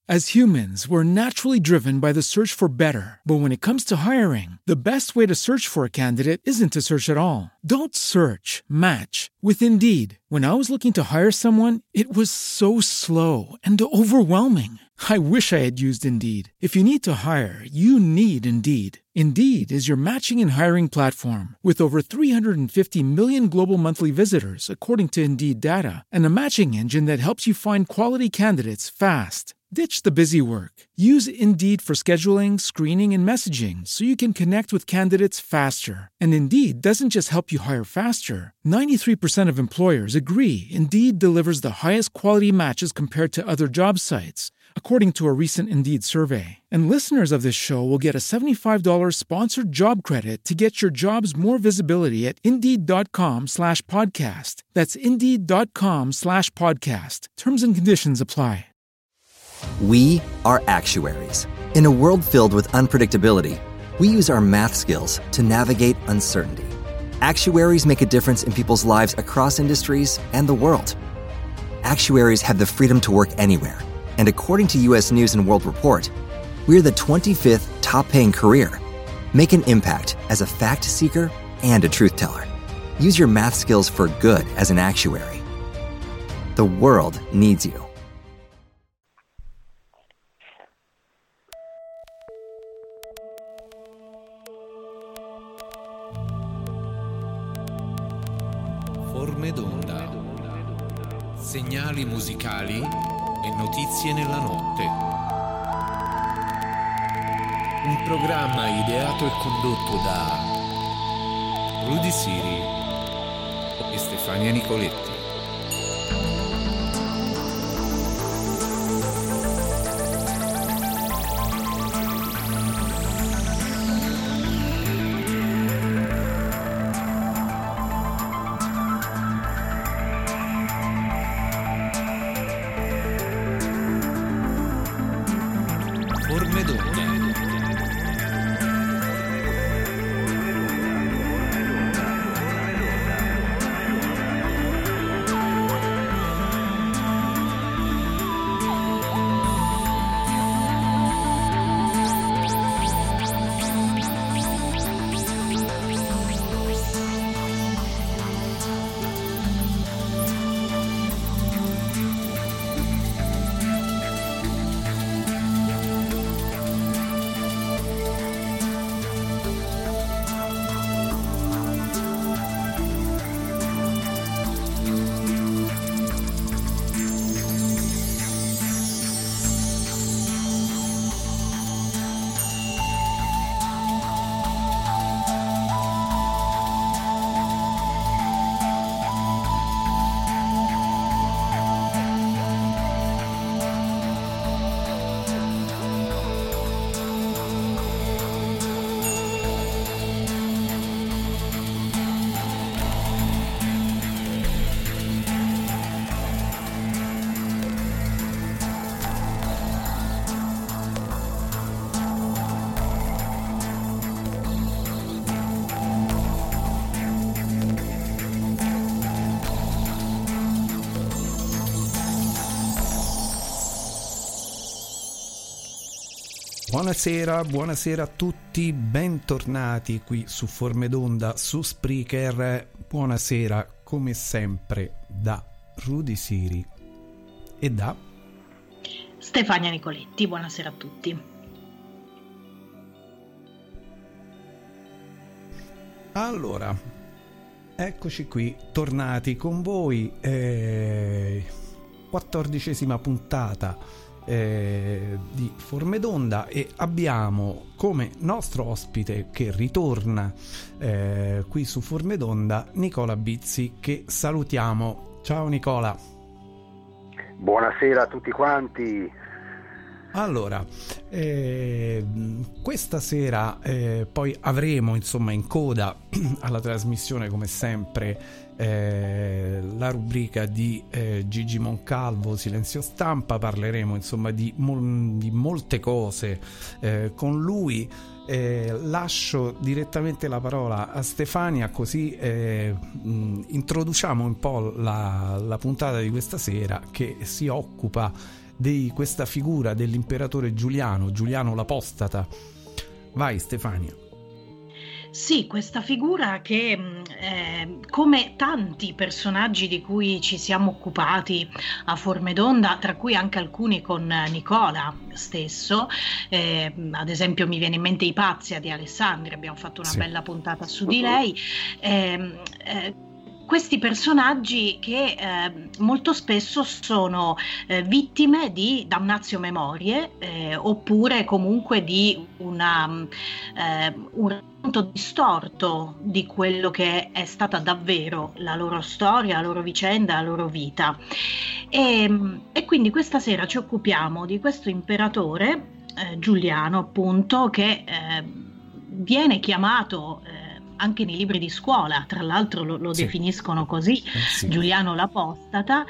As humans, we're naturally driven by the search for better. But when it comes to hiring, the best way to search for a candidate isn't to search at all. Don't search, match with Indeed. When I was looking to hire someone, it was so slow and overwhelming. I wish I had used Indeed. If you need to hire, you need Indeed. Indeed is your matching and hiring platform with over 350 million global monthly visitors, according to Indeed data, and a matching engine that helps you find quality candidates fast. Ditch the busy work. Use Indeed for scheduling, screening, and messaging so you can connect with candidates faster. And Indeed doesn't just help you hire faster. 93% of employers agree Indeed delivers the highest quality matches compared to other job sites, according to a recent Indeed survey. And listeners of this show will get a $75 sponsored job credit to get your jobs more visibility at Indeed.com/podcast. That's Indeed.com/podcast. Terms and conditions apply. We are actuaries. In a world filled with unpredictability, we use our math skills to navigate uncertainty. Actuaries make a difference in people's lives across industries and the world. Actuaries have the freedom to work anywhere. And according to U.S. News & World Report, we're the 25th top-paying career. Make an impact as a fact seeker and a truth teller. Use your math skills for good as an actuary. The world needs you. Forme d'onda, segnali musicali e notizie nella notte. Un programma ideato e condotto da Rudy Siri e Stefania Nicoletti. Forme d'onda. Buonasera a tutti, bentornati qui su Forme d'Onda su Spreaker. Buonasera come sempre da Rudy Siri e da Stefania Nicoletti. Buonasera a tutti. Allora, eccoci qui, tornati con voi, 14ª puntata di Forme d'Onda, e abbiamo come nostro ospite che ritorna qui su Forme d'Onda Nicola Bizzi, che salutiamo. Ciao Nicola. Buonasera a tutti quanti. Allora, questa sera poi avremo insomma in coda alla trasmissione come sempre la rubrica di Gigi Moncalvo, Silenzio Stampa. Parleremo insomma di molte cose con lui. Lascio direttamente la parola a Stefania, così introduciamo un po' la puntata di questa sera, che si occupa di questa figura dell'imperatore Giuliano l'Apostata. Vai Stefania. Sì, questa figura che, come tanti personaggi di cui ci siamo occupati a Forme d'Onda, tra cui anche alcuni con Nicola stesso, ad esempio mi viene in mente Ipazia di Alessandria, abbiamo fatto una bella puntata su di lei. Questi personaggi che molto spesso sono vittime di damnatio memoriae, oppure comunque di un racconto distorto di quello che è stata davvero la loro storia, la loro vicenda, la loro vita. E quindi questa sera ci occupiamo di questo imperatore Giuliano, appunto, che viene chiamato anche nei libri di scuola, tra l'altro lo definiscono così, Giuliano l'Apostata,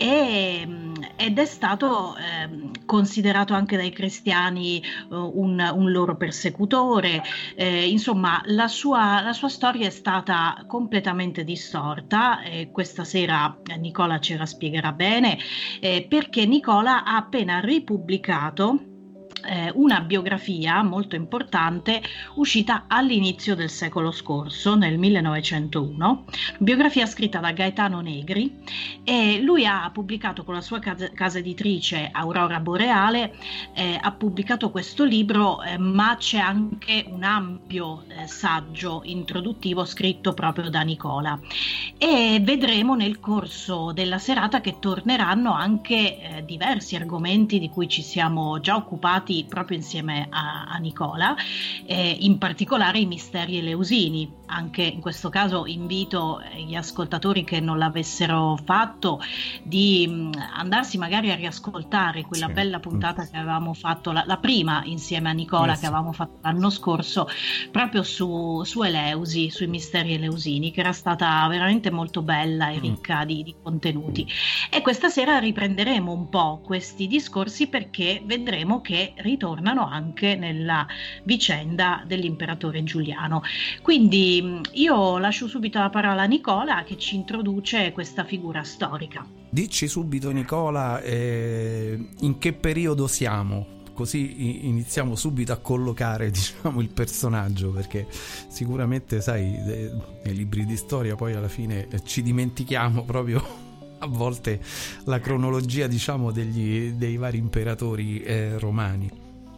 ed è stato considerato anche dai cristiani un loro persecutore. Insomma, la sua storia è stata completamente distorta, e questa sera Nicola ce la spiegherà bene, perché Nicola ha appena ripubblicato una biografia molto importante uscita all'inizio del secolo scorso, nel 1901, biografia scritta da Gaetano Negri, e lui ha pubblicato con la sua casa editrice Aurora Boreale, ha pubblicato questo libro, ma c'è anche un ampio saggio introduttivo scritto proprio da Nicola, e vedremo nel corso della serata che torneranno anche diversi argomenti di cui ci siamo già occupati proprio insieme a Nicola, in particolare i misteri eleusini. Anche in questo caso invito gli ascoltatori che non l'avessero fatto di andarsi magari a riascoltare quella bella puntata che avevamo fatto, la prima insieme a Nicola, che avevamo fatto l'anno scorso, proprio su Eleusi, sui misteri eleusini, che era stata veramente molto bella e ricca di contenuti. E questa sera riprenderemo un po' questi discorsi, perché vedremo che ritornano anche nella vicenda dell'imperatore Giuliano. Quindi io lascio subito la parola a Nicola, che ci introduce questa figura storica. Dici subito, Nicola, in che periodo siamo? Così iniziamo subito a collocare, diciamo, il personaggio, perché sicuramente, sai, nei libri di storia poi alla fine ci dimentichiamo proprio a volte la cronologia, diciamo, dei vari imperatori romani.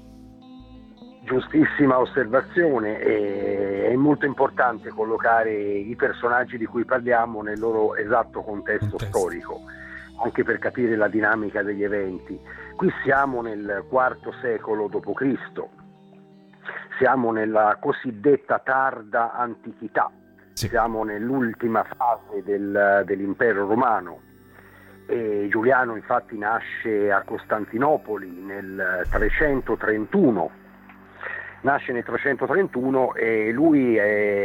Giustissima osservazione, è molto importante collocare i personaggi di cui parliamo nel loro esatto contesto storico, anche per capire la dinamica degli eventi. Qui siamo nel IV secolo d.C., siamo nella cosiddetta tarda antichità, siamo nell'ultima fase dell'impero romano. E Giuliano infatti nasce a Costantinopoli nel 331. Nasce nel 331 e lui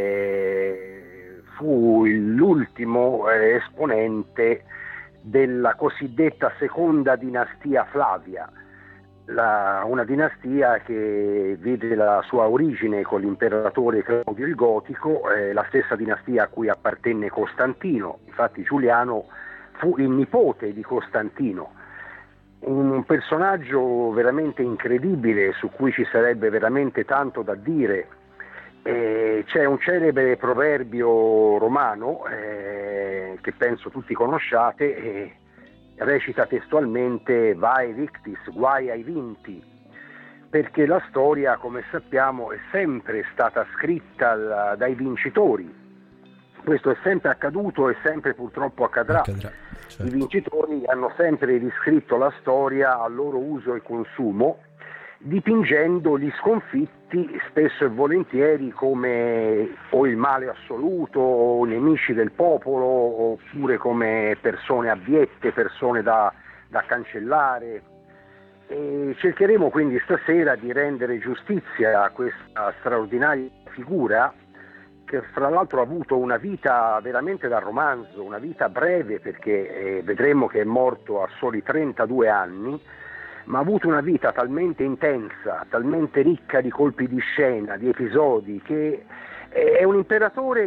fu l'ultimo esponente della cosiddetta seconda dinastia Flavia, una dinastia che vede la sua origine con l'imperatore Claudio il Gotico, la stessa dinastia a cui appartenne Costantino. Infatti Giuliano fu il nipote di Costantino. Un personaggio veramente incredibile, su cui ci sarebbe veramente tanto da dire. C'è un celebre proverbio romano che penso tutti conosciate, recita testualmente "Vae victis", guai ai vinti, perché la storia, come sappiamo, è sempre stata scritta dai vincitori. Questo è sempre accaduto e sempre purtroppo accadrà. Certo. I vincitori hanno sempre riscritto la storia a loro uso e consumo, dipingendo gli sconfitti spesso e volentieri come o il male assoluto, o nemici del popolo, oppure come persone abiette, persone da cancellare. E cercheremo quindi stasera di rendere giustizia a questa straordinaria figura, che fra l'altro ha avuto una vita veramente da romanzo, una vita breve, perché vedremo che è morto a soli 32 anni, ma ha avuto una vita talmente intensa, talmente ricca di colpi di scena, di episodi, che è un imperatore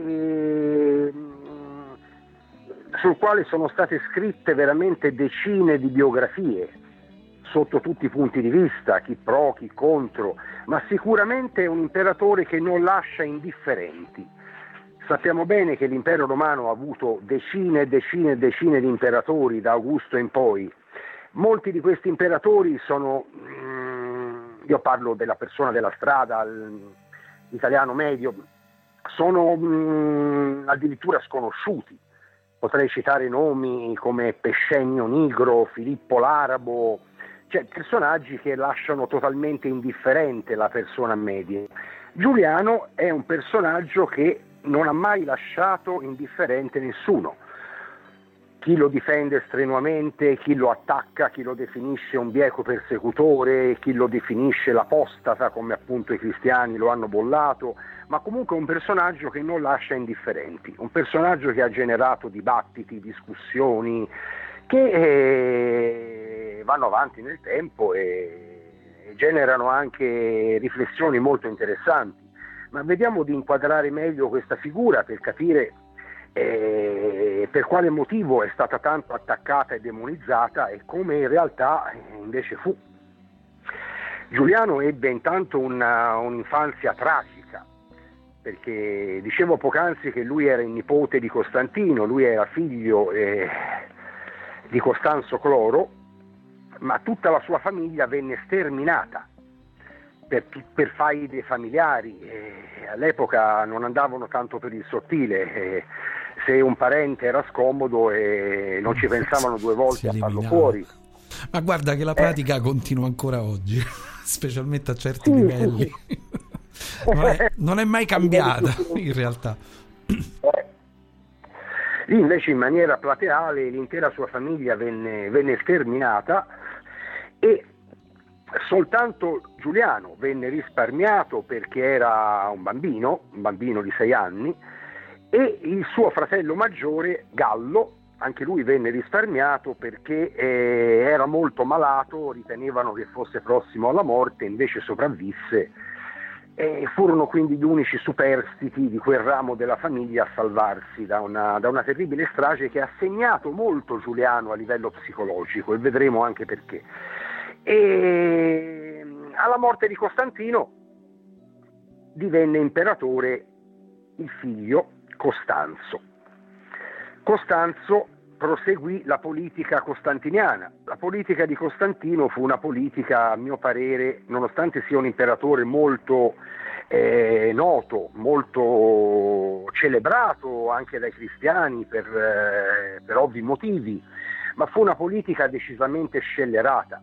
sul quale sono state scritte veramente decine di biografie. sotto tutti i punti di vista, chi pro, chi contro, ma sicuramente è un imperatore che non lascia indifferenti. Sappiamo bene che l'impero romano ha avuto decine e decine e decine di imperatori da Augusto in poi. Molti di questi imperatori sono, io parlo della persona della strada, l'italiano medio, sono addirittura sconosciuti. Potrei citare nomi come Pescenio Nigro, Filippo l'Arabo, cioè personaggi che lasciano totalmente indifferente la persona media. Giuliano è un personaggio che non ha mai lasciato indifferente nessuno. Chi lo difende strenuamente, chi lo attacca, chi lo definisce un bieco persecutore, chi lo definisce l'apostata, come appunto i cristiani lo hanno bollato, ma comunque un personaggio che non lascia indifferenti, un personaggio che ha generato dibattiti, discussioni, che vanno avanti nel tempo e generano anche riflessioni molto interessanti. Ma vediamo di inquadrare meglio questa figura per capire per quale motivo è stata tanto attaccata e demonizzata e come in realtà invece fu. Giuliano ebbe intanto un'infanzia tragica, perché dicevo poc'anzi che lui era il nipote di Costantino, lui era figlio di Costanzo Cloro, ma tutta la sua famiglia venne sterminata per faide familiari. All'epoca non andavano tanto per il sottile, se un parente era scomodo non ci pensavano due volte a farlo fuori. Ma guarda che la pratica continua ancora oggi, specialmente a certi livelli. Non è mai cambiata in realtà. Lì invece in maniera plateale l'intera sua famiglia venne sterminata e soltanto Giuliano venne risparmiato perché era un bambino di 6 anni, e il suo fratello maggiore Gallo, anche lui venne risparmiato perché era molto malato, ritenevano che fosse prossimo alla morte, invece sopravvisse. Furono quindi gli unici superstiti di quel ramo della famiglia a salvarsi da una terribile strage che ha segnato molto Giuliano a livello psicologico, e vedremo anche perché. E alla morte di Costantino divenne imperatore il figlio Costanzo. Costanzo proseguì la politica costantiniana. La politica di Costantino fu una politica, a mio parere, nonostante sia un imperatore molto noto, molto celebrato anche dai cristiani per ovvi motivi, ma fu una politica decisamente scellerata.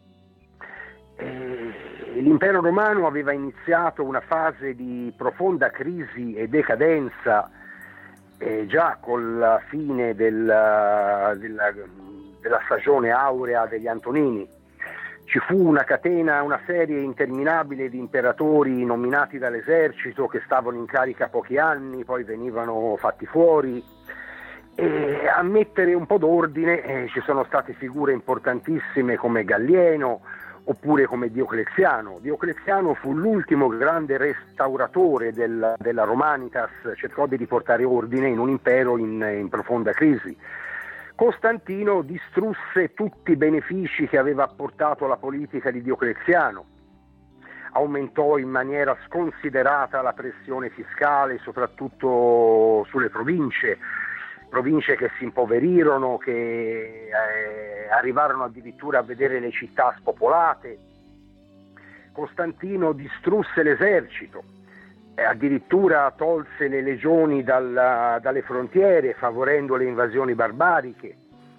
L'impero romano aveva iniziato una fase di profonda crisi e decadenza già con la fine della stagione aurea degli Antonini. Ci fu una serie interminabile di imperatori nominati dall'esercito che stavano in carica pochi anni, poi venivano fatti fuori. E a mettere un po' d'ordine ci sono state figure importantissime come Gallieno, oppure come Diocleziano. Diocleziano fu l'ultimo grande restauratore della Romanitas, cercò di riportare ordine in un impero in profonda crisi. Costantino distrusse tutti i benefici che aveva apportato la politica di Diocleziano, aumentò in maniera sconsiderata la pressione fiscale, soprattutto sulle province che si impoverirono, che arrivarono addirittura a vedere le città spopolate. Costantino distrusse l'esercito, addirittura tolse le legioni dalle frontiere, favorendo le invasioni barbariche.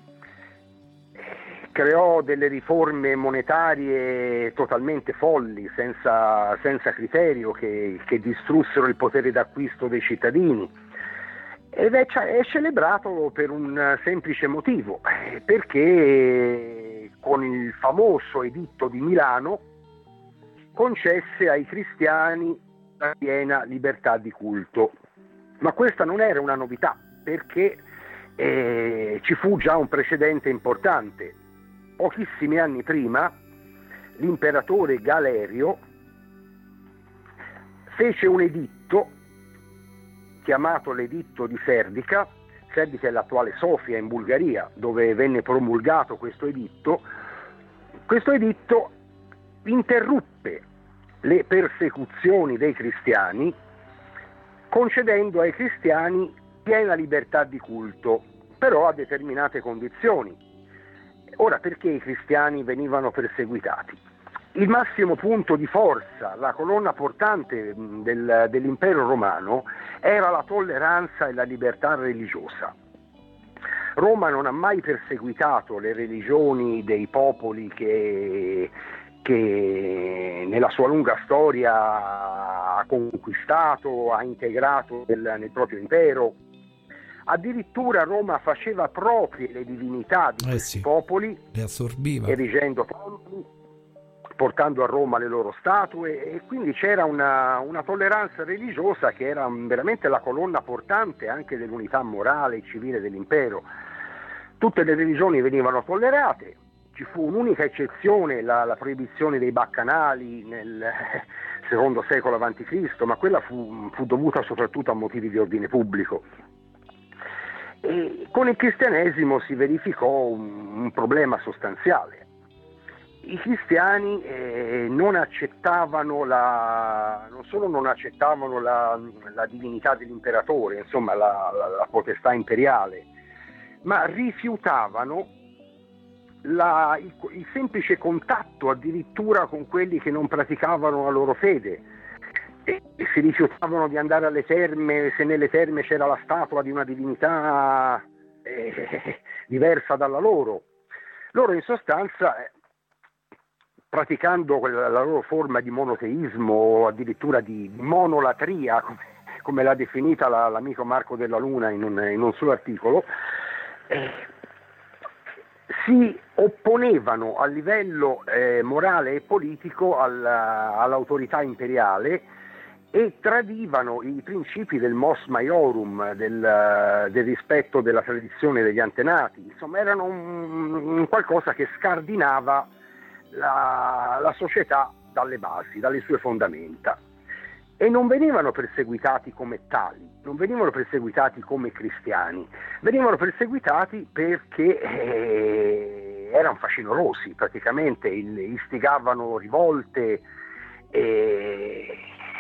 Creò delle riforme monetarie totalmente folli, senza criterio, che distrussero il potere d'acquisto dei cittadini. Ed è celebrato per un semplice motivo, perché con il famoso editto di Milano concesse ai cristiani la piena libertà di culto. Ma questa non era una novità, perché ci fu già un precedente importante. Pochissimi anni prima l'imperatore Galerio fece un editto chiamato l'editto di Serdica. Serdica è l'attuale Sofia in Bulgaria, dove venne promulgato questo editto, Questo editto interruppe le persecuzioni dei cristiani, concedendo ai cristiani piena libertà di culto, però a determinate condizioni. Ora, perché i cristiani venivano perseguitati? Il massimo punto di forza, la colonna portante dell'impero romano, era la tolleranza e la libertà religiosa. Roma non ha mai perseguitato le religioni dei popoli che nella sua lunga storia ha conquistato, ha integrato nel proprio impero. Addirittura Roma faceva proprie le divinità di questi popoli, le assorbiva, erigendo templi, portando a Roma le loro statue, e quindi c'era una tolleranza religiosa che era veramente la colonna portante anche dell'unità morale e civile dell'impero. Tutte le religioni venivano tollerate, ci fu un'unica eccezione, la proibizione dei baccanali nel secondo secolo a.C., ma quella fu dovuta soprattutto a motivi di ordine pubblico. E con il cristianesimo si verificò un problema sostanziale. I cristiani non solo non accettavano la divinità dell'imperatore, insomma la potestà imperiale, ma rifiutavano il semplice contatto addirittura con quelli che non praticavano la loro fede, e si rifiutavano di andare alle terme se nelle terme c'era la statua di una divinità diversa dalla loro. Loro in sostanza, praticando la loro forma di monoteismo o addirittura di monolatria, come l'ha definita l'amico Marco Della Luna in un suo articolo, si opponevano a livello morale e politico all'autorità imperiale e tradivano i principi del mos maiorum, del rispetto della tradizione degli antenati. Insomma, erano un qualcosa che scardinava la società dalle basi, dalle sue fondamenta, e non venivano perseguitati come tali, non venivano perseguitati come cristiani, venivano perseguitati perché erano facinorosi, praticamente istigavano rivolte e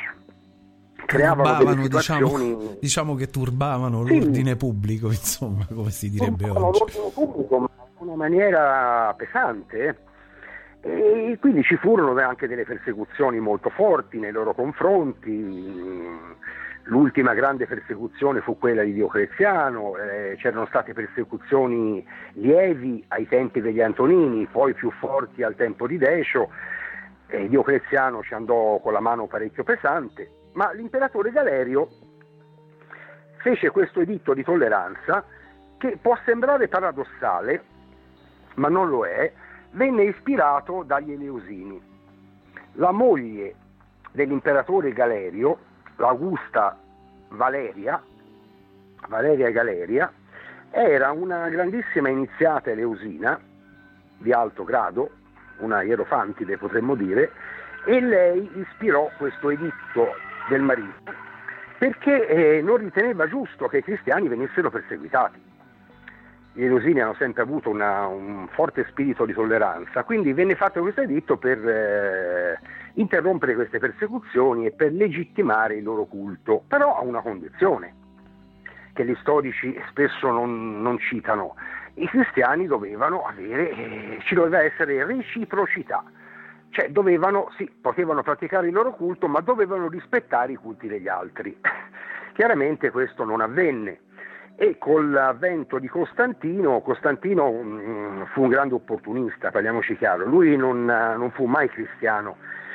creavano delle situazioni, diciamo che turbavano l'ordine pubblico, insomma, come si direbbe oggi. L'ordine pubblico, ma in una maniera pesante. E quindi ci furono anche delle persecuzioni molto forti nei loro confronti. L'ultima grande persecuzione fu quella di Diocleziano, c'erano state persecuzioni lievi ai tempi degli Antonini, poi più forti al tempo di Decio. Diocleziano ci andò con la mano parecchio pesante, ma l'imperatore Galerio fece questo editto di tolleranza che può sembrare paradossale, ma non lo è. Venne ispirato dagli Eleusini. La moglie dell'imperatore Galerio, l'Augusta Valeria Galeria, era una grandissima iniziata eleusina di alto grado, una ierofantide potremmo dire, e lei ispirò questo editto del marito perché non riteneva giusto che i cristiani venissero perseguitati. Gli Eleusini hanno sempre avuto un forte spirito di tolleranza, quindi venne fatto questo editto per interrompere queste persecuzioni e per legittimare il loro culto, però a una condizione che gli storici spesso non citano: i cristiani dovevano ci doveva essere reciprocità, cioè potevano praticare il loro culto, ma dovevano rispettare i culti degli altri. Chiaramente questo non avvenne. E con l'avvento di Costantino fu un grande opportunista, parliamoci chiaro, lui non fu mai cristiano.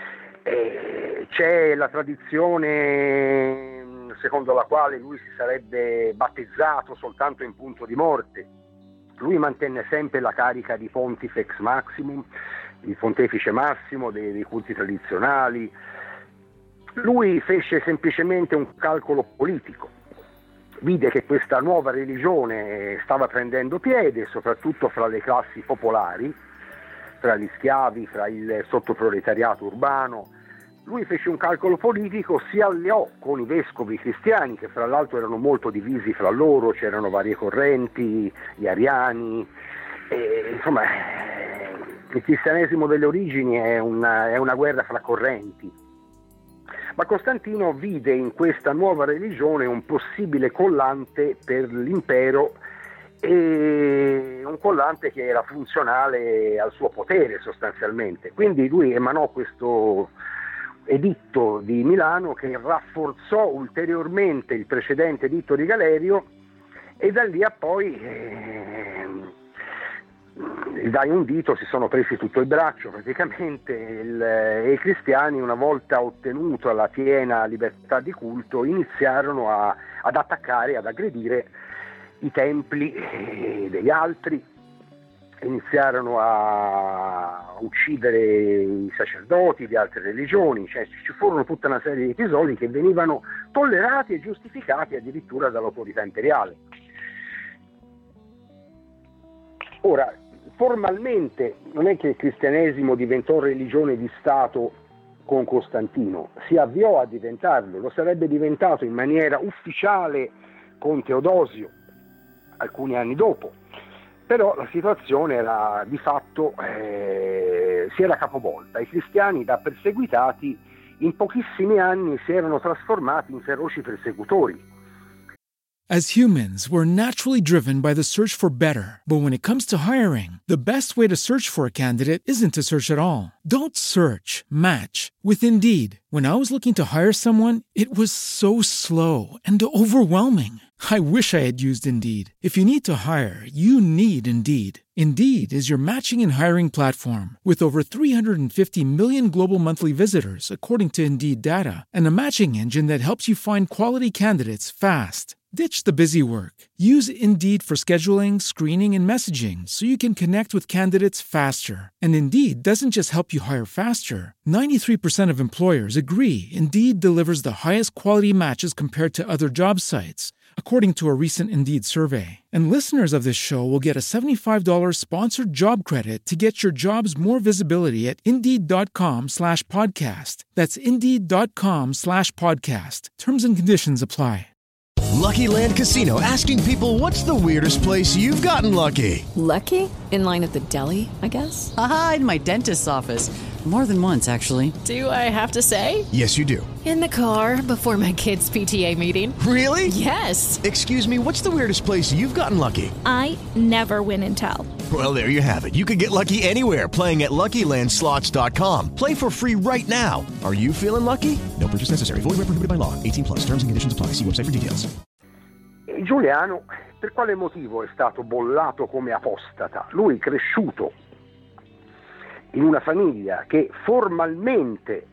C'è la tradizione secondo la quale lui si sarebbe battezzato soltanto in punto di morte. Lui mantenne sempre la carica di Pontifex Maximum, il pontefice massimo dei culti tradizionali. Lui fece semplicemente un calcolo politico. Vide che questa nuova religione stava prendendo piede, soprattutto fra le classi popolari, fra gli schiavi, fra il sottoproletariato urbano. Lui fece un calcolo politico, si alleò con i vescovi cristiani, che fra l'altro erano molto divisi fra loro, c'erano varie correnti, gli ariani, insomma Il cristianesimo delle origini è una guerra fra correnti, ma Costantino vide in questa nuova religione un possibile collante per l'impero, e un collante che era funzionale al suo potere sostanzialmente. Quindi lui emanò questo editto di Milano che rafforzò ulteriormente il precedente editto di Galerio, e da lì a poi dai un dito si sono presi tutto il braccio praticamente, e i cristiani, una volta ottenuta la piena libertà di culto, iniziarono ad attaccare, ad aggredire i templi degli altri, iniziarono a uccidere i sacerdoti di altre religioni, cioè ci furono tutta una serie di episodi che venivano tollerati e giustificati addirittura dall'autorità imperiale. Ora, formalmente non è che il cristianesimo diventò religione di Stato con Costantino, si avviò a diventarlo, lo sarebbe diventato in maniera ufficiale con Teodosio alcuni anni dopo, però la situazione era di fatto si era capovolta. I cristiani, da perseguitati, in pochissimi anni si erano trasformati in feroci persecutori. As humans, we're naturally driven by the search for better. But when it comes to hiring, the best way to search for a candidate isn't to search at all. Don't search, match with Indeed. When I was looking to hire someone, it was so slow and overwhelming. I wish I had used Indeed. If you need to hire, you need Indeed. Indeed is your matching and hiring platform with over 350 million global monthly visitors, according to Indeed data, and a matching engine that helps you find quality candidates fast. Ditch the busy work. Use Indeed for scheduling, screening, and messaging so you can connect with candidates faster. And Indeed doesn't just help you hire faster. 93% of employers agree Indeed delivers the highest quality matches compared to other job sites, according to a recent Indeed survey. And listeners of this show will get a $75 sponsored job credit to get your jobs more visibility at Indeed.com/podcast. That's Indeed.com/podcast. Terms and conditions apply. Lucky Land Casino, asking people, what's the weirdest place you've gotten lucky? Lucky? In line at the deli, I guess? Aha, in my dentist's office. More than once, actually. Do I have to say? Yes, you do. In the car before my kids' PTA meeting. Really? Yes. Excuse me, what's the weirdest place you've gotten lucky? I never win and tell. Well, there you have it. You can get lucky anywhere, playing at LuckyLandSlots.com. Play for free right now. Are you feeling lucky? No purchase necessary. Void where prohibited by law. 18+. Terms and conditions apply. See website for details. Giuliano, per quale motivo è stato bollato come apostata? Lui, cresciuto in una famiglia che formalmente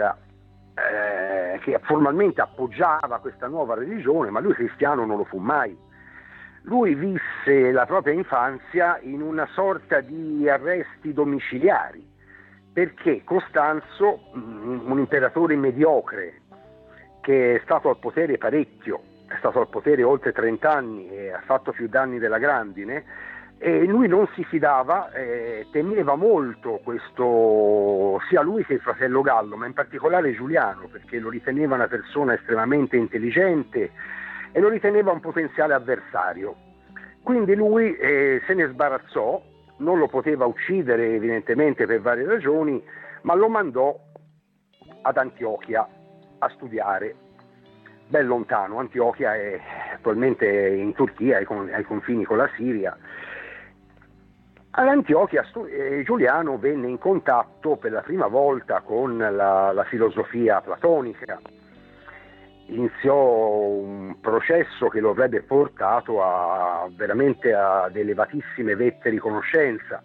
appoggiava questa nuova religione, ma lui cristiano non lo fu mai. Lui visse la propria infanzia in una sorta di arresti domiciliari, perché Costanzo, un imperatore mediocre che è stato al potere parecchio, è stato al potere oltre 30 anni e ha fatto più danni della grandine, e lui non si fidava, temeva molto questo, sia lui che il fratello Gallo, ma in particolare Giuliano, perché lo riteneva una persona estremamente intelligente e lo riteneva un potenziale avversario. Quindi lui se ne sbarazzò, non lo poteva uccidere evidentemente per varie ragioni, ma lo mandò ad Antiochia a studiare. Ben lontano, Antiochia è attualmente in Turchia, ai confini con la Siria. All'Antiochia Giuliano venne in contatto per la prima volta con la filosofia platonica. Iniziò un processo che lo avrebbe portato veramente ad elevatissime vette di conoscenza.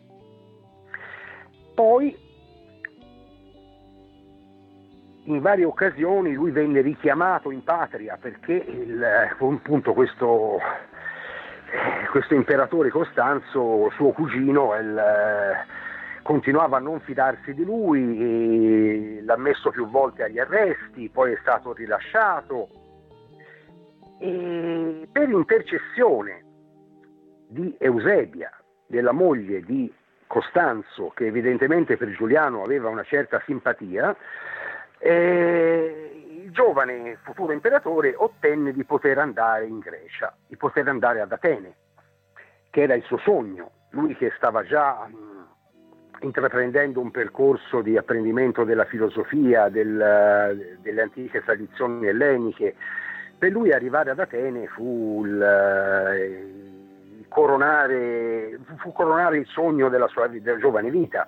Poi in varie occasioni lui venne richiamato in patria perché appunto questo imperatore Costanzo, suo cugino, continuava a non fidarsi di lui, e l'ha messo più volte agli arresti, poi è stato rilasciato, e per intercessione di Eusebia, della moglie di Costanzo, che evidentemente per Giuliano aveva una certa simpatia, il giovane futuro imperatore ottenne di poter andare in Grecia, di poter andare ad Atene, che era il suo sogno. Lui che stava già intraprendendo un percorso di apprendimento della filosofia, delle antiche tradizioni elleniche. Per lui arrivare ad Atene fu coronare il sogno della sua giovane vita,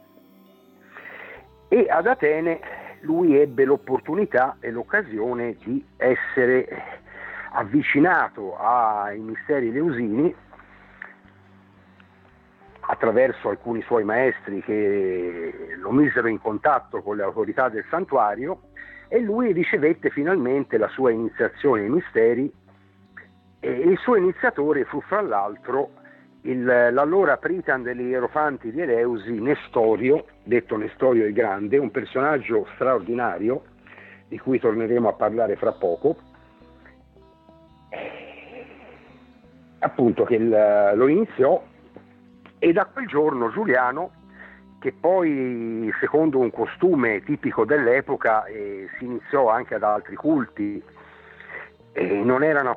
e ad Atene lui ebbe l'opportunità e l'occasione di essere avvicinato ai misteri eleusini attraverso alcuni suoi maestri che lo misero in contatto con le autorità del santuario, e lui ricevette finalmente la sua iniziazione ai misteri, e il suo iniziatore fu fra l'altro l'allora Pritan degli Ierofanti di Eleusi, Nestorio, detto Nestorio il Grande, un personaggio straordinario di cui torneremo a parlare fra poco, appunto, che lo iniziò. E da quel giorno Giuliano, che poi secondo un costume tipico dell'epoca si iniziò anche ad altri culti, non erano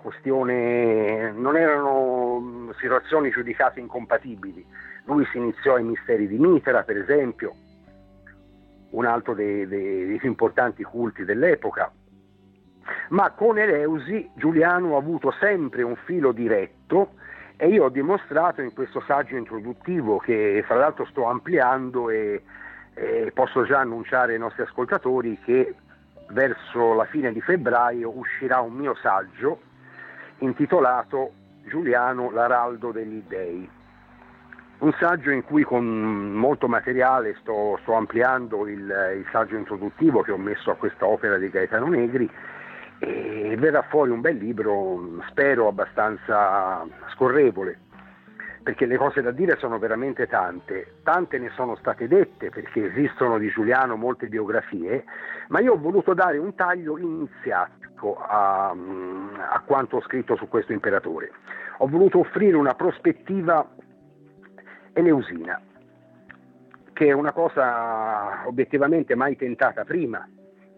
situazioni giudicate incompatibili. Lui si iniziò ai misteri di Mitra, per esempio, un altro dei più importanti culti dell'epoca, ma con Eleusi Giuliano ha avuto sempre un filo diretto, e io ho dimostrato in questo saggio introduttivo, che fra l'altro sto ampliando, e posso già annunciare ai nostri ascoltatori che verso la fine di febbraio uscirà un mio saggio intitolato Giuliano, l'araldo degli dei, un saggio in cui con molto materiale sto ampliando il saggio introduttivo che ho messo a questa opera di Gaetano Negri, e verrà fuori un bel libro, spero abbastanza scorrevole, perché le cose da dire sono veramente tante ne sono state dette, perché esistono di Giuliano molte biografie, ma io ho voluto dare un taglio iniziatico a quanto ho scritto su questo imperatore. Ho voluto offrire una prospettiva eleusina, che è una cosa obiettivamente mai tentata prima.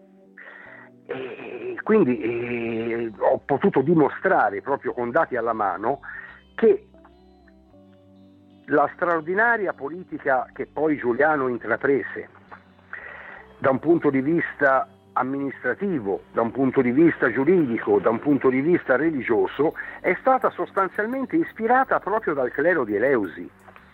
E quindi ho potuto dimostrare proprio con dati alla mano che la straordinaria politica che poi Giuliano intraprese da un punto di vista amministrativo, da un punto di vista giuridico, da un punto di vista religioso, è stata sostanzialmente ispirata proprio dal clero di Eleusi,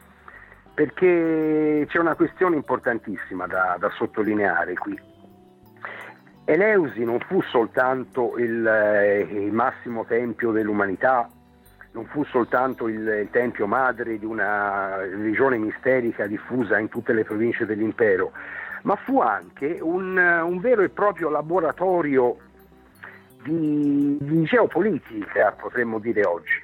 perché c'è una questione importantissima da sottolineare qui. Eleusi non fu soltanto il massimo tempio dell'umanità, non fu soltanto il tempio madre di una religione misterica diffusa in tutte le province dell'impero, ma fu anche un vero e proprio laboratorio di geopolitica, potremmo dire oggi.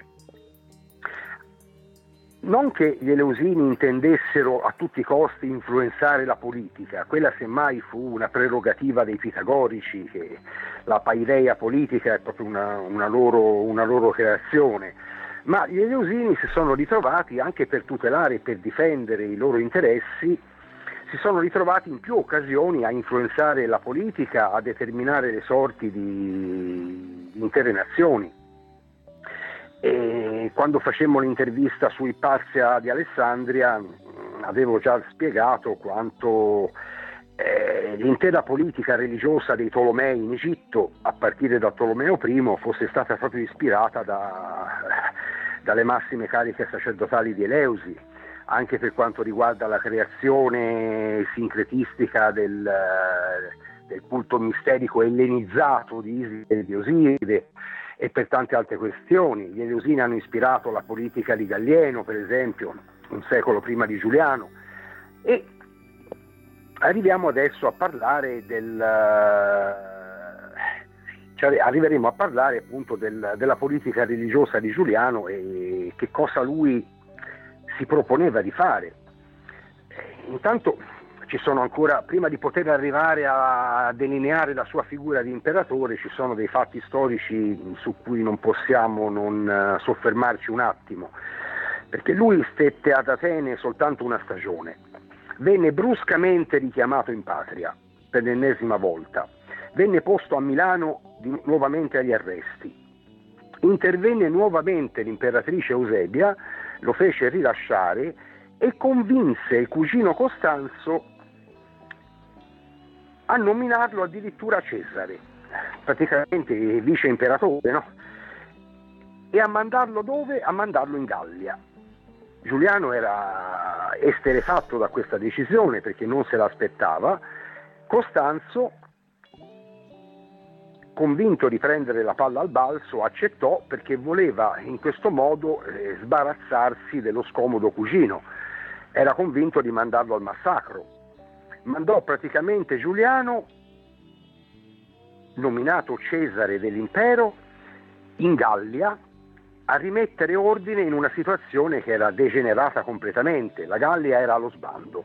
Non che gli Eleusini intendessero a tutti i costi influenzare la politica, quella semmai fu una prerogativa dei pitagorici, che la paideia politica è proprio una loro creazione, ma gli Eleusini si sono ritrovati, anche per tutelare e per difendere i loro interessi, si sono ritrovati in più occasioni a influenzare la politica, a determinare le sorti di intere nazioni. E quando facemmo l'intervista su Ipazia di Alessandria avevo già spiegato quanto l'intera politica religiosa dei Tolomei in Egitto, a partire da Tolomeo I, fosse stata proprio ispirata dalle massime cariche sacerdotali di Eleusi, anche per quanto riguarda la creazione sincretistica del culto misterico ellenizzato di Iside e di Osiride, e per tante altre questioni. Gli Eleusini hanno ispirato la politica di Gallieno, per esempio, un secolo prima di Giuliano, e arriviamo adesso a parlare arriveremo a parlare appunto della politica religiosa di Giuliano e che cosa lui si proponeva di fare. Intanto ci sono ancora, prima di poter arrivare a delineare la sua figura di imperatore, ci sono dei fatti storici su cui non possiamo non soffermarci un attimo, perché lui stette ad Atene soltanto una stagione, venne bruscamente richiamato in patria per l'ennesima volta, venne posto a Milano nuovamente agli arresti, intervenne nuovamente l'imperatrice Eusebia, lo fece rilasciare e convinse il cugino Costanzo a nominarlo addirittura Cesare, praticamente vice imperatore, no? E a mandarlo dove? A mandarlo in Gallia. Giuliano era esterrefatto da questa decisione perché non se l'aspettava. Costanzo, convinto di prendere la palla al balzo, accettò perché voleva in questo modo sbarazzarsi dello scomodo cugino. Era convinto di mandarlo al massacro. Mandò praticamente Giuliano, nominato Cesare dell'impero, in Gallia a rimettere ordine in una situazione che era degenerata completamente. La Gallia era allo sbando.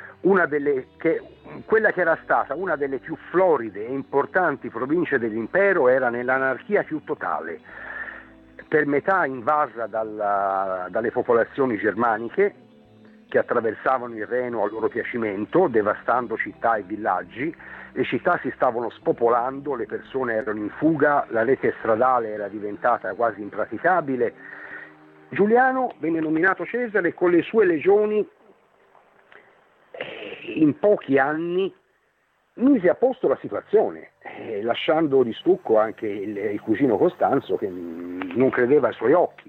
Quella che era stata una delle più floride e importanti province dell'impero era nell'anarchia più totale, per metà invasa dalle popolazioni germaniche che attraversavano il Reno a loro piacimento, devastando città e villaggi. Le città si stavano spopolando, le persone erano in fuga, la rete stradale era diventata quasi impraticabile. Giuliano venne nominato Cesare e con le sue legioni in pochi anni mise a posto la situazione, lasciando di stucco anche il cugino Costanzo che non credeva ai suoi occhi.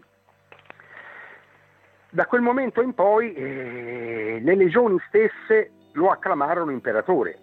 Da quel momento in poi le legioni stesse lo acclamarono imperatore.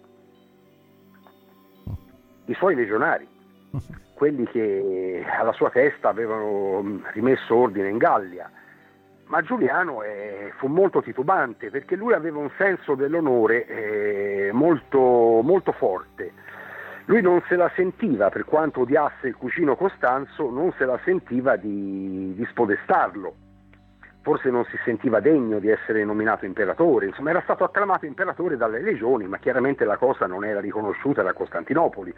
I suoi legionari, quelli che alla sua testa avevano rimesso ordine in Gallia. Ma Giuliano fu molto titubante perché lui aveva un senso dell'onore molto, molto forte. Lui non se la sentiva, per quanto odiasse il cugino Costanzo, non se la sentiva di spodestarlo. Forse non si sentiva degno di essere nominato imperatore, insomma era stato acclamato imperatore dalle legioni, ma chiaramente la cosa non era riconosciuta da Costantinopoli.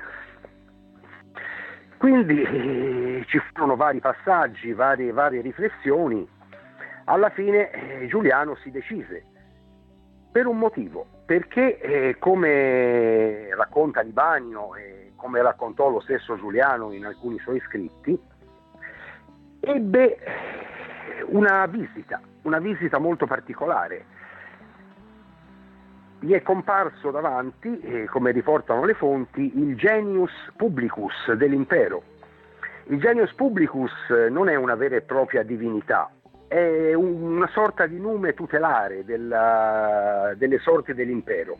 Quindi ci furono vari passaggi, varie riflessioni. Alla fine Giuliano si decise, per un motivo, perché come racconta Libanio e come raccontò lo stesso Giuliano in alcuni suoi scritti, ebbe una visita molto particolare. Gli è comparso davanti, come riportano le fonti, il genius publicus dell'impero. Il genius publicus non è una vera e propria divinità, è una sorta di nume tutelare delle sorti dell'impero.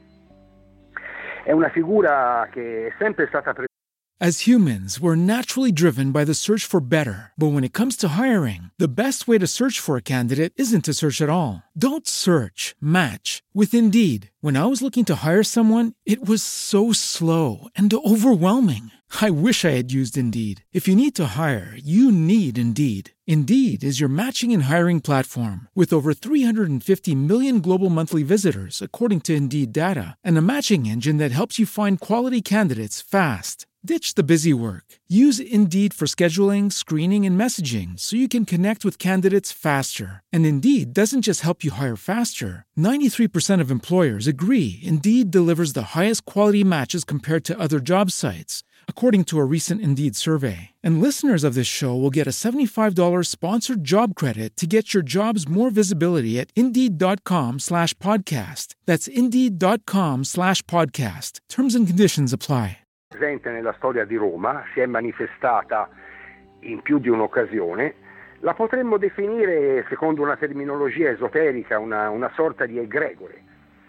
È una figura che è sempre stata As humans, we're naturally driven by the search for better. But when it comes to hiring, the best way to search for a candidate isn't to search at all. Don't search, match with Indeed. When I was looking to hire someone, it was so slow and overwhelming. I wish I had used Indeed. If you need to hire, you need Indeed. Indeed is your matching and hiring platform with over 350 million global monthly visitors, according to Indeed data, and a matching engine that helps you find quality candidates fast. Ditch the busy work. Use Indeed for scheduling, screening, and messaging so you can connect with candidates faster. And Indeed doesn't just help you hire faster. 93% of employers agree Indeed delivers the highest quality matches compared to other job sites, according to a recent Indeed survey. And listeners of this show will get a $75 sponsored job credit to get your jobs more visibility at Indeed.com/podcast. That's Indeed.com/podcast. Terms and conditions apply. Presente nella storia di Roma, si è manifestata in più di un'occasione, la potremmo definire, secondo una terminologia esoterica, una sorta di egregore.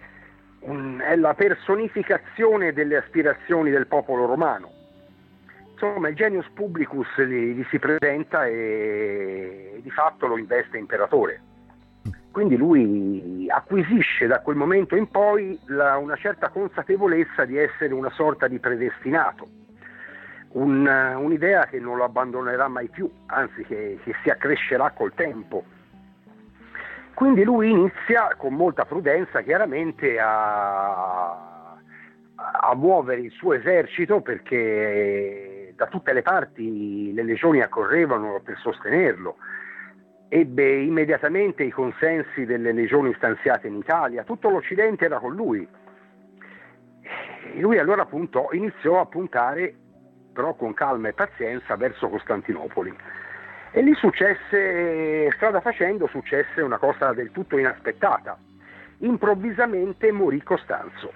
È la personificazione delle aspirazioni del popolo romano. Insomma, il genius publicus gli si presenta e di fatto lo investe imperatore. Quindi lui acquisisce da quel momento in poi una certa consapevolezza di essere una sorta di predestinato, un'idea che non lo abbandonerà mai più, anzi che si accrescerà col tempo. Quindi lui inizia con molta prudenza chiaramente a muovere il suo esercito, perché da tutte le parti le legioni accorrevano per sostenerlo. Ebbe immediatamente i consensi delle legioni stanziate in Italia, tutto l'Occidente era con lui. E lui allora iniziò a puntare, però con calma e pazienza, verso Costantinopoli. E lì strada facendo, successe una cosa del tutto inaspettata. Improvvisamente morì Costanzo.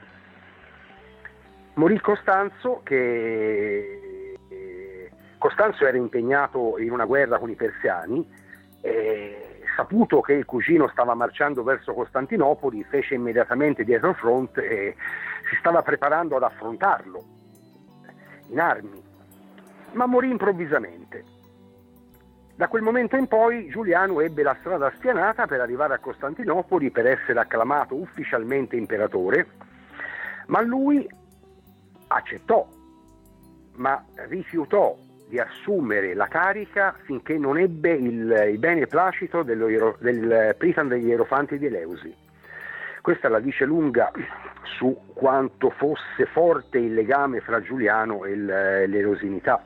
Costanzo era impegnato in una guerra con i persiani, saputo che il cugino stava marciando verso Costantinopoli, fece immediatamente dietro il front e si stava preparando ad affrontarlo in armi, ma morì improvvisamente. Da quel momento in poi Giuliano ebbe la strada spianata per arrivare a Costantinopoli, per essere acclamato ufficialmente imperatore, ma lui accettò, ma rifiutò di assumere la carica finché non ebbe il beneplacito del Pritan degli Ierofanti di Eleusi. Questa la dice lunga su quanto fosse forte il legame fra Giuliano e l'erosinità.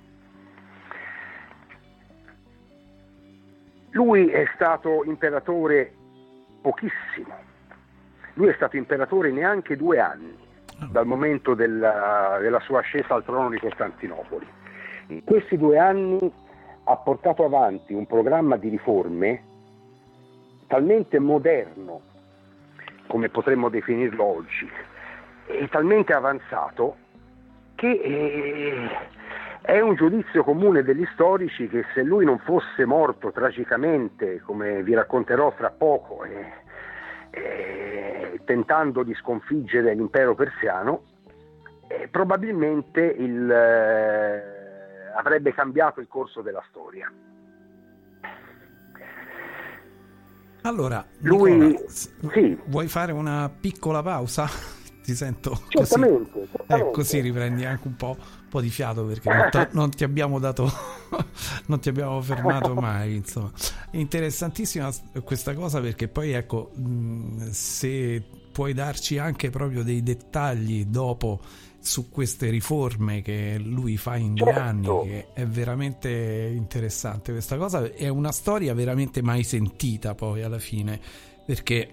Lui è stato imperatore pochissimo, lui è stato imperatore neanche 2 anni dal momento della sua ascesa al trono di Costantinopoli. In questi 2 anni ha portato avanti un programma di riforme talmente moderno, come potremmo definirlo oggi, e talmente avanzato che è un giudizio comune degli storici che se lui non fosse morto tragicamente, come vi racconterò fra poco, tentando di sconfiggere l'impero persiano, probabilmente avrebbe cambiato il corso della storia. Allora, lui, Nicola, sì. Vuoi fare una piccola pausa? Ti sento certamente, così. Così riprendi anche un po' di fiato, perché non ti abbiamo dato non ti abbiamo fermato mai, insomma. È interessantissima questa cosa, perché poi ecco, se puoi darci anche proprio dei dettagli dopo su queste riforme che lui fa in 2 anni, che è veramente interessante questa cosa. È una storia veramente mai sentita poi alla fine, perché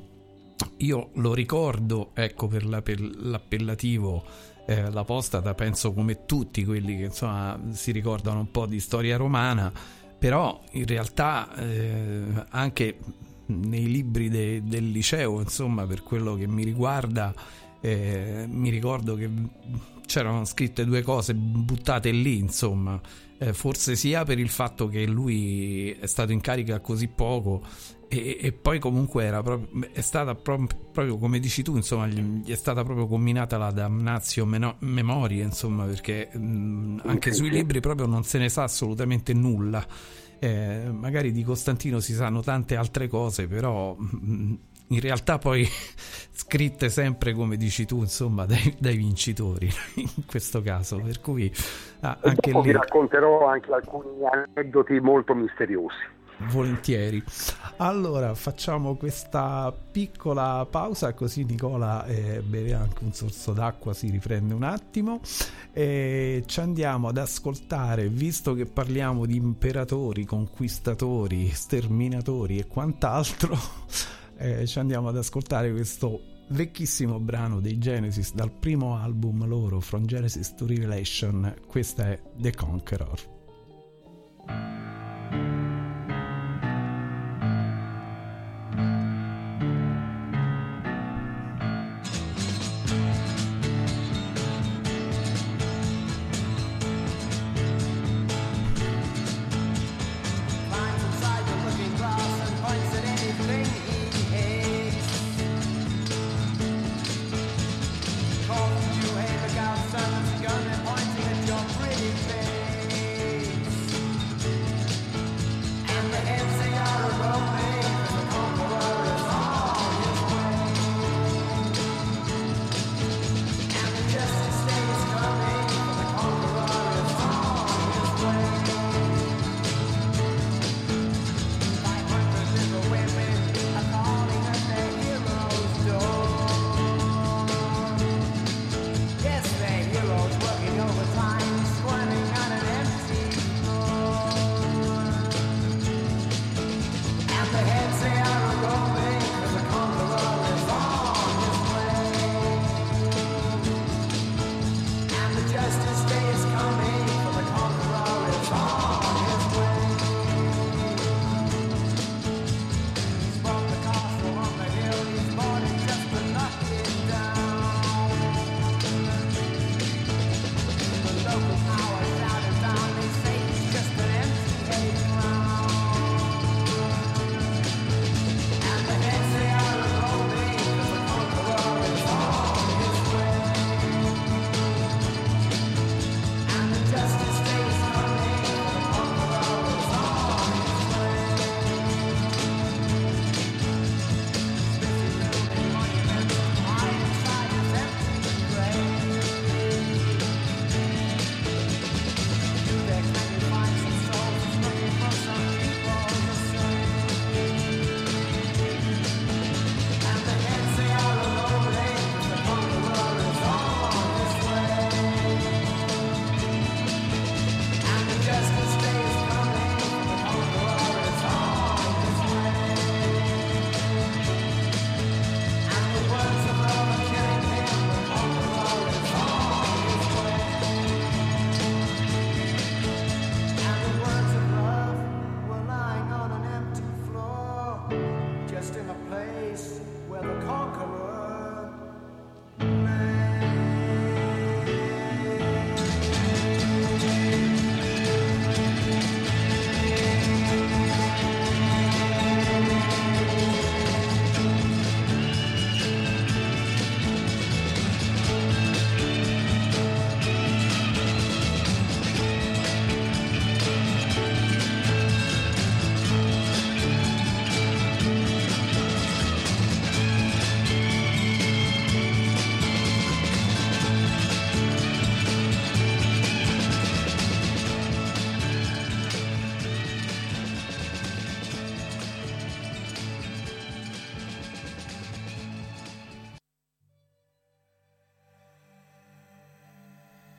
io lo ricordo, ecco, per l'appellativo l'Apostata, penso come tutti quelli che insomma si ricordano un po' di storia romana, però in realtà anche nei libri del liceo, insomma, per quello che mi riguarda, mi ricordo che c'erano scritte 2 cose buttate lì, insomma, forse sia per il fatto che lui è stato in carica così poco, e poi comunque è stata proprio come dici tu, insomma, gli è stata proprio comminata la damnatio memoria, insomma, perché anche sui libri proprio non se ne sa assolutamente nulla. Magari di Costantino si sanno tante altre cose, però in realtà poi scritte sempre, come dici tu, insomma, dai vincitori in questo caso, per cui anche lì vi racconterò anche alcuni aneddoti molto misteriosi. Volentieri. Allora facciamo questa piccola pausa, così Nicola beve anche un sorso d'acqua, si riprende un attimo, e ci andiamo ad ascoltare, visto che parliamo di imperatori, conquistatori, sterminatori e quant'altro, ci andiamo ad ascoltare questo vecchissimo brano dei Genesis dal primo album loro, From Genesis to Revelation. Questa è The Conqueror. You ain't look out, son, gun and pointing at your pretty face.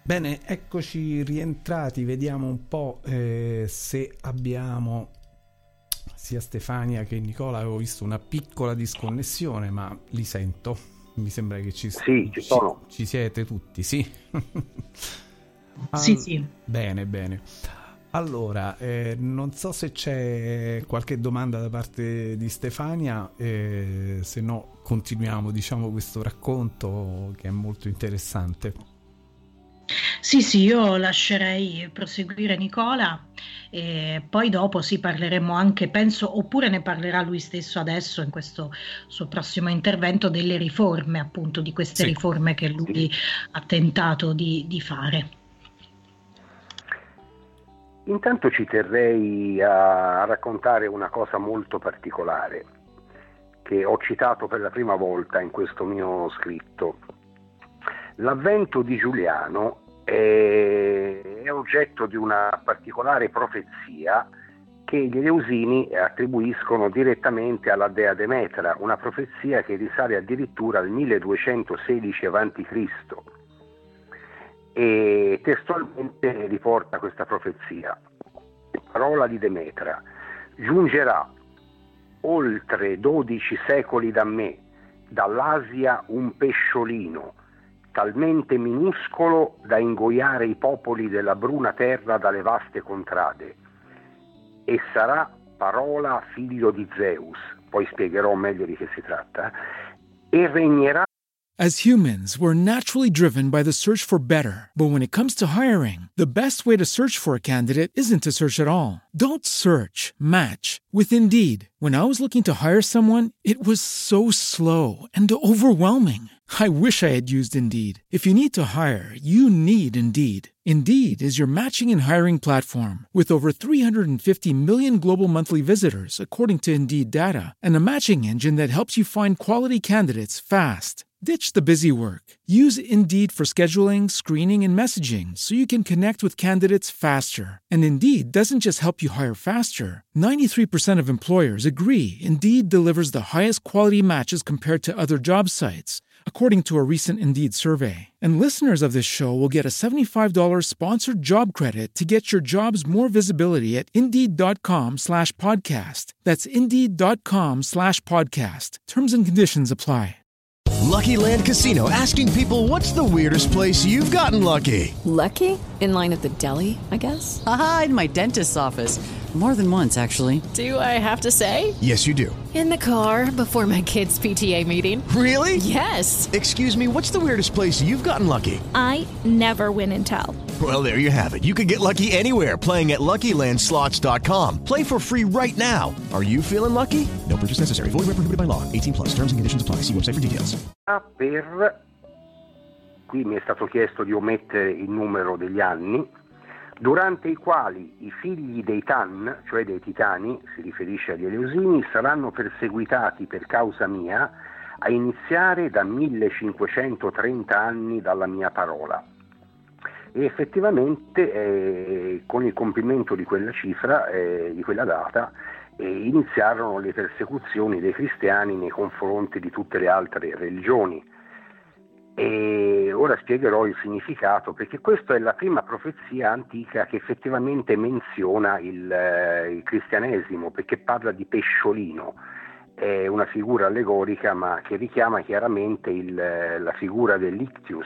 Bene, eccoci rientrati, vediamo un po' se abbiamo sia Stefania che Nicola. Avevo visto una piccola disconnessione, ma li sento. Mi sembra che ci sono. Ci siete tutti, sì? Sì. Bene. Allora, non so se c'è qualche domanda da parte di Stefania, se no continuiamo, diciamo, questo racconto che è molto interessante. Sì, io lascerei proseguire Nicola e poi dopo parleremo anche, penso, oppure ne parlerà lui stesso adesso in questo suo prossimo intervento, delle riforme, appunto, di queste riforme che lui ha tentato di fare. Intanto ci terrei a raccontare una cosa molto particolare che ho citato per la prima volta in questo mio scritto. L'avvento di Giuliano è oggetto di una particolare profezia che gli Eleusini attribuiscono direttamente alla dea Demetra, una profezia che risale addirittura al 1216 a.C. E testualmente riporta questa profezia: parola di Demetra, giungerà oltre 12 secoli da me, dall'Asia un pesciolino, talmente minuscolo da ingoiare i popoli della bruna terra dalle vaste contrade, e sarà parola figlio di Zeus, poi spiegherò meglio di che si tratta, e regnerà. As humans, we're naturally driven by the search for better. But when it comes to hiring, the best way to search for a candidate isn't to search at all. Don't search, match with Indeed. When I was looking to hire someone, it was so slow and overwhelming. I wish I had used Indeed. If you need to hire, you need Indeed. Indeed is your matching and hiring platform with over 350 million global monthly visitors, according to Indeed data, and a matching engine that helps you find quality candidates fast. Ditch the busy work. Use Indeed for scheduling, screening, and messaging so you can connect with candidates faster. And Indeed doesn't just help you hire faster. 93% of employers agree Indeed delivers the highest quality matches compared to other job sites, according to a recent Indeed survey. And listeners of this show will get a $75 sponsored job credit to get your jobs more visibility at Indeed.com/podcast. That's Indeed.com/podcast. Terms and conditions apply. Lucky Land Casino, asking people, what's the weirdest place you've gotten lucky? Lucky? In line at the deli, I guess? Aha, in my dentist's office. More than once, actually. Do I have to say? Yes, you do. In the car before my kids' PTA meeting. Really? Yes. Excuse me, what's the weirdest place you've gotten lucky? I never win and tell. Well, there you have it. You can get lucky anywhere, playing at LuckyLandSlots.com. Play for free right now. Are you feeling lucky? No purchase necessary. Void where prohibited by law. 18+. Terms and conditions apply. See website for details. Qui mi è stato chiesto di omettere il numero degli anni, durante i quali i figli dei Tan, cioè dei Titani, si riferisce agli Eleusini, saranno perseguitati per causa mia, a iniziare da 1530 anni dalla mia parola. E effettivamente con il compimento di quella cifra, di quella data, iniziarono le persecuzioni dei cristiani nei confronti di tutte le altre religioni. E ora spiegherò il significato, perché questa è la prima profezia antica che effettivamente menziona il cristianesimo, perché parla di pesciolino. È una figura allegorica ma che richiama chiaramente la figura dell'Ictius.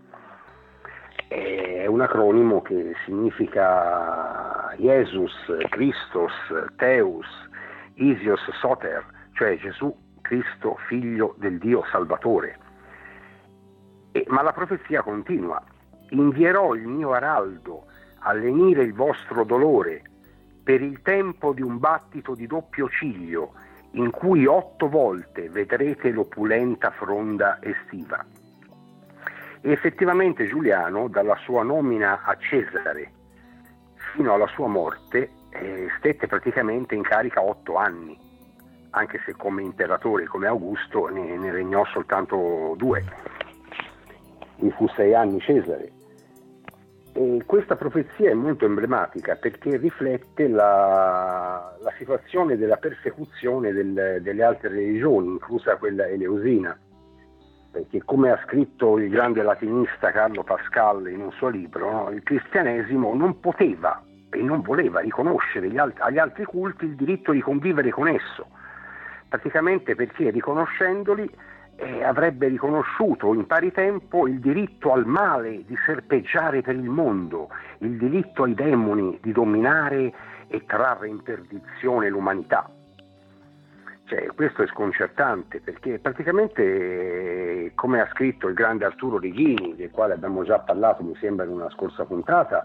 È un acronimo che significa Jesus, Christos, Theus, Isios Soter, cioè Gesù Cristo, figlio del Dio Salvatore. Ma la profezia continua: invierò il mio araldo a lenire il vostro dolore per il tempo di un battito di doppio ciglio, in cui 8 volte vedrete l'opulenta fronda estiva. E effettivamente Giuliano, dalla sua nomina a Cesare fino alla sua morte, stette praticamente in carica 8 anni, anche se come imperatore, come Augusto, ne regnò soltanto 2. Gli fu 6 anni Cesare. E questa profezia è molto emblematica perché riflette la situazione della persecuzione delle altre religioni, inclusa quella eleusina. perché come ha scritto il grande latinista Carlo Pascal in un suo libro, no, il cristianesimo non poteva e non voleva riconoscere agli altri culti il diritto di convivere con esso, praticamente perché riconoscendoli avrebbe riconosciuto in pari tempo il diritto al male di serpeggiare per il mondo, il diritto ai demoni di dominare e trarre in perdizione l'umanità. Cioè, questo è sconcertante, perché praticamente, come ha scritto il grande Arturo Righini, del quale abbiamo già parlato, mi sembra, in una scorsa puntata,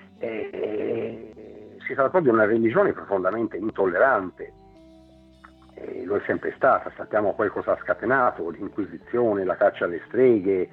si tratta proprio di una religione profondamente intollerante. Lo è sempre stata. Sappiamo poi cosa ha scatenato: l'Inquisizione, la caccia alle streghe.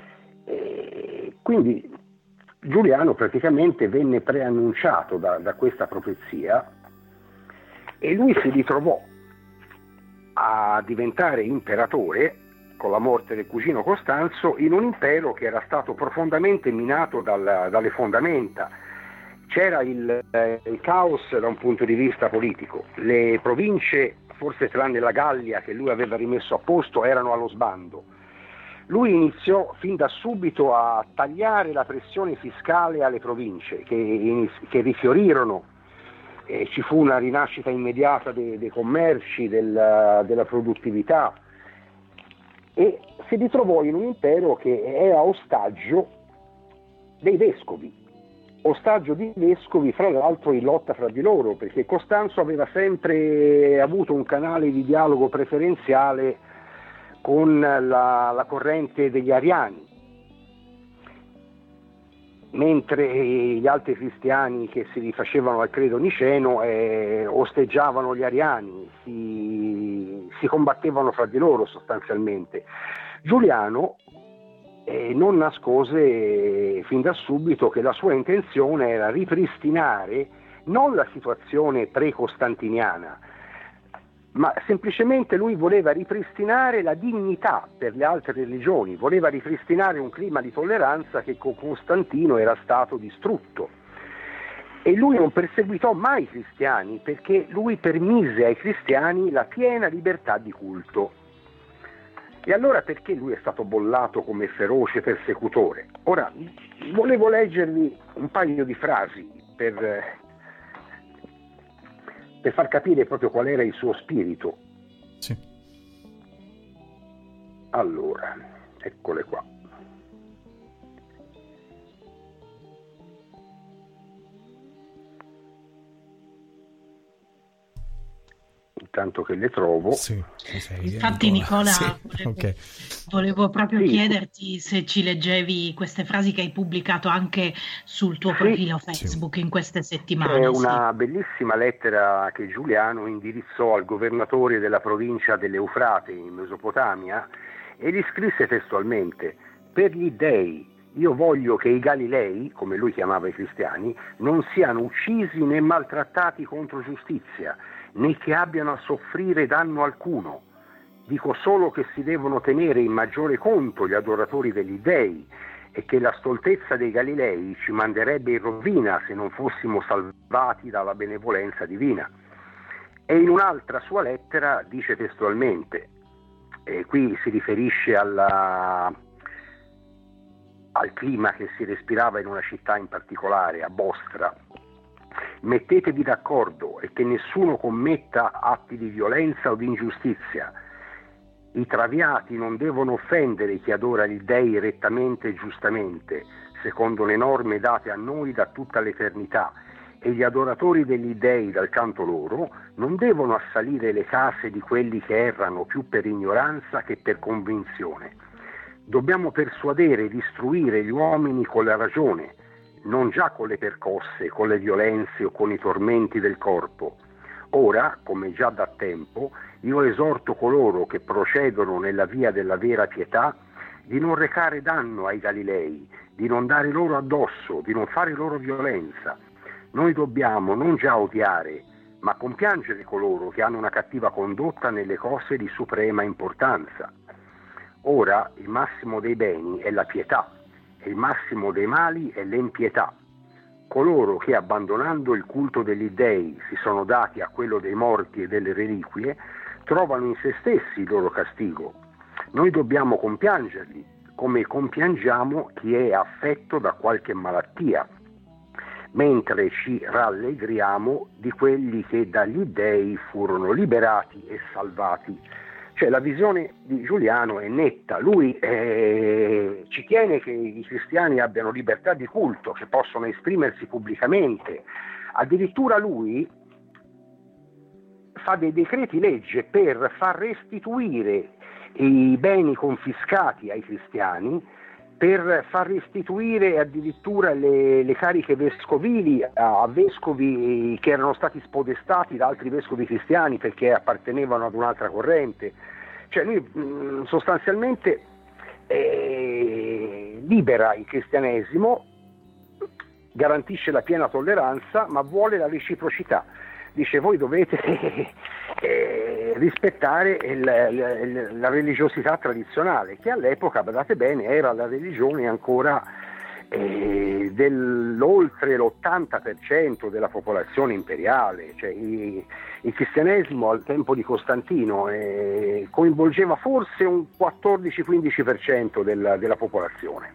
Quindi Giuliano praticamente venne preannunciato da questa profezia, e lui si ritrovò a diventare imperatore con la morte del cugino Costanzo in un impero che era stato profondamente minato dalle fondamenta. C'era il caos da un punto di vista politico, le province, forse tranne la Gallia che lui aveva rimesso a posto, erano allo sbando. Lui iniziò fin da subito a tagliare la pressione fiscale alle province che rifiorirono. Ci fu una rinascita immediata dei commerci, della produttività, e si ritrovò in un impero che era ostaggio dei vescovi, ostaggio di vescovi fra l'altro in lotta fra di loro, perché Costanzo aveva sempre avuto un canale di dialogo preferenziale con la corrente degli ariani, mentre gli altri cristiani che si rifacevano al credo niceno osteggiavano gli ariani, si combattevano fra di loro sostanzialmente. Giuliano non nascose fin da subito che la sua intenzione era ripristinare non la situazione pre-costantiniana, ma semplicemente lui voleva ripristinare la dignità per le altre religioni, voleva ripristinare un clima di tolleranza che con Costantino era stato distrutto. E lui non perseguitò mai i cristiani, perché lui permise ai cristiani la piena libertà di culto. E allora perché lui è stato bollato come feroce persecutore? Ora, volevo leggervi un paio di frasi per far capire proprio qual era il suo spirito. Sì. Allora, eccole qua. Intanto che le trovo. Sì, infatti Nicola, sì, volevo proprio chiederti se ci leggevi queste frasi che hai pubblicato anche sul tuo profilo Facebook in queste settimane. È una bellissima lettera che Giuliano indirizzò al governatore della provincia dell'Eufrate in Mesopotamia, e gli scrisse testualmente: per gli dei io voglio che i Galilei, come lui chiamava i cristiani, non siano uccisi né maltrattati contro giustizia, né che abbiano a soffrire danno alcuno. Dico solo che si devono tenere in maggiore conto gli adoratori degli dei, e che la stoltezza dei Galilei ci manderebbe in rovina se non fossimo salvati dalla benevolenza divina. E in un'altra sua lettera dice testualmente, e qui si riferisce al clima che si respirava in una città in particolare, a Bostra: mettetevi d'accordo e che nessuno commetta atti di violenza o di ingiustizia. I traviati non devono offendere chi adora gli dei rettamente e giustamente, secondo le norme date a noi da tutta l'eternità, e gli adoratori degli dei, dal canto loro, non devono assalire le case di quelli che errano più per ignoranza che per convinzione. Dobbiamo persuadere e istruire gli uomini con la ragione, non già con le percosse, con le violenze o con i tormenti del corpo. Ora, come già da tempo, io esorto coloro che procedono nella via della vera pietà di non recare danno ai Galilei, di non dare loro addosso, di non fare loro violenza. Noi dobbiamo non già odiare, ma compiangere coloro che hanno una cattiva condotta nelle cose di suprema importanza. Ora il massimo dei beni è la pietà, e il massimo dei mali è l'empietà. Coloro che, abbandonando il culto degli dei, si sono dati a quello dei morti e delle reliquie, trovano in se stessi il loro castigo. Noi dobbiamo compiangerli, come compiangiamo chi è affetto da qualche malattia, mentre ci rallegriamo di quelli che dagli dèi furono liberati e salvati. Cioè la visione di Giuliano è netta, lui ci tiene che i cristiani abbiano libertà di culto, che possono esprimersi pubblicamente, addirittura lui fa dei decreti legge per far restituire i beni confiscati ai cristiani, per far restituire addirittura le cariche vescovili a vescovi che erano stati spodestati da altri vescovi cristiani perché appartenevano ad un'altra corrente. Cioè lui sostanzialmente libera il cristianesimo, garantisce la piena tolleranza, ma vuole la reciprocità. Dice: voi dovete rispettare la religiosità tradizionale, che all'epoca, badate bene, era la religione ancora dell'oltre l'80% della popolazione imperiale. Cioè il cristianesimo al tempo di Costantino coinvolgeva forse un 14-15% della popolazione.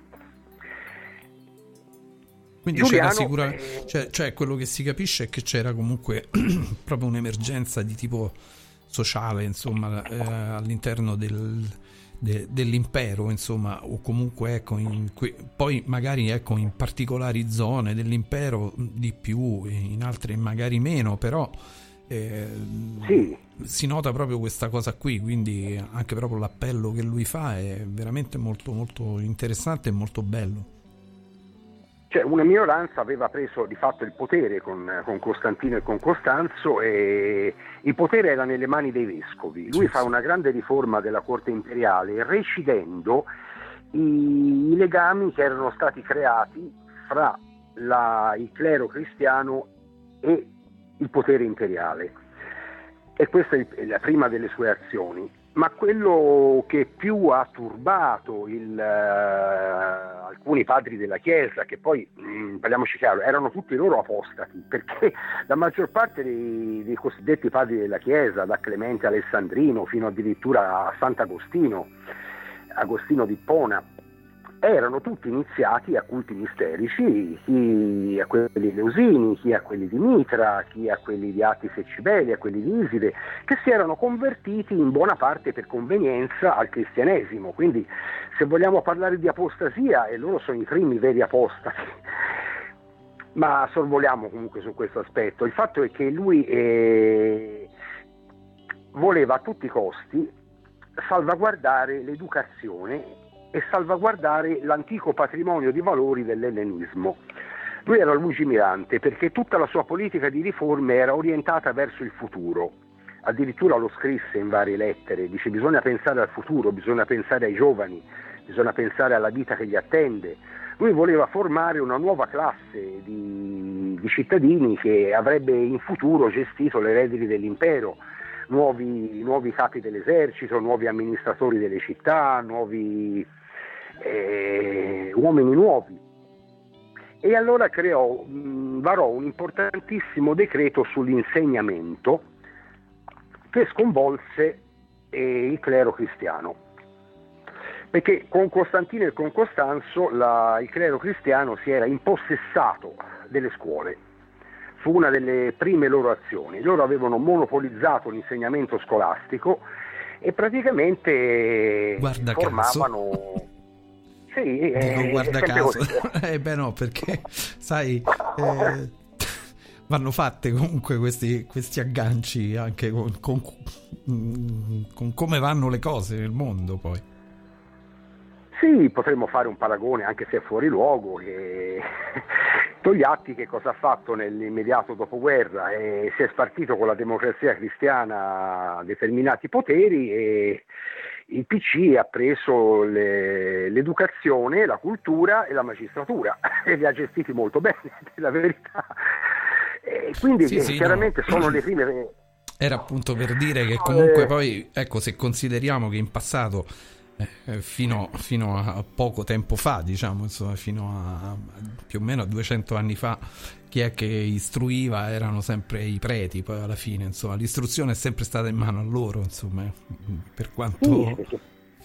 Quindi Giuliano, cioè quello che si capisce è che c'era comunque proprio un'emergenza di tipo sociale, insomma, all'interno dell'impero, insomma, o comunque ecco poi magari ecco in particolari zone dell'impero di più, in altre magari meno, però sì, si nota proprio questa cosa qui, quindi anche proprio l'appello che lui fa è veramente molto molto interessante e molto bello. Cioè una minoranza aveva preso di fatto il potere con Costantino e con Costanzo, e il potere era nelle mani dei vescovi. Lui fa una grande riforma della corte imperiale, recidendo i legami che erano stati creati fra il clero cristiano e il potere imperiale, e questa è la prima delle sue azioni. Ma quello che più ha turbato alcuni padri della Chiesa, che poi, parliamoci chiaro, erano tutti loro apostati, perché la maggior parte dei cosiddetti padri della Chiesa, da Clemente Alessandrino fino addirittura a Sant'Agostino, Agostino di Ippona, erano tutti iniziati a culti misterici, chi a quelli di Eleusini, chi a quelli di Mitra, chi a quelli di Attis e Cibele, a quelli di Iside, che si erano convertiti in buona parte per convenienza al cristianesimo. Quindi se vogliamo parlare di apostasia, loro sono i primi veri apostati. Ma sorvoliamo comunque su questo aspetto. Il fatto è che lui voleva a tutti i costi salvaguardare l'educazione e salvaguardare l'antico patrimonio di valori dell'ellenismo. Lui era lungimirante perché tutta la sua politica di riforme era orientata verso il futuro. Addirittura lo scrisse in varie lettere, dice: bisogna pensare al futuro, bisogna pensare ai giovani, bisogna pensare alla vita che li attende. Lui voleva formare una nuova classe di cittadini che avrebbe in futuro gestito le redini dell'impero, nuovi capi dell'esercito, nuovi amministratori delle città, uomini nuovi. E allora varò un importantissimo decreto sull'insegnamento che sconvolse il clero cristiano, perché con Costantino e con Costanzo il clero cristiano si era impossessato delle scuole. Fu una delle prime loro azioni. Loro avevano monopolizzato l'insegnamento scolastico e praticamente formavano... Sì, guarda caso. Beh no, perché sai, vanno fatte comunque questi agganci anche con come vanno le cose nel mondo poi. Sì, potremmo fare un paragone, anche se è fuori luogo, che Togliatti che cosa ha fatto nell'immediato dopoguerra? Si è spartito con la Democrazia Cristiana determinati poteri e il PC ha preso l'educazione, la cultura e la magistratura e li ha gestiti molto bene, la verità. Quindi chiaramente sono le prime... Era appunto per dire che comunque poi, ecco, se consideriamo che in passato fino a poco tempo fa, diciamo, insomma, fino a più o meno a 200 anni fa, chi è che istruiva erano sempre i preti. Poi alla fine, insomma, l'istruzione è sempre stata in mano a loro, insomma, per quanto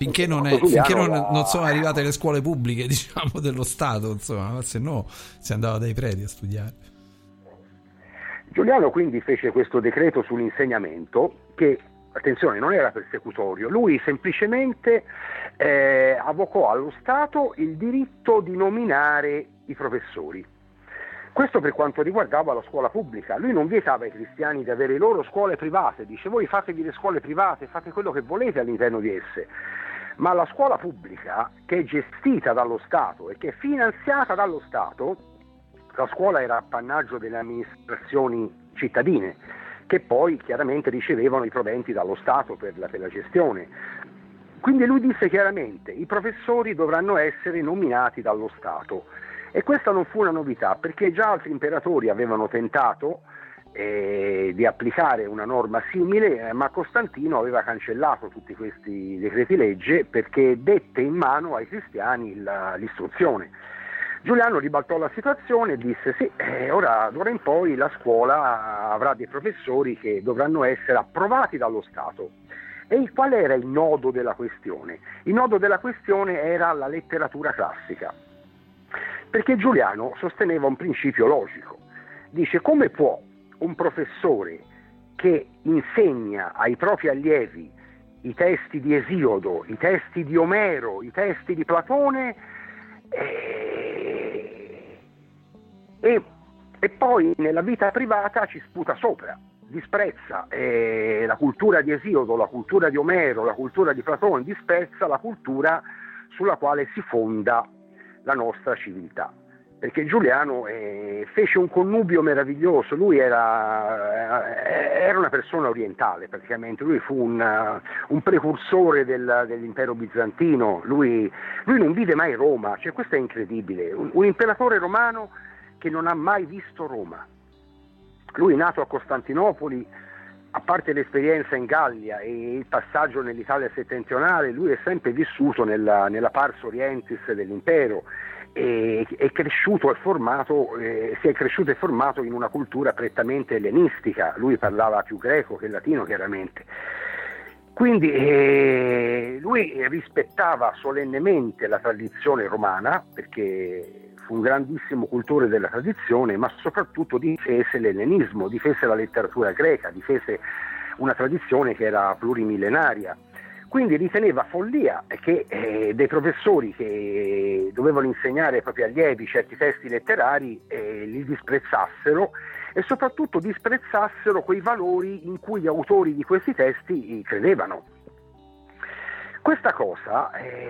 Finché non sono arrivate le scuole pubbliche, diciamo, dello Stato, insomma, se no si andava dai preti a studiare. Giuliano quindi fece questo decreto sull'insegnamento che, attenzione, non era persecutorio, lui semplicemente avvocò allo Stato il diritto di nominare i professori. Questo per quanto riguardava la scuola pubblica. Lui non vietava ai cristiani di avere le loro scuole private, dice voi fatevi le scuole private, fate quello che volete all'interno di esse, ma la scuola pubblica, che è gestita dallo Stato e che è finanziata dallo Stato, la scuola era appannaggio delle amministrazioni cittadine, che poi chiaramente ricevevano i proventi dallo Stato per la gestione. Quindi lui disse chiaramente i professori dovranno essere nominati dallo Stato. E questa non fu una novità, perché già altri imperatori avevano tentato di applicare una norma simile, ma Costantino aveva cancellato tutti questi decreti legge perché dette in mano ai cristiani l'istruzione. Giuliano ribaltò la situazione e disse sì, ora d'ora in poi la scuola avrà dei professori che dovranno essere approvati dallo Stato. E qual era il nodo della questione? Il nodo della questione era la letteratura classica. Perché Giuliano sosteneva un principio logico. Dice: come può un professore che insegna ai propri allievi i testi di Esiodo, i testi di Omero, i testi di Platone e poi nella vita privata ci sputa sopra, disprezza la cultura di Esiodo, la cultura di Omero, la cultura di Platone, disprezza la cultura sulla quale si fonda la nostra civiltà, perché Giuliano fece un connubio meraviglioso. Lui era una persona orientale praticamente, lui fu un precursore dell'impero bizantino, lui non vide mai Roma, cioè questo è incredibile, un imperatore romano che non ha mai visto Roma. Lui, nato a Costantinopoli, a parte l'esperienza in Gallia e il passaggio nell'Italia settentrionale, lui è sempre vissuto nella pars orientis dell'impero e si è cresciuto e formato in una cultura prettamente ellenistica. Lui parlava più greco che latino, chiaramente. Quindi lui rispettava solennemente la tradizione romana, perché fu un grandissimo cultore della tradizione, ma soprattutto difese l'ellenismo, difese la letteratura greca, difese una tradizione che era plurimillenaria. Quindi riteneva follia che dei professori che dovevano insegnare ai propri allievi certi testi letterari li disprezzassero e soprattutto disprezzassero quei valori in cui gli autori di questi testi credevano. Questa cosa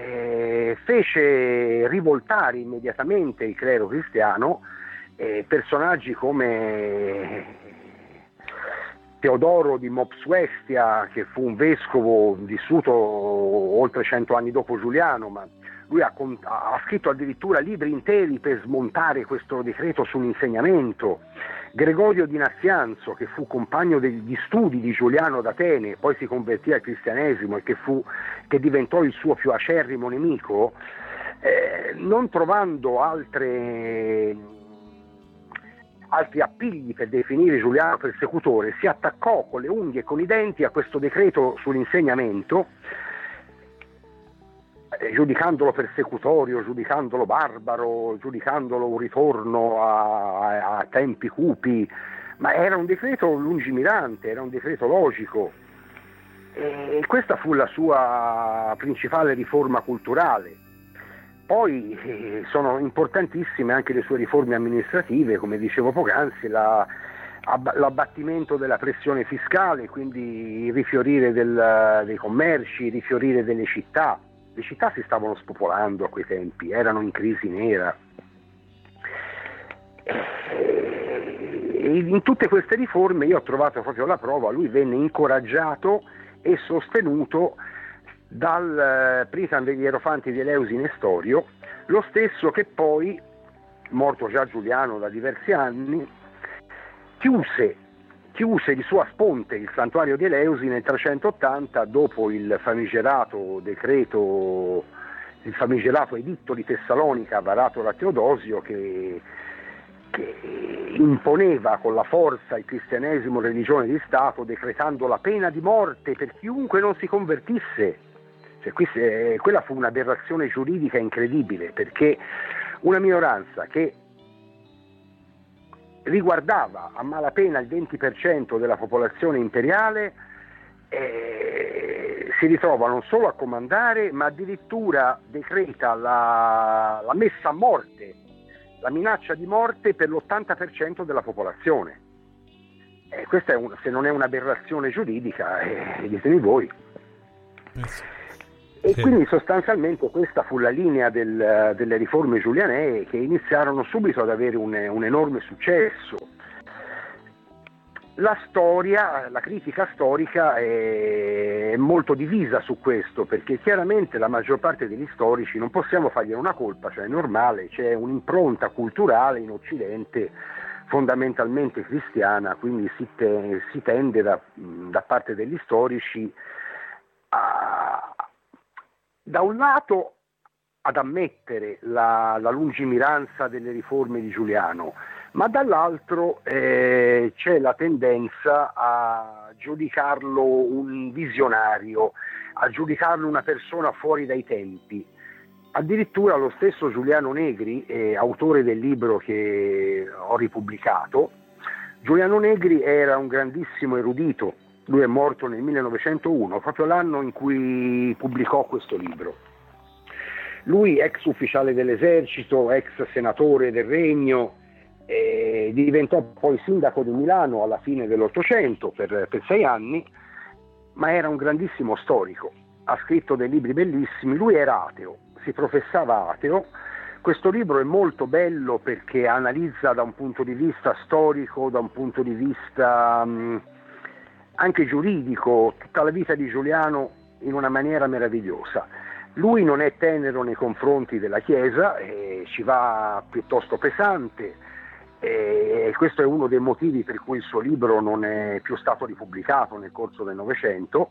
fece rivoltare immediatamente il clero cristiano, personaggi come Teodoro di Mopsuestia, che fu un vescovo vissuto oltre 100 anni dopo Giuliano, ma lui ha scritto addirittura libri interi per smontare questo decreto sull'insegnamento. Gregorio di Nazianzo, che fu compagno degli studi di Giuliano ad Atene, poi si convertì al cristianesimo e che diventò il suo più acerrimo nemico, non trovando altri appigli per definire Giuliano persecutore, si attaccò con le unghie e con i denti a questo decreto sull'insegnamento, giudicandolo persecutorio, giudicandolo barbaro, giudicandolo un ritorno a tempi cupi, ma era un decreto lungimirante, era un decreto logico, e questa fu la sua principale riforma culturale. Poi sono importantissime anche le sue riforme amministrative, come dicevo poc'anzi, l'abbattimento della pressione fiscale, quindi il rifiorire dei commerci, il rifiorire delle città. Le città si stavano spopolando a quei tempi, erano in crisi nera. E in tutte queste riforme io ho trovato proprio la prova. Lui venne incoraggiato e sostenuto dal Pritan degli Ierofanti di Eleusi Nestorio, lo stesso che poi, morto già Giuliano da diversi anni, chiuse di sua sponte il santuario di Eleusi nel 380 dopo il famigerato editto di Tessalonica varato da Teodosio che imponeva con la forza il cristianesimo religione di Stato, decretando la pena di morte per chiunque non si convertisse. Cioè, quella fu un'aberrazione giuridica incredibile, perché una minoranza che riguardava a malapena il 20% della popolazione imperiale si ritrova non solo a comandare, ma addirittura decreta la messa a morte, la minaccia di morte per l'80% della popolazione. Questa se non è un'aberrazione giuridica, ditemi voi. E quindi sostanzialmente questa fu la linea delle riforme giulianee, che iniziarono subito ad avere un enorme successo. La storia, la critica storica è molto divisa su questo, perché chiaramente la maggior parte degli storici non possiamo fargliene una colpa, cioè è normale, c'è un'impronta culturale in Occidente fondamentalmente cristiana, quindi si tende da parte degli storici da un lato ad ammettere la lungimiranza delle riforme di Giuliano, ma dall'altro c'è la tendenza a giudicarlo un visionario, a giudicarlo una persona fuori dai tempi. Addirittura lo stesso Giuliano Negri, autore del libro che ho ripubblicato, Giuliano Negri era un grandissimo erudito. Lui è morto nel 1901, proprio l'anno in cui pubblicò questo libro. Lui, ex ufficiale dell'esercito, ex senatore del Regno, diventò poi sindaco di Milano alla fine dell'Ottocento per 6 anni, ma era un grandissimo storico. Ha scritto dei libri bellissimi. Lui era ateo, si professava ateo. Questo libro è molto bello perché analizza da un punto di vista storico, da un punto di vista anche giuridico, tutta la vita di Giuliano in una maniera meravigliosa. Lui non è tenero nei confronti della Chiesa, ci va piuttosto pesante, e questo è uno dei motivi per cui il suo libro non è più stato ripubblicato nel corso del Novecento,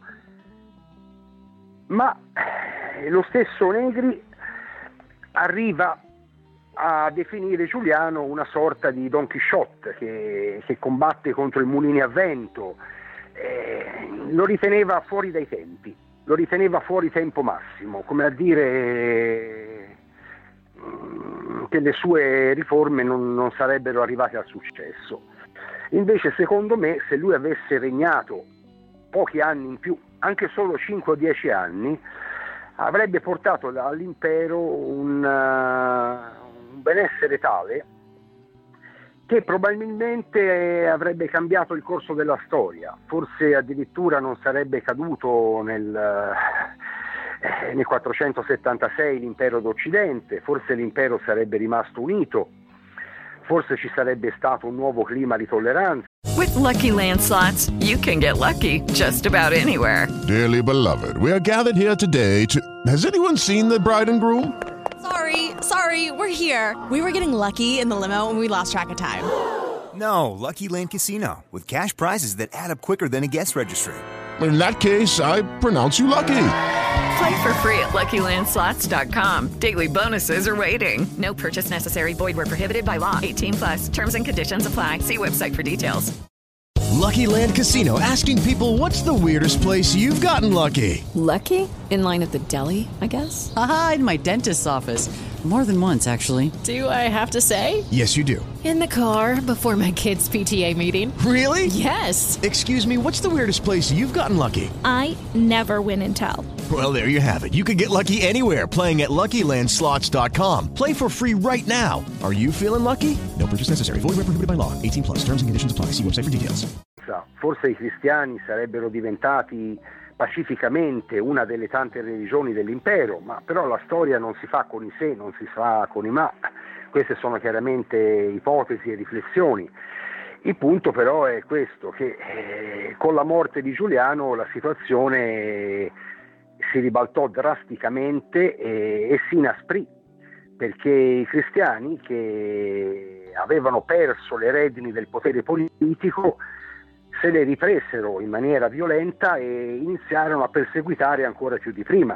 ma lo stesso Negri arriva a definire Giuliano una sorta di Don Chisciotte che combatte contro i mulini a vento. Lo riteneva fuori dai tempi, lo riteneva fuori tempo massimo, come a dire che le sue riforme non sarebbero arrivate al successo. Invece, secondo me, se lui avesse regnato pochi anni in più, anche solo 5 o 10 anni, avrebbe portato all'impero un benessere tale che probabilmente avrebbe cambiato il corso della storia, forse addirittura non sarebbe caduto nel 476 l'impero d'Occidente, forse l'impero sarebbe rimasto unito, forse ci sarebbe stato un nuovo clima di tolleranza. With Lucky Land Slots, you can get lucky just about anywhere. Dearly beloved, we are gathered here today to... Has anyone seen the bride and groom? Sorry, we're here. We were getting lucky in the limo and we lost track of time. No, Lucky Land Casino, with cash prizes that add up quicker than a guest registry. In that case, I pronounce you lucky. Play for free at LuckyLandSlots.com. Daily bonuses are waiting. No purchase necessary. Void where prohibited by law. 18+. Terms and conditions apply. See website for details. Lucky Land Casino, asking people, what's the weirdest place you've gotten lucky? Lucky? In line at the deli, I guess? Aha, in my dentist's office. More than once, actually. Do I have to say? Yes, you do. In the car before my kids' PTA meeting. Really? Yes. Excuse me, what's the weirdest place you've gotten lucky? I never win and tell. Well, there you have it. You can get lucky anywhere, playing at LuckyLandSlots.com. Play for free right now. Are you feeling lucky? No purchase necessary. Void where prohibited by law. 18+. Terms and conditions apply. See website for details. Forse i cristiani sarebbero diventati pacificamente una delle tante religioni dell'impero, ma però la storia non si fa con i se, non si fa con i ma. Queste sono chiaramente ipotesi e riflessioni. Il punto però è questo, che con la morte di Giuliano la situazione si ribaltò drasticamente e si inasprì, perché i cristiani, che avevano perso le redini del potere politico, se le ripresero in maniera violenta e iniziarono a perseguitare ancora più di prima.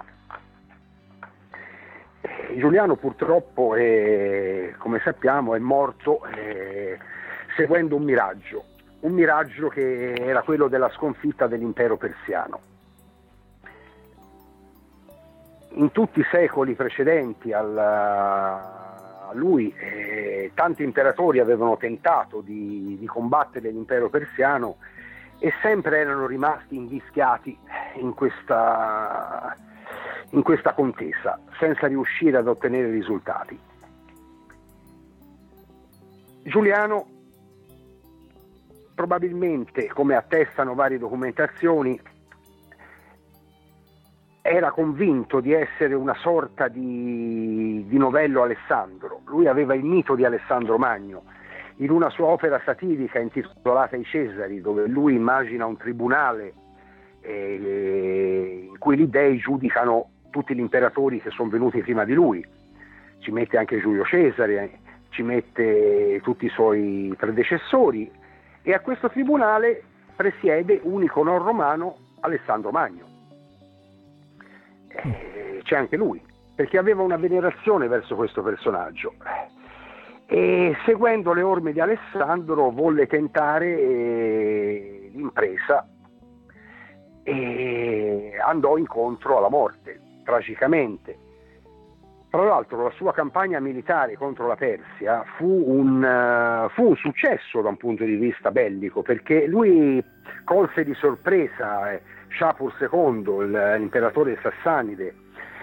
Giuliano purtroppo, come sappiamo, è morto seguendo un miraggio che era quello della sconfitta dell'impero persiano. in tutti i secoli precedenti a lui tanti imperatori avevano tentato di combattere l'impero persiano e sempre erano rimasti invischiati in questa contesa, senza riuscire ad ottenere risultati. Giuliano, probabilmente, come attestano varie documentazioni, era convinto di essere una sorta di novello Alessandro. Lui aveva il mito di Alessandro Magno. In una sua opera satirica intitolata I Cesari, dove lui immagina un tribunale in cui gli dei giudicano tutti gli imperatori che sono venuti prima di lui, ci mette anche Giulio Cesare, ci mette tutti i suoi predecessori, e a questo tribunale presiede, unico non romano, Alessandro Magno. C'è anche lui, perché aveva una venerazione verso questo personaggio, e seguendo le orme di Alessandro volle tentare l'impresa e andò incontro alla morte, tragicamente. Tra l'altro la sua campagna militare contro la Persia fu un successo da un punto di vista bellico, perché lui colse di sorpresa Shapur II, l'imperatore sassanide,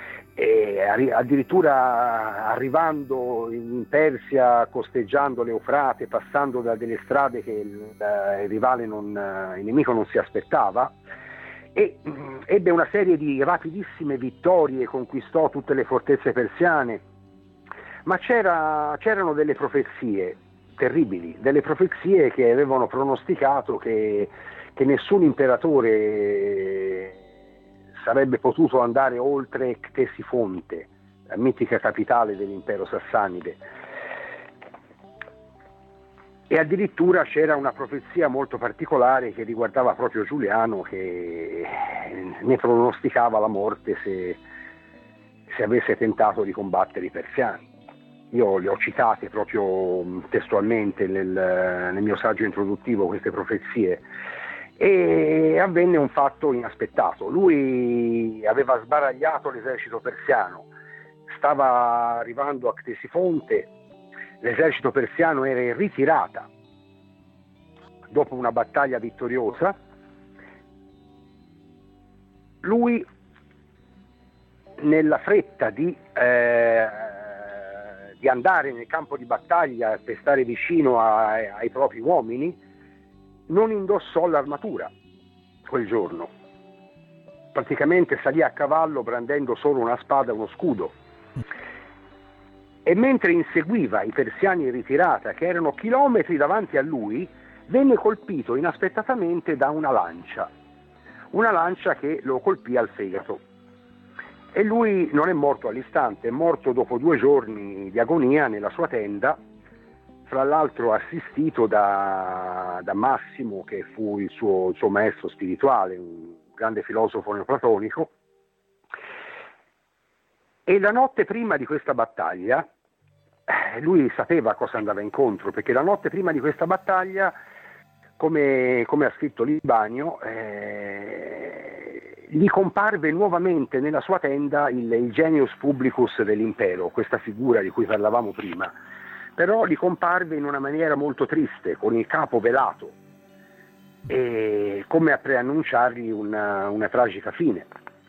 addirittura arrivando in Persia, costeggiando l'Eufrate, passando da delle strade che il nemico non si aspettava, e ebbe una serie di rapidissime vittorie, conquistò tutte le fortezze persiane, ma c'erano delle profezie terribili, delle profezie che avevano pronosticato che nessun imperatore sarebbe potuto andare oltre Ctesifonte, la mitica capitale dell'impero sassanide. E addirittura c'era una profezia molto particolare che riguardava proprio Giuliano, che ne pronosticava la morte se avesse tentato di combattere i persiani. Io le ho citate proprio testualmente nel mio saggio introduttivo, queste profezie, e avvenne un fatto inaspettato. Lui aveva sbaragliato l'esercito persiano, stava arrivando a Ctesifonte, l'esercito persiano era in ritirata dopo una battaglia vittoriosa. Lui, nella fretta di andare nel campo di battaglia per stare vicino ai propri uomini, non indossò l'armatura quel giorno. Praticamente salì a cavallo brandendo solo una spada e uno scudo. E mentre inseguiva i persiani in ritirata, che erano chilometri davanti a lui, venne colpito inaspettatamente da una lancia che lo colpì al fegato. E lui non è morto all'istante, è morto dopo 2 giorni di agonia nella sua tenda, fra l'altro assistito da Massimo, che fu il suo maestro spirituale, un grande filosofo neoplatonico. E la notte prima di questa battaglia, lui sapeva cosa andava incontro, perché la notte prima di questa battaglia, come ha scritto Libanio, gli comparve nuovamente nella sua tenda il genius publicus dell'impero, questa figura di cui parlavamo prima, però gli comparve in una maniera molto triste, con il capo velato, e come a preannunciargli una tragica fine.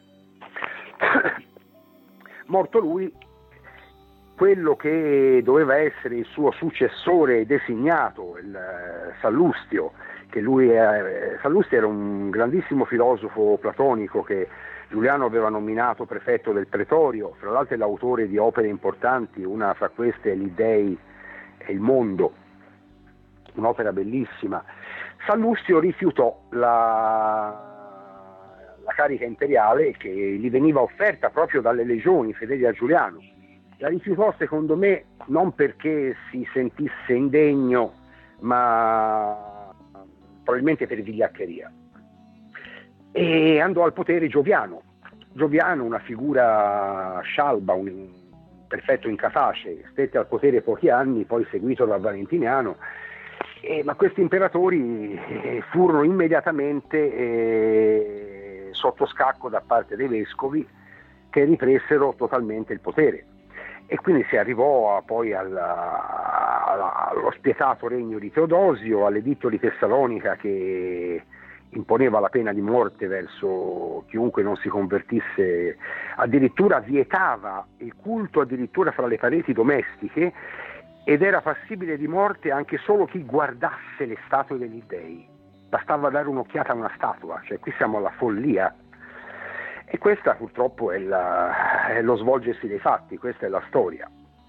Morto lui, quello che doveva essere il suo successore designato, il Sallustio, Sallustio era un grandissimo filosofo platonico che Giuliano aveva nominato prefetto del Pretorio, fra l'altro è l'autore di opere importanti, una fra queste è Gli Dei e il Mondo, un'opera bellissima. Sallustio rifiutò la carica imperiale che gli veniva offerta proprio dalle legioni fedeli a Giuliano. La rifiutò, secondo me, non perché si sentisse indegno, ma probabilmente per vigliaccheria. E andò al potere Gioviano, una figura scialba, un perfetto incapace, stette al potere pochi anni, poi seguito da Valentiniano, ma questi imperatori furono immediatamente sotto scacco da parte dei vescovi, che ripresero totalmente il potere. E quindi si arrivò poi allo spietato regno di Teodosio, all'editto di Tessalonica che imponeva la pena di morte verso chiunque non si convertisse, addirittura vietava il culto addirittura fra le pareti domestiche, ed era passibile di morte anche solo chi guardasse le statue degli dei. Bastava dare un'occhiata a una statua, cioè qui siamo alla follia. E questa purtroppo è lo svolgersi dei fatti, questa è la storia.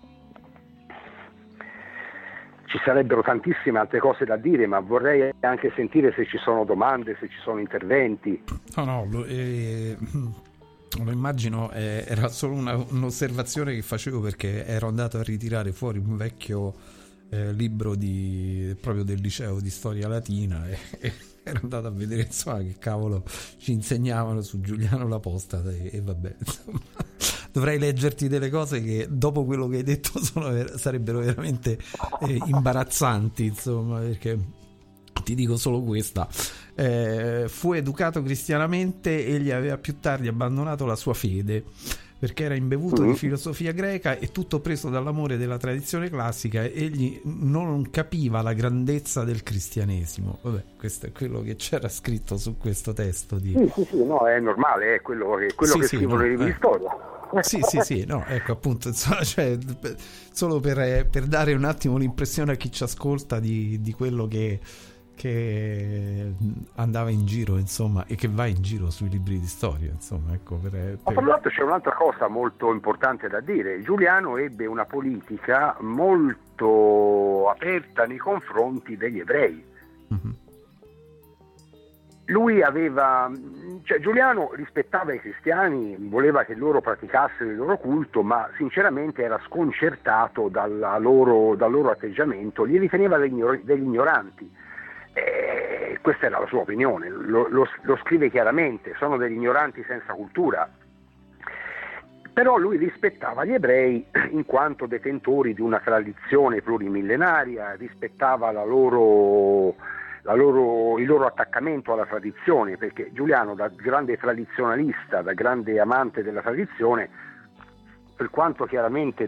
Ci sarebbero tantissime altre cose da dire, ma vorrei anche sentire se ci sono domande, se ci sono interventi. No, lo immagino, era solo un'osservazione che facevo perché ero andato a ritirare fuori un vecchio libro proprio del liceo di storia latina e ero andato a vedere insomma che cavolo ci insegnavano su Giuliano l'Apostata e vabbè, insomma, dovrei leggerti delle cose che dopo quello che hai detto sarebbero veramente imbarazzanti, insomma, perché ti dico solo questa. Fu educato cristianamente, egli aveva più tardi abbandonato la sua fede perché era imbevuto di filosofia greca e tutto preso dall'amore della tradizione classica, egli non capiva la grandezza del cristianesimo. Vabbè, questo è quello che c'era scritto su questo testo di... Sì, no, è normale, è quello che scrivono i libri di storia. Sì, no, ecco appunto, insomma, cioè, solo per dare un attimo l'impressione a chi ci ascolta di quello che andava in giro, insomma, e che va in giro sui libri di storia, insomma, ecco. Ma tra l'altro c'è un'altra cosa molto importante da dire: Giuliano ebbe una politica molto aperta nei confronti degli ebrei. Lui Giuliano rispettava i cristiani, voleva che loro praticassero il loro culto, ma sinceramente era sconcertato dal loro atteggiamento, li riteneva degli ignoranti. Questa era la sua opinione, lo scrive chiaramente: sono degli ignoranti senza cultura. Però lui rispettava gli ebrei in quanto detentori di una tradizione plurimillenaria, rispettava il loro attaccamento alla tradizione, perché Giuliano, da grande tradizionalista, da grande amante della tradizione, per quanto chiaramente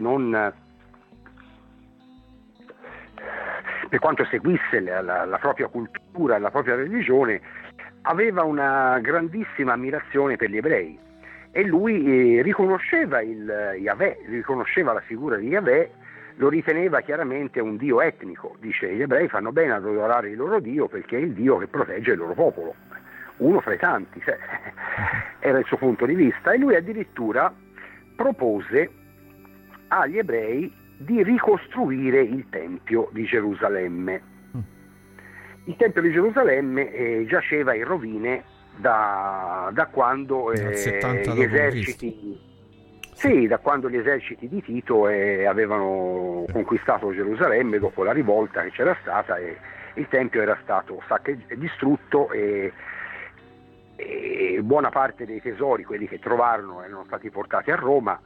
per quanto seguisse la propria cultura, la propria religione, aveva una grandissima ammirazione per gli ebrei, e lui riconosceva Yahweh, riconosceva la figura di Yahweh, lo riteneva chiaramente un dio etnico. Dice: gli ebrei fanno bene ad adorare il loro dio perché è il dio che protegge il loro popolo, uno fra i tanti, cioè, era il suo punto di vista. E lui addirittura propose agli ebrei di ricostruire il Tempio di Gerusalemme. Il Tempio di Gerusalemme giaceva in rovine da quando gli eserciti da quando gli eserciti di Tito avevano conquistato Gerusalemme dopo la rivolta che c'era stata, e il Tempio era stato distrutto e buona parte dei tesori, quelli che trovarono, erano stati portati a Roma.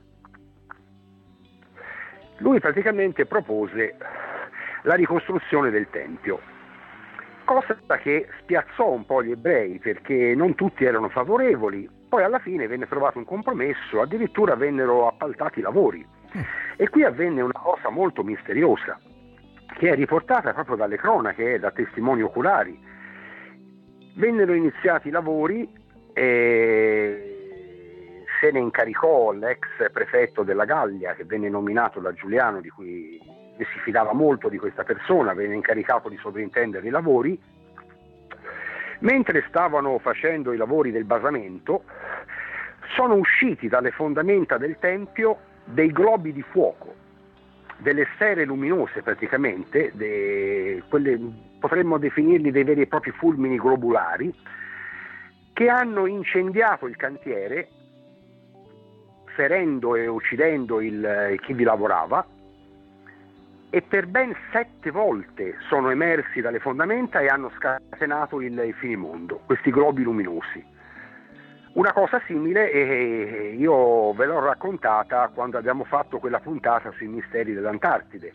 Lui praticamente propose la ricostruzione del Tempio, cosa che spiazzò un po' gli ebrei perché non tutti erano favorevoli. Poi alla fine venne trovato un compromesso, addirittura vennero appaltati i lavori. E qui avvenne una cosa molto misteriosa, che è riportata proprio dalle cronache, da testimoni oculari. Vennero iniziati i lavori e se ne incaricò l'ex prefetto della Gallia, che venne nominato da Giuliano, di cui si fidava molto di questa persona, venne incaricato di sovrintendere i lavori. Mentre stavano facendo i lavori del basamento, sono usciti dalle fondamenta del Tempio dei globi di fuoco, delle sfere luminose praticamente, potremmo definirli dei veri e propri fulmini globulari, che hanno incendiato il cantiere, ferendo e uccidendo chi vi lavorava, e per ben 7 volte sono emersi dalle fondamenta e hanno scatenato il finimondo, questi globi luminosi. Una cosa simile io ve l'ho raccontata quando abbiamo fatto quella puntata sui misteri dell'Antartide.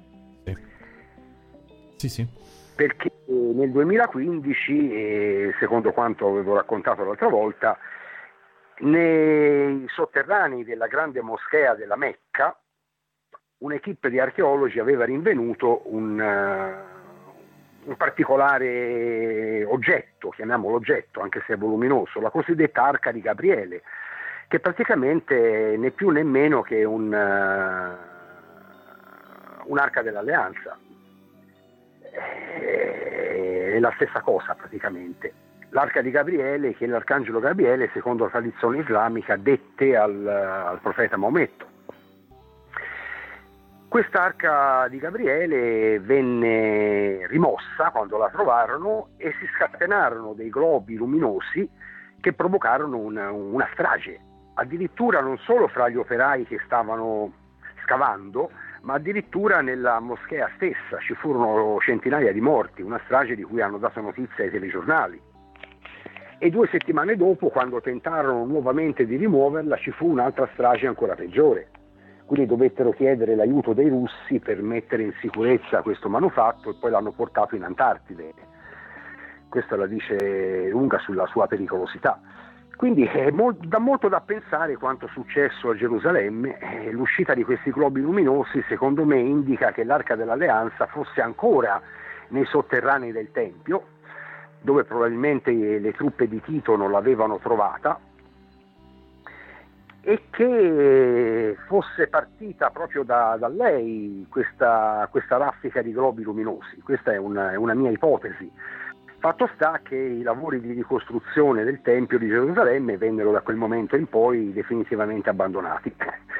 Sì. Perché nel 2015, secondo quanto avevo raccontato l'altra volta, Nei sotterranei della grande moschea della Mecca, un'equipe di archeologi aveva rinvenuto un particolare oggetto, chiamiamolo oggetto, anche se è voluminoso, la cosiddetta Arca di Gabriele, che praticamente né più né meno che un'arca dell'alleanza. È la stessa cosa praticamente. L'arca di Gabriele, che l'arcangelo Gabriele, secondo la tradizione islamica, dette al profeta Maometto. Quest'arca di Gabriele venne rimossa quando la trovarono e si scatenarono dei globi luminosi che provocarono una strage, addirittura non solo fra gli operai che stavano scavando, ma addirittura nella moschea stessa. Ci furono centinaia di morti, una strage di cui hanno dato notizia ai telegiornali. E 2 settimane dopo, quando tentarono nuovamente di rimuoverla, ci fu un'altra strage ancora peggiore. Quindi dovettero chiedere l'aiuto dei russi per mettere in sicurezza questo manufatto e poi l'hanno portato in Antartide. Questo la dice lunga sulla sua pericolosità. Quindi dà molto da pensare quanto successo a Gerusalemme. L'uscita di questi globi luminosi, secondo me, indica che l'Arca dell'Alleanza fosse ancora nei sotterranei del Tempio, dove probabilmente le truppe di Tito non l'avevano trovata, e che fosse partita proprio da lei questa raffica di globi luminosi. Questa è una mia ipotesi. Fatto sta che i lavori di ricostruzione del Tempio di Gerusalemme vennero da quel momento in poi definitivamente abbandonati.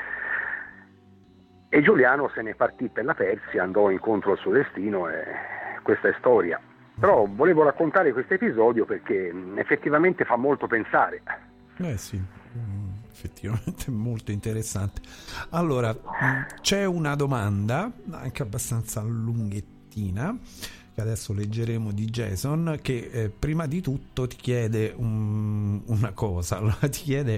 E Giuliano se ne partì per la Persia, andò incontro al suo destino e questa è storia. Però volevo raccontare questo episodio perché effettivamente fa molto pensare. Sì, effettivamente molto interessante. Allora, c'è una domanda anche abbastanza lunghettina che adesso leggeremo di Jason, che prima di tutto ti chiede una cosa. Allora, ti chiede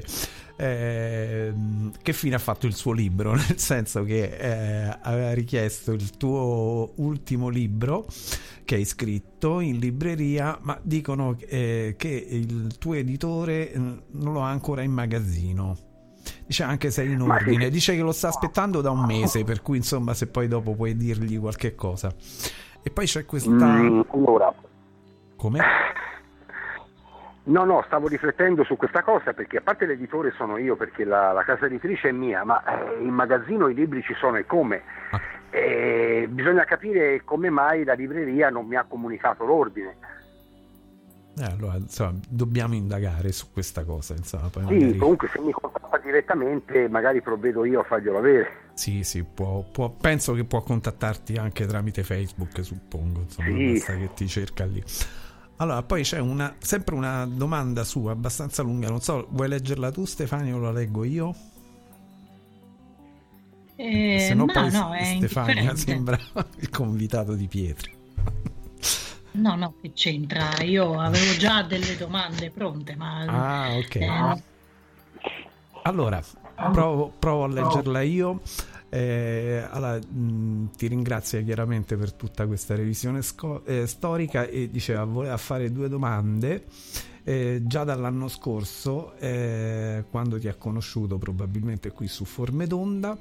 che fine ha fatto il suo libro, nel senso che aveva richiesto il tuo ultimo libro che hai scritto in libreria, ma dicono che il tuo editore non lo ha ancora in magazzino. Dice anche se è in ordine, dice che lo sta aspettando da un mese, per cui insomma se poi dopo puoi dirgli qualche cosa. E poi c'è questa... Allora... Come? No, stavo riflettendo su questa cosa, perché a parte l'editore sono io, perché la casa editrice è mia, ma in magazzino i libri ci sono e come? Bisogna capire come mai la libreria non mi ha comunicato l'ordine. Allora, insomma, dobbiamo indagare su questa cosa, insomma, poi sì, magari... comunque se mi contatta direttamente magari provvedo io a farglielo avere. Sì, può, penso che può contattarti anche tramite Facebook, suppongo, insomma, sì. Basta che ti cerca lì. Allora, poi c'è sempre una domanda sua abbastanza lunga, non so, vuoi leggerla tu, Stefania, o la leggo io? Se no, poi Stefania sembra il convitato di Pietro. No, che c'entra? Io avevo già delle domande pronte, ma... ok. Allora, provo a leggerla io. Allora, ti ringrazio chiaramente per tutta questa revisione storica e diceva voleva fare 2 domande. Già dall'anno scorso, quando ti ha conosciuto probabilmente qui su Forme d'Onda,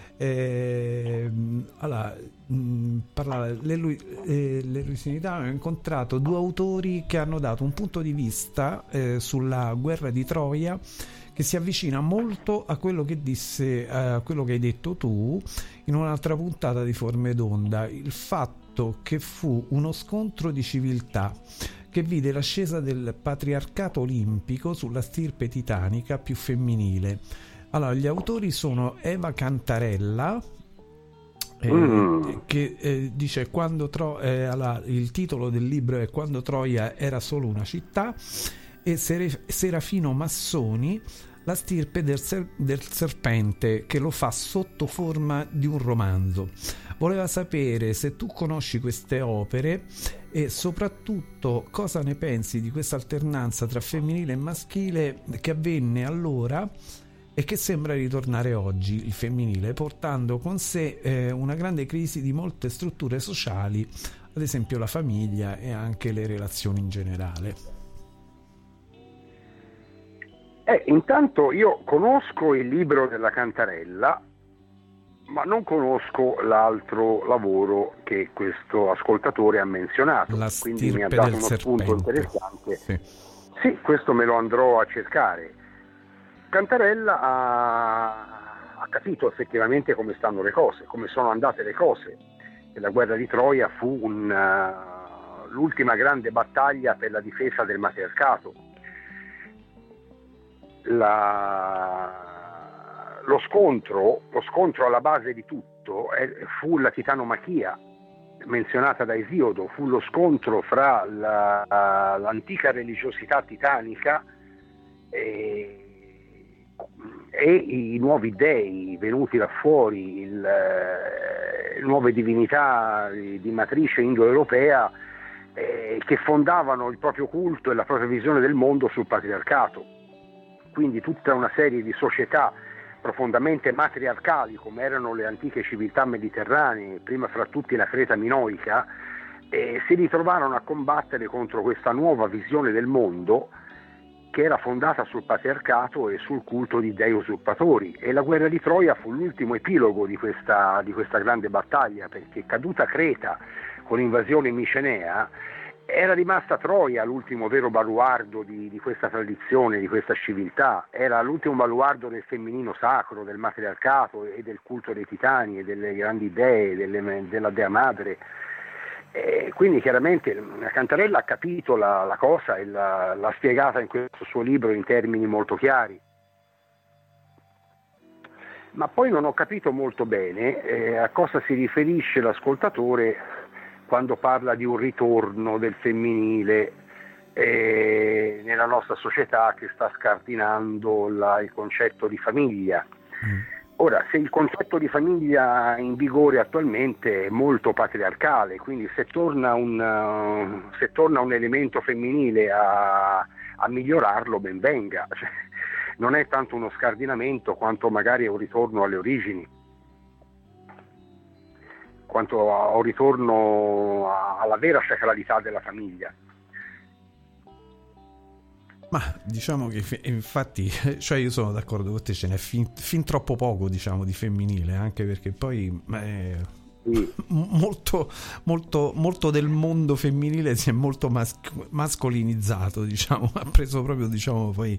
allora parlava l'elusinità. Ho incontrato 2 autori che hanno dato un punto di vista sulla guerra di Troia che si avvicina molto a quello che disse, a quello che hai detto tu in un'altra puntata di Forme d'Onda, il fatto che fu uno scontro di civiltà che vide l'ascesa del patriarcato olimpico sulla stirpe titanica più femminile. Allora, gli autori sono Eva Cantarella, che dice il titolo del libro è Quando Troia era solo una città, e Serafino Massoni, La stirpe del serpente, che lo fa sotto forma di un romanzo. Voleva sapere se tu conosci queste opere e soprattutto cosa ne pensi di questa alternanza tra femminile e maschile che avvenne allora e che sembra ritornare oggi, il femminile, portando con sé una grande crisi di molte strutture sociali, ad esempio la famiglia e anche le relazioni in generale. Intanto io conosco il libro della Cantarella, ma non conosco l'altro lavoro che questo ascoltatore ha menzionato, quindi mi ha dato uno spunto interessante. Sì, questo me lo andrò a cercare. Cantarella ha capito effettivamente come stanno le cose, come sono andate le cose. E la guerra di Troia fu l'ultima grande battaglia per la difesa del matriarcato. Lo scontro alla base di tutto fu la titanomachia menzionata da Esiodo, fu lo scontro fra l'antica religiosità titanica e i nuovi dei venuti da fuori, nuove divinità di matrice indoeuropea che fondavano il proprio culto e la propria visione del mondo sul patriarcato. Quindi tutta una serie di società profondamente matriarcali, come erano le antiche civiltà mediterranee, prima fra tutti la Creta minoica, si ritrovarono a combattere contro questa nuova visione del mondo che era fondata sul patriarcato e sul culto di dei usurpatori. E la guerra di Troia fu l'ultimo epilogo di questa grande battaglia, perché caduta Creta con l'invasione micenea, era rimasta Troia l'ultimo vero baluardo di questa tradizione, di questa civiltà. Era l'ultimo baluardo del femminino sacro, del matriarcato e del culto dei titani e delle grandi dee, della dea madre. Quindi chiaramente Cantarella ha capito la cosa e l'ha spiegata in questo suo libro in termini molto chiari. Ma poi non ho capito molto bene a cosa si riferisce l'ascoltatore quando parla di un ritorno del femminile nella nostra società che sta scardinando il concetto di famiglia. Ora, se il concetto di famiglia in vigore attualmente è molto patriarcale, quindi se torna un elemento femminile a migliorarlo, ben venga. Cioè, non è tanto uno scardinamento quanto magari un ritorno alle origini, quanto a un ritorno alla vera sacralità della famiglia. Ma diciamo che infatti, cioè io sono d'accordo con te, ce n'è fin troppo poco, diciamo, di femminile, anche perché poi molto, molto, molto del mondo femminile si è molto mascolinizzato, diciamo, ha preso proprio, diciamo, poi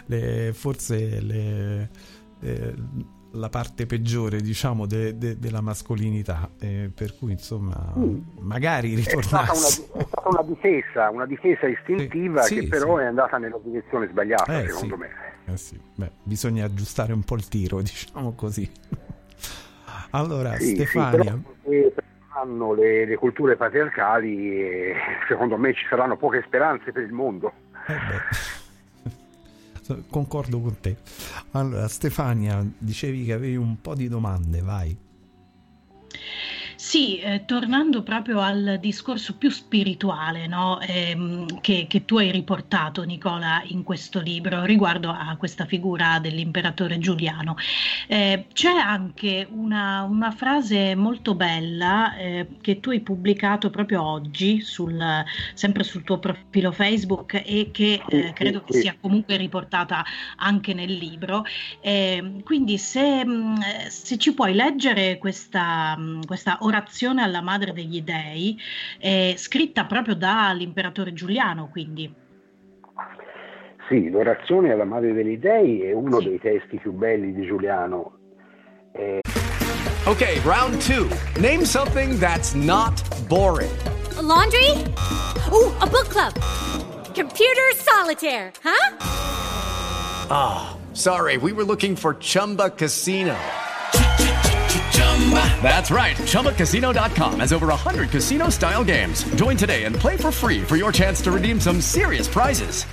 la parte peggiore, diciamo, della mascolinità, per cui insomma magari ritornasse. È stata una difesa istintiva che però è andata nella direzione sbagliata, secondo me. Beh, bisogna aggiustare un po' il tiro, diciamo così. Allora, Stefania, se hanno le culture patriarcali, secondo me ci saranno poche speranze per il mondo. Concordo con te. Allora, Stefania, dicevi che avevi un po' di domande, vai. Sì, tornando proprio al discorso più spirituale, no? Che tu hai riportato, Nicola, in questo libro riguardo a questa figura dell'imperatore Giuliano. C'è anche una frase molto bella che tu hai pubblicato proprio oggi, sempre sul tuo profilo Facebook, e che credo che sia comunque riportata anche nel libro. Quindi se ci puoi leggere questa orazione alla madre degli dei, scritta proprio dall'imperatore Giuliano, quindi. Sì, l'orazione alla madre degli dei è uno dei testi più belli di Giuliano. Ok, round 2. Name something that's not boring. A laundry? Ooh, a book club. Computer solitaire, huh? Ah, sorry, we were looking for Chumba Casino. That's right. ChumbaCasino.com has over 100 casino-style games. Join today and play for free for your chance to redeem some serious prizes.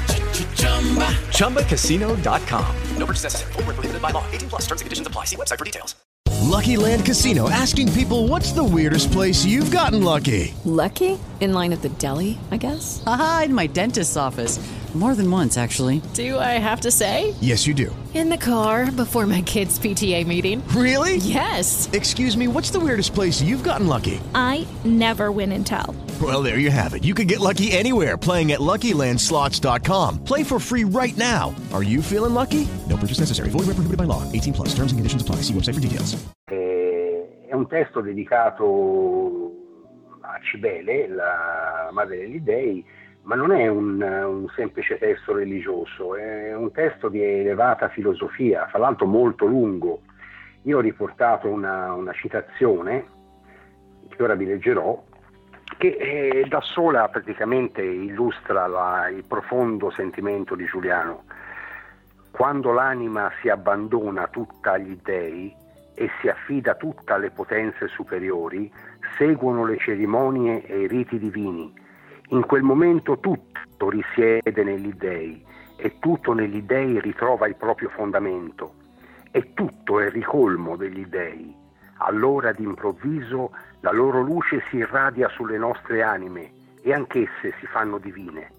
ChumbaCasino.com. No purchase necessary. Void where prohibited by law. 18+ terms and conditions apply. See website for details. Lucky Land Casino, asking people, what's the weirdest place you've gotten lucky? Lucky? In line at the deli, I guess? Aha, in my dentist's office. More than once, actually. Do I have to say? Yes, you do. In the car before my kids' PTA meeting. Really? Yes. Excuse me, what's the weirdest place you've gotten lucky? I never win and tell. Well, there you have it. You can get lucky anywhere, playing at LuckyLandSlots.com. Play for free right now. Are you feeling lucky? No purchase necessary. Void where prohibited by law. 18+. Terms and conditions apply. See website for details. È un testo dedicato a Cibele, la madre degli dei, ma non è un semplice testo religioso, è un testo di elevata filosofia, fra l'altro molto lungo. Io ho riportato una citazione, che ora vi leggerò, che da sola praticamente illustra il profondo sentimento di Giuliano. Quando l'anima si abbandona tutta agli dei e si affida tutta alle potenze superiori, seguono le cerimonie e i riti divini. In quel momento tutto risiede negli dei e tutto negli dei ritrova il proprio fondamento e tutto è ricolmo degli dei. Allora d'improvviso la loro luce si irradia sulle nostre anime e anch'esse si fanno divine.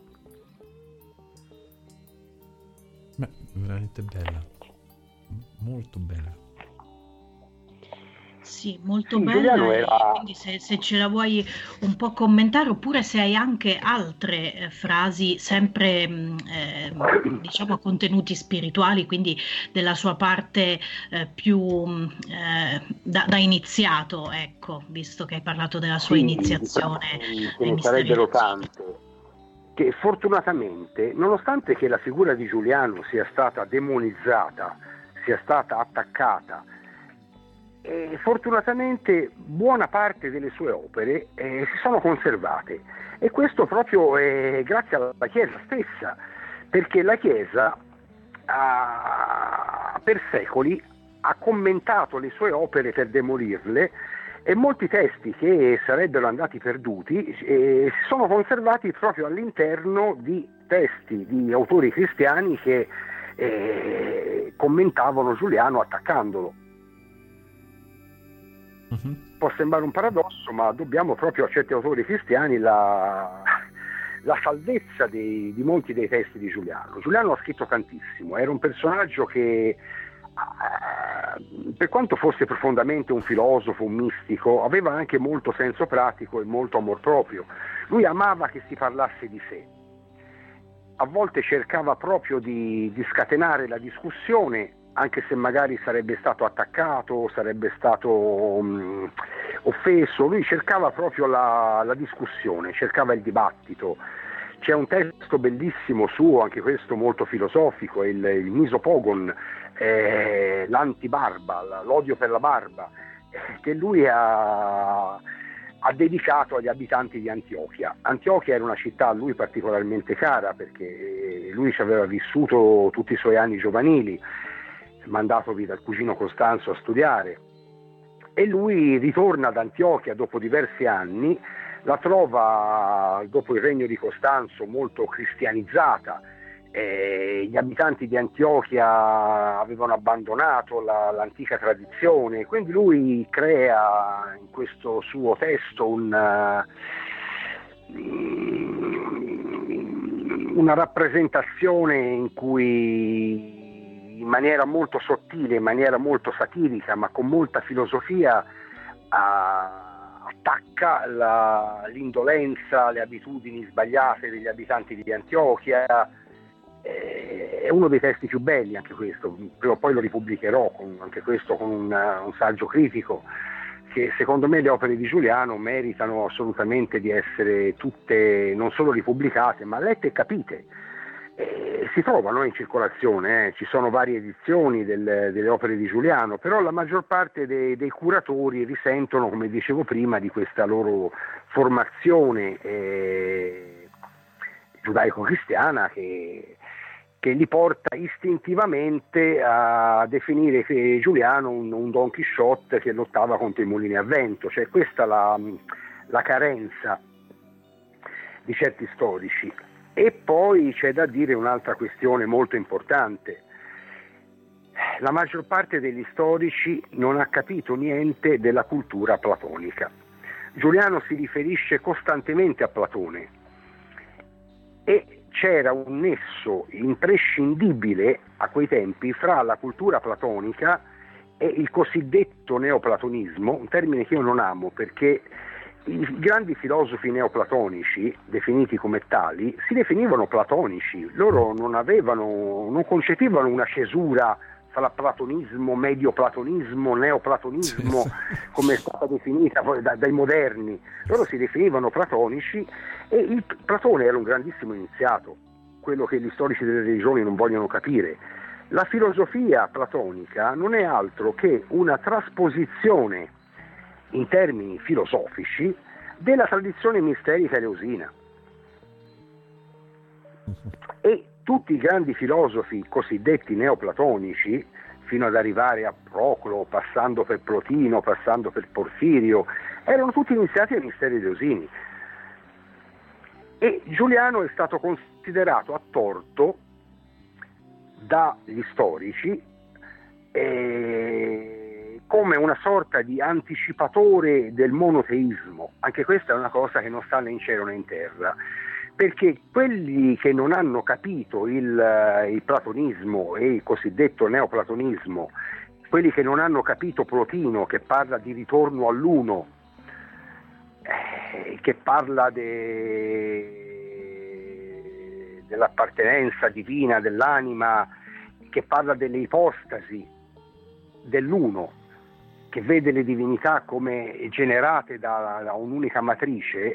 Beh, veramente bella, molto bella. Sì, molto bella. Quindi se ce la vuoi un po' commentare, oppure se hai anche altre frasi sempre diciamo contenuti spirituali, quindi della sua parte più da iniziato, ecco, visto che hai parlato della sua iniziazione. Ce ne sarebbero tante, che fortunatamente, nonostante che la figura di Giuliano sia stata demonizzata, sia stata attaccata, fortunatamente buona parte delle sue opere si sono conservate, e questo proprio grazie alla Chiesa stessa, perché la Chiesa per secoli ha commentato le sue opere per demolirle, e molti testi che sarebbero andati perduti si sono conservati proprio all'interno di testi di autori cristiani che commentavano Giuliano attaccandolo. Può sembrare un paradosso, ma dobbiamo proprio a certi autori cristiani la salvezza di molti dei testi di Giuliano. Giuliano ha scritto tantissimo, era un personaggio che, per quanto fosse profondamente un filosofo, un mistico, aveva anche molto senso pratico e molto amor proprio. Lui amava che si parlasse di sé. A volte cercava proprio di scatenare la discussione, anche se magari sarebbe stato attaccato, sarebbe stato offeso. Lui cercava proprio la discussione, cercava il dibattito. C'è un testo bellissimo suo, anche questo molto filosofico, il Misopogon, l'antibarba, l'odio per la barba, che lui ha dedicato agli abitanti di Antiochia. Antiochia era una città a lui particolarmente cara, perché lui ci aveva vissuto tutti i suoi anni giovanili, mandatovi dal cugino Costanzo a studiare, e lui ritorna ad Antiochia dopo diversi anni, la trova dopo il regno di Costanzo molto cristianizzata, gli abitanti di Antiochia avevano abbandonato l'antica tradizione, quindi lui crea in questo suo testo una rappresentazione in cui, in maniera molto sottile, in maniera molto satirica, ma con molta filosofia, attacca l'indolenza, le abitudini sbagliate degli abitanti di Antiochia. È uno dei testi più belli anche questo, prima o poi lo ripubblicherò anche questo con un saggio critico, che secondo me le opere di Giuliano meritano assolutamente di essere tutte non solo ripubblicate, ma lette e capite. Si trovano in circolazione, ci sono varie edizioni delle opere di Giuliano, però la maggior parte dei curatori risentono, come dicevo prima, di questa loro formazione giudaico-cristiana che li porta istintivamente a definire Giuliano un Don Chisciotte che lottava contro i mulini a vento. Cioè questa la carenza di certi storici. E poi c'è da dire un'altra questione molto importante: la maggior parte degli storici non ha capito niente della cultura platonica. Giuliano si riferisce costantemente a Platone, e c'era un nesso imprescindibile a quei tempi fra la cultura platonica e il cosiddetto neoplatonismo, un termine che io non amo perché i grandi filosofi neoplatonici, definiti come tali, si definivano platonici. Loro non concepivano una cesura tra platonismo, medioplatonismo, neoplatonismo, come è stata definita poi dai moderni. Loro si definivano platonici, e Platone era un grandissimo iniziato, quello che gli storici delle religioni non vogliono capire. La filosofia platonica non è altro che una trasposizione in termini filosofici della tradizione misterica eleusina. E tutti i grandi filosofi cosiddetti neoplatonici, fino ad arrivare a Proclo, passando per Plotino, passando per Porfirio, erano tutti iniziati ai misteri eleusini. E Giuliano è stato considerato a torto dagli storici come una sorta di anticipatore del monoteismo. Anche questa è una cosa che non sta né in cielo né in terra, perché quelli che non hanno capito il platonismo e il cosiddetto neoplatonismo, quelli che non hanno capito Plotino, che parla di ritorno all'uno, che parla dell'appartenenza divina dell'anima, che parla delle ipostasi dell'uno, che vede le divinità come generate da un'unica matrice.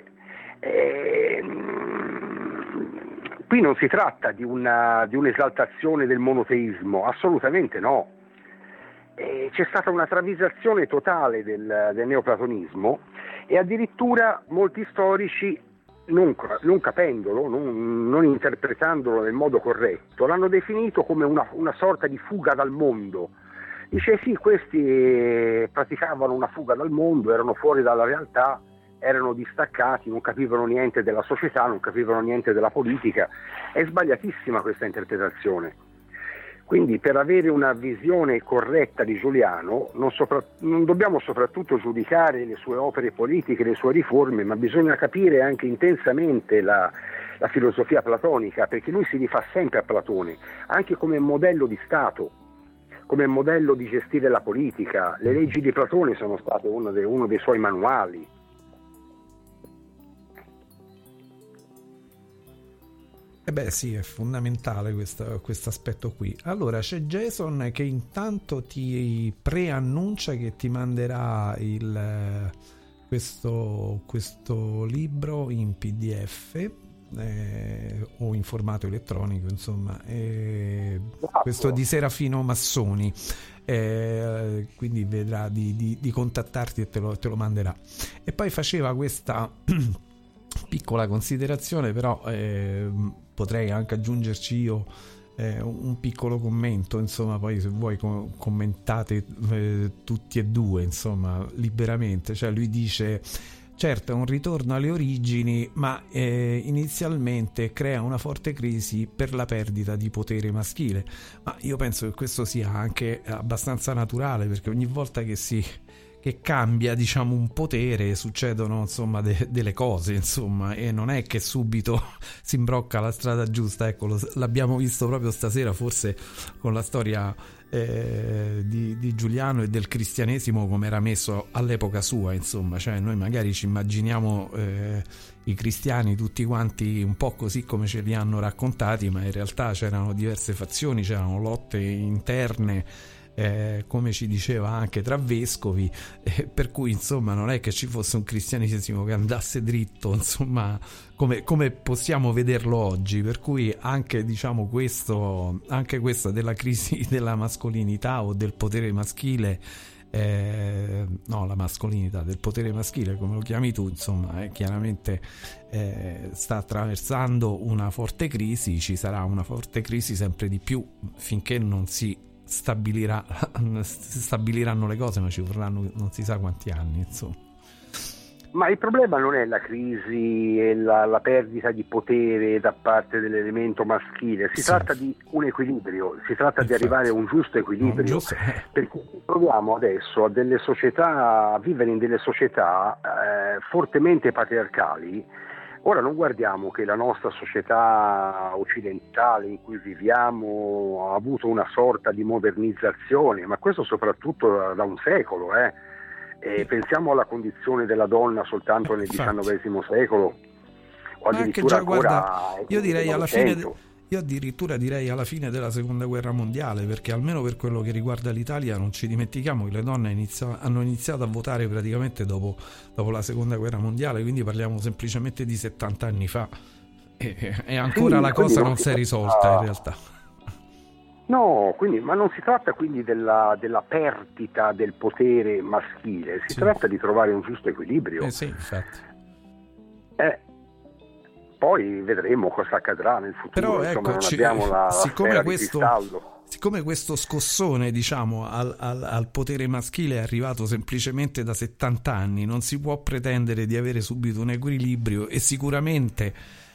Qui non si tratta di un'esaltazione del monoteismo, assolutamente no. C'è stata una travisazione totale del neoplatonismo, e addirittura molti storici, non capendolo, non interpretandolo nel modo corretto, l'hanno definito come una sorta di fuga dal mondo. Dice sì, questi praticavano una fuga dal mondo, erano fuori dalla realtà, erano distaccati, non capivano niente della società, non capivano niente della politica. È sbagliatissima questa interpretazione. Quindi, per avere una visione corretta di Giuliano non dobbiamo soprattutto giudicare le sue opere politiche, le sue riforme, ma bisogna capire anche intensamente la filosofia platonica, perché lui si rifà sempre a Platone, anche come modello di Stato, come modello di gestire la politica. Le leggi di Platone sono state uno dei suoi manuali. Sì, è fondamentale questo aspetto qui. Allora, c'è Jason che intanto ti preannuncia che ti manderà questo libro in PDF o in formato elettronico, insomma, questo di Serafino Massoni, quindi vedrà di contattarti e te lo manderà. E poi faceva questa piccola considerazione, però potrei anche aggiungerci io un piccolo commento, insomma, poi se vuoi commentate tutti e due, insomma, liberamente. Cioè, lui dice: certo, è un ritorno alle origini, ma inizialmente crea una forte crisi per la perdita di potere maschile. Ma io penso che questo sia anche abbastanza naturale, perché ogni volta che cambia, diciamo, un potere, succedono, insomma, delle cose, insomma, e non è che subito si imbrocca la strada giusta. Ecco, l'abbiamo visto proprio stasera, forse con la storia di Giuliano e del cristianesimo, come era messo all'epoca sua, insomma. Cioè, noi magari ci immaginiamo i cristiani tutti quanti un po' così come ce li hanno raccontati, ma in realtà c'erano diverse fazioni, c'erano lotte interne, come ci diceva anche tra vescovi, per cui, insomma, non è che ci fosse un cristianesimo che andasse dritto, insomma, come possiamo vederlo oggi. Per cui anche, diciamo, anche questa della crisi della mascolinità o del potere maschile, la mascolinità, del potere maschile, come lo chiami tu, insomma, chiaramente sta attraversando una forte crisi. Ci sarà una forte crisi sempre di più finché non si stabiliranno le cose, ma ci vorranno non si sa quanti anni, insomma. Ma il problema non è la crisi e la perdita di potere da parte dell'elemento maschile, si tratta di un equilibrio, si tratta di arrivare a un giusto equilibrio, perché proviamo adesso a vivere in delle società fortemente patriarcali. Ora non guardiamo che la nostra società occidentale in cui viviamo ha avuto una sorta di modernizzazione, ma questo soprattutto da un secolo. Pensiamo alla condizione della donna soltanto nel XIX secolo, o addirittura io addirittura direi alla fine della seconda guerra mondiale, perché almeno per quello che riguarda l'Italia non ci dimentichiamo che le donne hanno iniziato a votare praticamente dopo la seconda guerra mondiale, quindi parliamo semplicemente di 70 anni fa e ancora la cosa non si è risolta in realtà. No, quindi, ma non si tratta quindi della perdita del potere maschile, si tratta di trovare un giusto equilibrio. Sì, infatti. Poi vedremo cosa accadrà nel futuro. Però insomma, non abbiamo la sfera di cristallo. Siccome questo scossone, diciamo, al potere maschile è arrivato semplicemente da 70 anni, non si può pretendere di avere subito un equilibrio, e sicuramente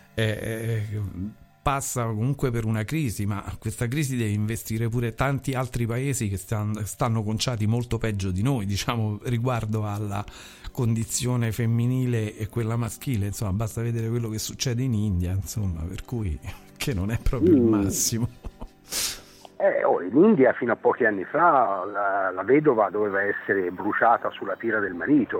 passa comunque per una crisi, ma questa crisi deve investire pure tanti altri paesi che stanno conciati molto peggio di noi, diciamo, riguardo alla condizione femminile e quella maschile. Insomma, basta vedere quello che succede in India, insomma, per cui che non è proprio il massimo. In India fino a pochi anni fa la vedova doveva essere bruciata sulla pira del marito,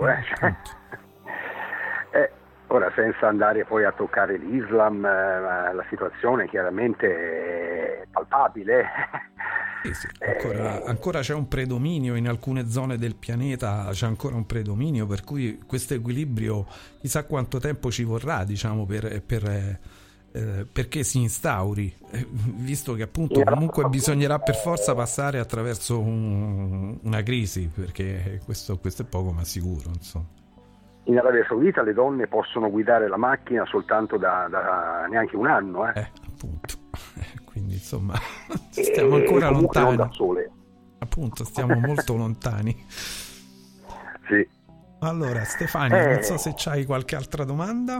ora, senza andare poi a toccare l'Islam, la situazione chiaramente è palpabile. Sì. Ancora c'è un predominio in alcune zone del pianeta, c'è ancora un predominio, per cui questo equilibrio chissà quanto tempo ci vorrà, diciamo, perché si instauri, visto che appunto comunque bisognerà per forza passare attraverso una crisi, perché questo è poco ma sicuro, insomma. In Arabia Saudita le donne possono guidare la macchina soltanto da neanche un anno. Appunto. Quindi insomma stiamo ancora lontani. Non da sole. Appunto, stiamo molto lontani. Sì. Allora, Stefania, non so se c'hai qualche altra domanda.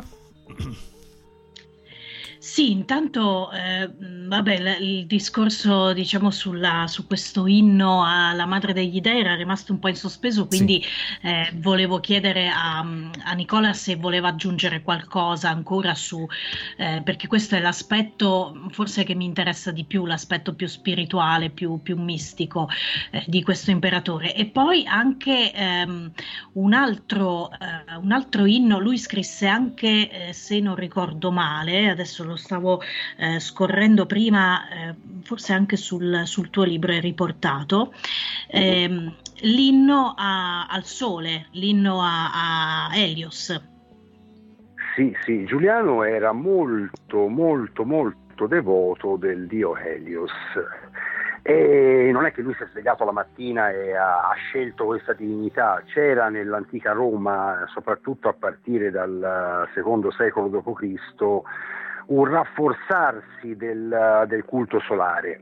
Sì, intanto il discorso, diciamo, su questo inno alla Madre degli Dei era rimasto un po' in sospeso, quindi volevo chiedere a Nicola se voleva aggiungere qualcosa ancora perché questo è l'aspetto forse che mi interessa di più, l'aspetto più spirituale, più mistico di questo imperatore. E poi anche un altro inno, lui scrisse anche, se non ricordo male, adesso lo stavo scorrendo prima, forse anche sul tuo libro è riportato, l'inno al sole, l'inno a Helios. Sì, Giuliano era molto molto molto devoto del dio Helios, e non è che lui si è svegliato la mattina e ha scelto questa divinità. C'era nell'antica Roma, soprattutto a partire dal secondo secolo d.C., un rafforzarsi del culto solare.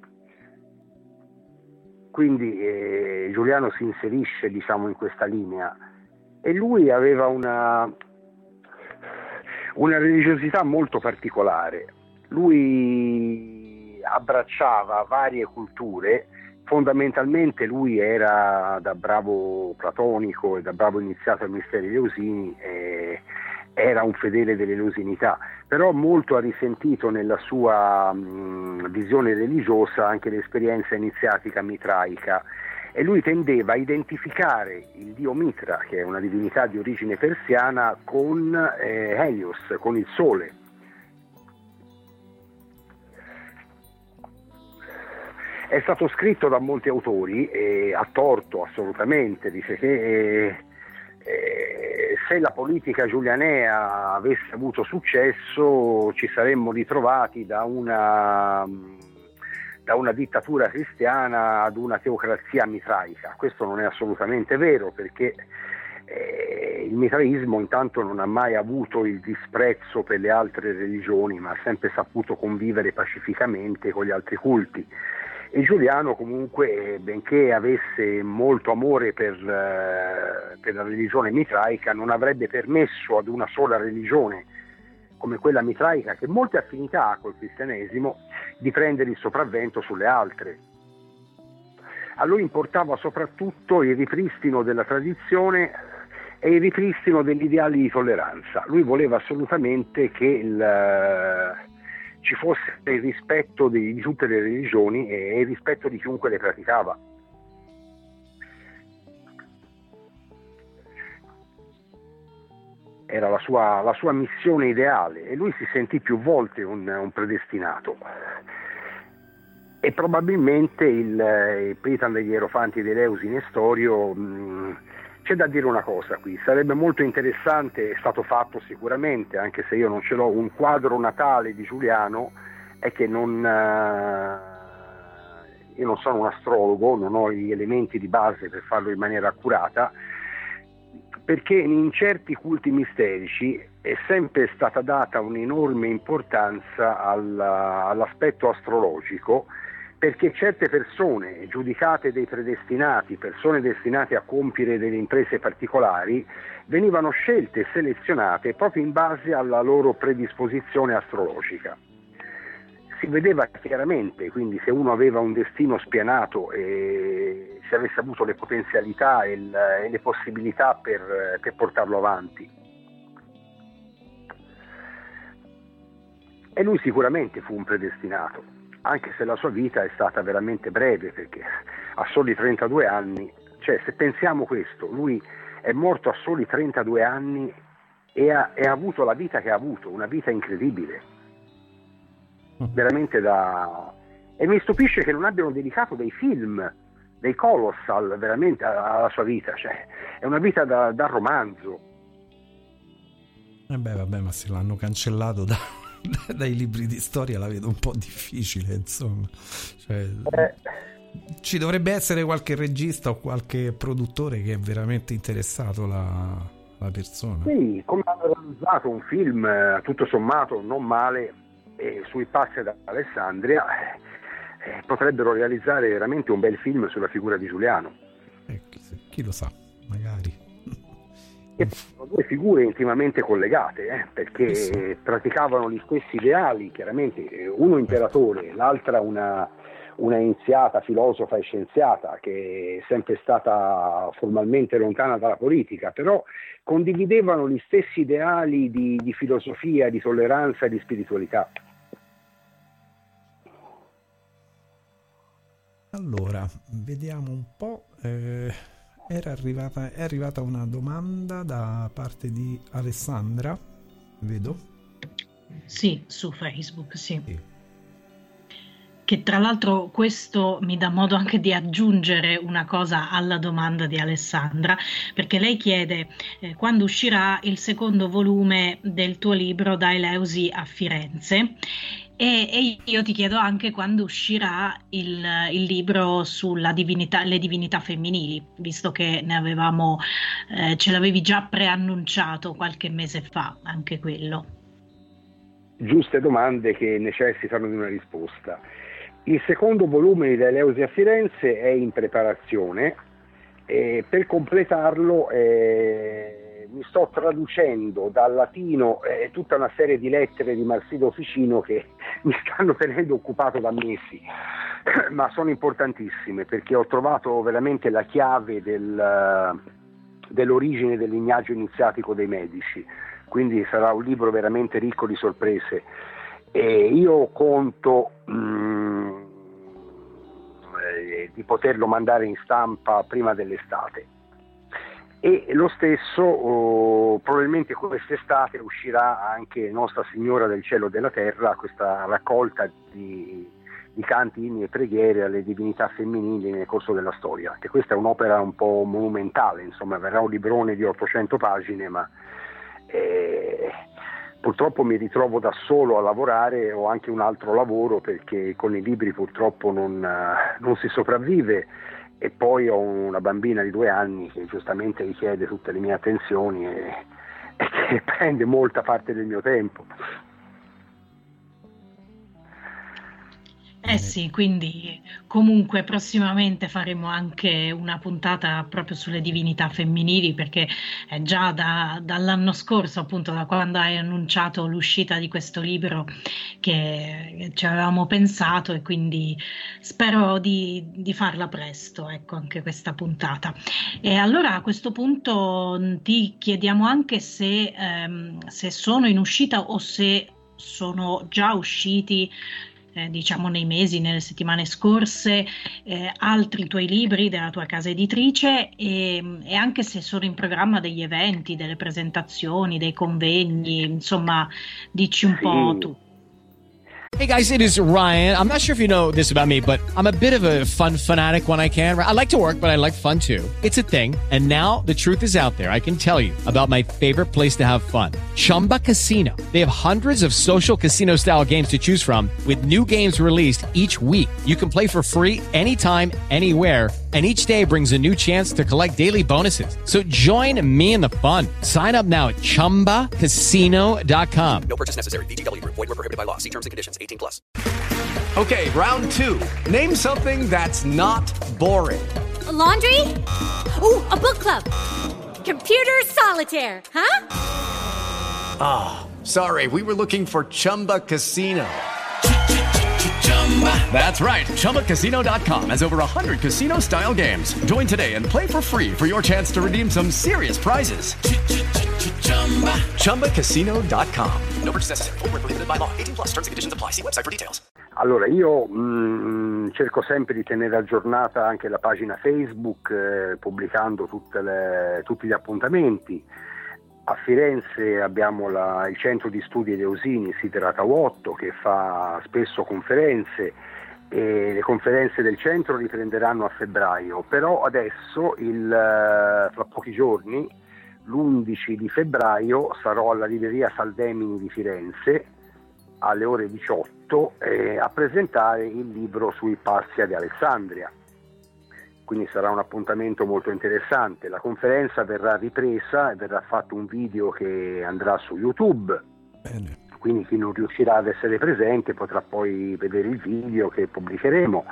Quindi Giuliano si inserisce, diciamo, in questa linea, e lui aveva una religiosità molto particolare. Lui abbracciava varie culture. Fondamentalmente lui era, da bravo platonico e da bravo iniziato ai misteri eleusini, era un fedele dell'eleusinità, però molto ha risentito nella sua visione religiosa anche l'esperienza iniziatica mitraica, e lui tendeva a identificare il dio Mitra, che è una divinità di origine persiana, con Helios, con il sole. È stato scritto da molti autori, e a torto assolutamente, dice che se la politica giulianea avesse avuto successo ci saremmo ritrovati da una dittatura cristiana ad una teocrazia mitraica. Questo non è assolutamente vero, perché il mitraismo intanto non ha mai avuto il disprezzo per le altre religioni, ma ha sempre saputo convivere pacificamente con gli altri culti. E Giuliano comunque, benché avesse molto amore per la religione mitraica, non avrebbe permesso ad una sola religione come quella mitraica, che molte affinità ha col cristianesimo, di prendere il sopravvento sulle altre. A lui importava soprattutto il ripristino della tradizione e il ripristino degli ideali di tolleranza. Lui voleva assolutamente che ci fosse il rispetto di tutte le religioni e il rispetto di chiunque le praticava. era la sua missione ideale, e lui si sentì più volte un predestinato. E probabilmente il Pritan degli Ierofanti di Eleusi Nestorio, c'è da dire una cosa qui, sarebbe molto interessante, è stato fatto sicuramente, anche se io non ce l'ho, un quadro natale di Giuliano, è che io non sono un astrologo, non ho gli elementi di base per farlo in maniera accurata, perché in certi culti misterici è sempre stata data un'enorme importanza all'aspetto astrologico, perché certe persone giudicate dei predestinati, persone destinate a compiere delle imprese particolari, venivano scelte e selezionate proprio in base alla loro predisposizione astrologica. Si vedeva chiaramente, quindi, se uno aveva un destino spianato e se avesse avuto le potenzialità e le possibilità per portarlo avanti. E lui sicuramente fu un predestinato, anche se la sua vita è stata veramente breve, perché a soli 32 anni, cioè se pensiamo questo, lui è morto a soli 32 anni e ha avuto la vita che ha avuto, una vita incredibile, veramente e mi stupisce che non abbiano dedicato dei film, dei colossal veramente alla sua vita, cioè è una vita da romanzo. Vabbè, ma se l'hanno cancellato dai libri di storia la vedo un po' difficile, insomma. Cioè, ci dovrebbe essere qualche regista o qualche produttore che è veramente interessato la persona. Sì, come hanno realizzato un film tutto sommato non male sui passi d'Alessandria, potrebbero realizzare veramente un bel film sulla figura di Giuliano. Chi lo sa, magari. E sono due figure intimamente collegate, perché sì, praticavano gli stessi ideali, chiaramente, uno imperatore, l'altra una iniziata filosofa e scienziata che è sempre stata formalmente lontana dalla politica, però condividevano gli stessi ideali di filosofia, di tolleranza e di spiritualità. Allora, vediamo un po'. È arrivata una domanda da parte di Alessandra, vedo? Sì, su Facebook, sì. Che tra l'altro questo mi dà modo anche di aggiungere una cosa alla domanda di Alessandra, perché lei chiede quando uscirà il secondo volume del tuo libro Da Eleusi a Firenze. E io ti chiedo anche quando uscirà il libro sulla divinità, le divinità femminili, visto che ce l'avevi già preannunciato qualche mese fa, anche quello. Giuste domande che necessitano di una risposta. Il secondo volume di Da Eleusi a Firenze è in preparazione e per completarlo mi sto traducendo dal latino tutta una serie di lettere di Marsilio Ficino che mi stanno tenendo occupato da mesi, ma sono importantissime perché ho trovato veramente la chiave dell'origine del lignaggio iniziatico dei Medici, quindi sarà un libro veramente ricco di sorprese e io conto di poterlo mandare in stampa prima dell'estate. E lo stesso probabilmente quest'estate uscirà anche Nostra Signora del Cielo e della Terra, questa raccolta di canti, inni e preghiere alle divinità femminili nel corso della storia, che questa è un'opera un po' monumentale, insomma verrà un librone di 800 pagine, ma purtroppo mi ritrovo da solo a lavorare, ho anche un altro lavoro perché con i libri purtroppo non si sopravvive. E poi ho una bambina di 2 anni che giustamente richiede tutte le mie attenzioni e che prende molta parte del mio tempo. Sì, quindi comunque prossimamente faremo anche una puntata proprio sulle divinità femminili, perché è già dall'anno scorso, appunto da quando hai annunciato l'uscita di questo libro, che ci avevamo pensato e quindi spero di farla presto, ecco, anche questa puntata. E allora a questo punto ti chiediamo anche se sono in uscita o se sono già usciti diciamo nei mesi, nelle settimane scorse, altri tuoi libri della tua casa editrice e anche se sono in programma degli eventi, delle presentazioni, dei convegni, insomma, dici un po' tu. Hey guys, it is Ryan. I'm not sure if you know this about me, but I'm a bit of a fun fanatic when I can. I like to work, but I like fun too. It's a thing. And now the truth is out there. I can tell you about my favorite place to have fun. Chumba Casino. They have hundreds of social casino style games to choose from with new games released each week. You can play for free anytime, anywhere. And each day brings a new chance to collect daily bonuses. So join me in the fun. Sign up now at ChumbaCasino.com. No purchase necessary. VGW Group. Void where prohibited by law. See terms and conditions. 18+. Okay, round two. Name something that's not boring. A laundry? Ooh, a book club. Computer solitaire, huh? Ah, sorry. We were looking for Chumba Casino. That's right. ChumbaCasino.com has over 100 casino-style games. Join today and play for free for your chance to redeem some serious prizes. ChumbaCasino.com. No purchase necessary. Void where prohibited by law. 18+. Terms and conditions apply. See website for details. Allora, io cerco sempre di tenere aggiornata anche la pagina Facebook, pubblicando tutti gli appuntamenti. A Firenze abbiamo il centro di studi Eleusini, Siderata 8, che fa spesso conferenze, e le conferenze del centro riprenderanno a febbraio, però adesso fra pochi giorni, l'11 di febbraio, sarò alla libreria Saldemini di Firenze alle ore 18 a presentare il libro sui Passi di Alessandria. Quindi sarà un appuntamento molto interessante. La conferenza verrà ripresa e verrà fatto un video che andrà su YouTube. Bene. Quindi chi non riuscirà ad essere presente potrà poi vedere il video che pubblicheremo.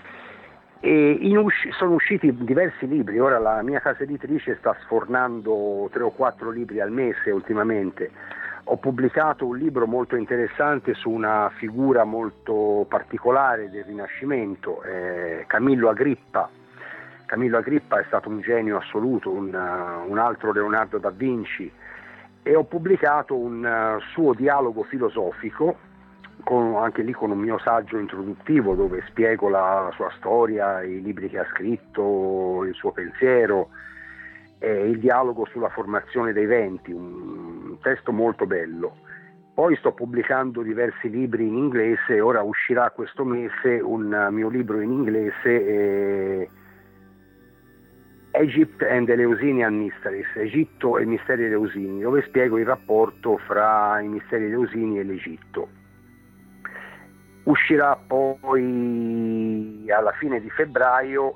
E sono usciti diversi libri. Ora la mia casa editrice sta sfornando 3 o 4 libri al mese ultimamente. Ho pubblicato un libro molto interessante su una figura molto particolare del Rinascimento, Camillo Agrippa. Camillo Agrippa è stato un genio assoluto, un altro Leonardo da Vinci, e ho pubblicato un suo dialogo filosofico, anche lì con un mio saggio introduttivo dove spiego la sua storia, i libri che ha scritto, il suo pensiero, il dialogo sulla formazione dei venti, un testo molto bello. Poi sto pubblicando diversi libri in inglese, ora uscirà questo mese un mio libro in inglese, Egypt and Eleusinian Mysteries, Egitto e misteri eleusini, dove spiego il rapporto fra i misteri eleusini e l'Egitto. Uscirà poi alla fine di febbraio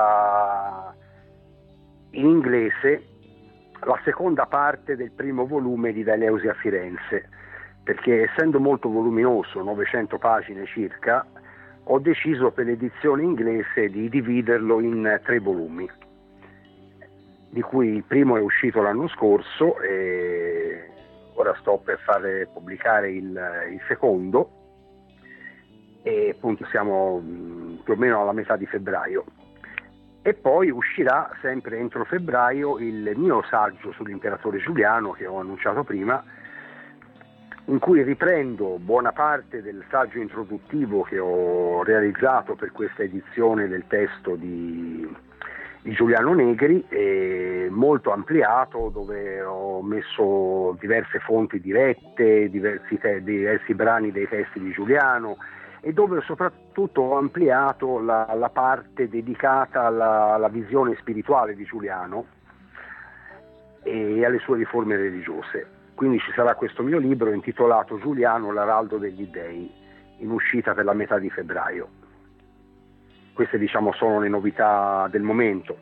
in inglese la seconda parte del primo volume di Deleuze a Firenze, perché essendo molto voluminoso, 900 pagine circa, ho deciso per l'edizione inglese di dividerlo in 3 volumi, di cui il primo è uscito l'anno scorso e ora sto per fare pubblicare il secondo, e appunto siamo più o meno alla metà di febbraio. E poi uscirà sempre entro febbraio il mio saggio sull'imperatore Giuliano che ho annunciato prima, in cui riprendo buona parte del saggio introduttivo che ho realizzato per questa edizione del testo di Giuliano Negri, molto ampliato, dove ho messo diverse fonti dirette, diversi brani dei testi di Giuliano, e dove soprattutto ho ampliato la parte dedicata alla visione spirituale di Giuliano e alle sue riforme religiose. Quindi ci sarà questo mio libro intitolato Giuliano, l'araldo degli dei, in uscita per la metà di febbraio. Queste sono le novità del momento.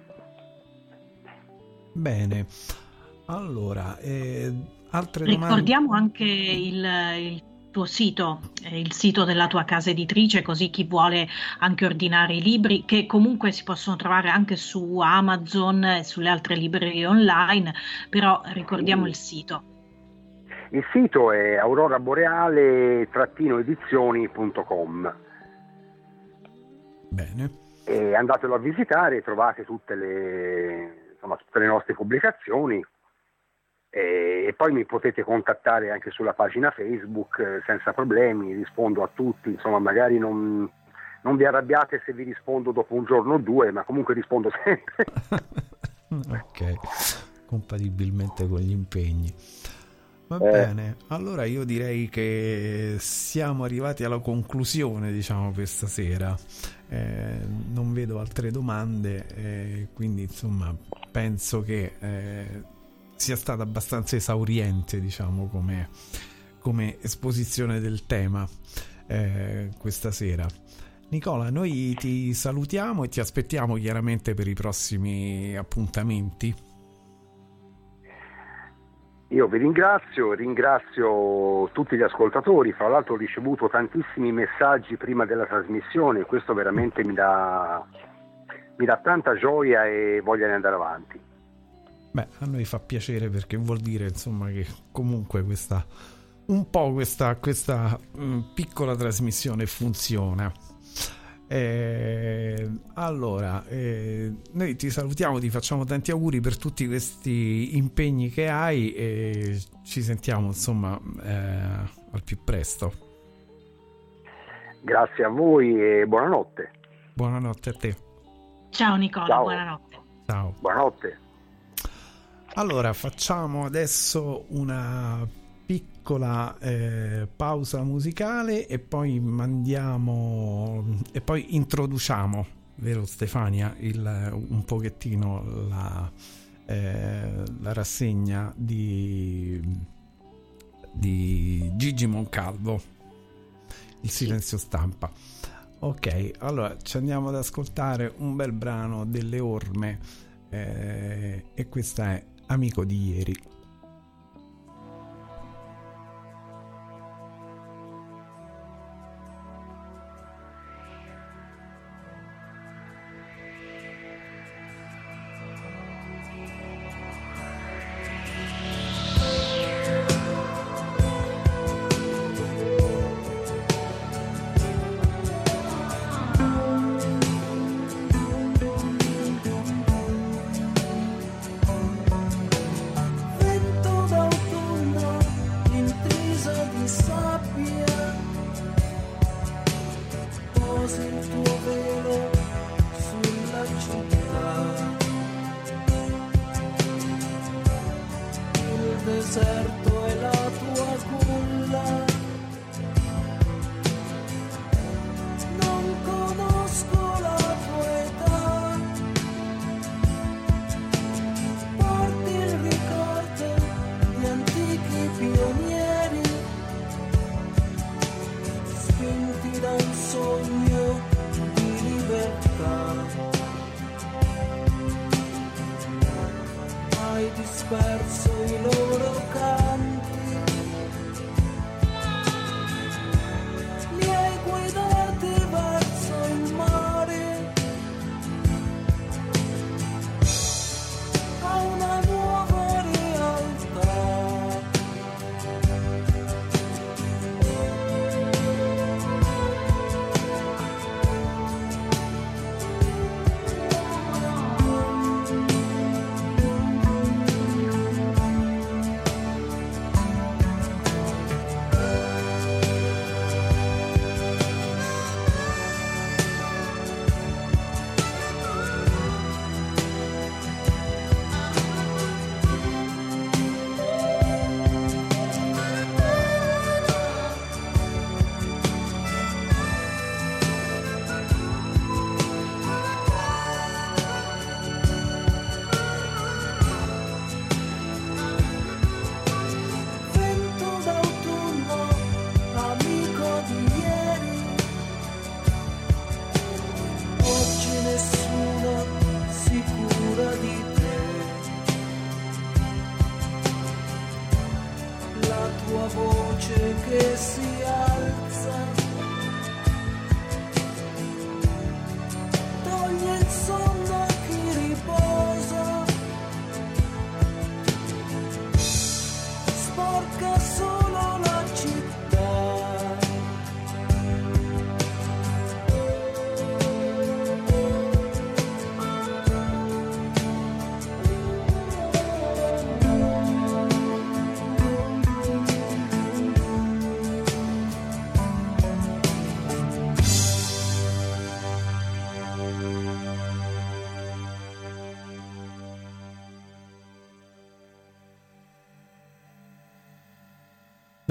Bene, allora altre domande? Ricordiamo anche il tuo sito, il sito della tua casa editrice, così chi vuole anche ordinare i libri, che comunque si possono trovare anche su Amazon e sulle altre librerie online, però ricordiamo il sito. Il sito è auroraboreale-edizioni.com. Bene. E andatelo a visitare, trovate tutte le nostre pubblicazioni e poi mi potete contattare anche sulla pagina Facebook senza problemi, rispondo a tutti, insomma magari non vi arrabbiate se vi rispondo dopo un giorno o due, ma comunque rispondo sempre. Ok, compatibilmente con gli impegni. Va bene, allora io direi che siamo arrivati alla conclusione, diciamo, per stasera. Non vedo altre domande, quindi insomma penso che sia stata abbastanza esauriente, diciamo, come esposizione del tema questa sera. Nicola, noi ti salutiamo e ti aspettiamo chiaramente per i prossimi appuntamenti. Io vi ringrazio tutti gli ascoltatori, fra l'altro ho ricevuto tantissimi messaggi prima della trasmissione, questo veramente mi dà tanta gioia e voglia di andare avanti. Beh, a noi fa piacere, perché vuol dire insomma che comunque questa piccola trasmissione funziona. Allora, noi ti salutiamo, ti facciamo tanti auguri per tutti questi impegni che hai e ci sentiamo insomma al più presto. Grazie a voi e buonanotte. Buonanotte a te. Ciao Nicola. Ciao. Buonanotte. Ciao. Buonanotte. Allora, facciamo adesso una piccola pausa musicale e poi introduciamo, vero Stefania, un pochettino la rassegna di Gigi Moncalvo, Il silenzio stampa. Ok, allora ci andiamo ad ascoltare un bel brano delle Orme e questa è Amico di ieri.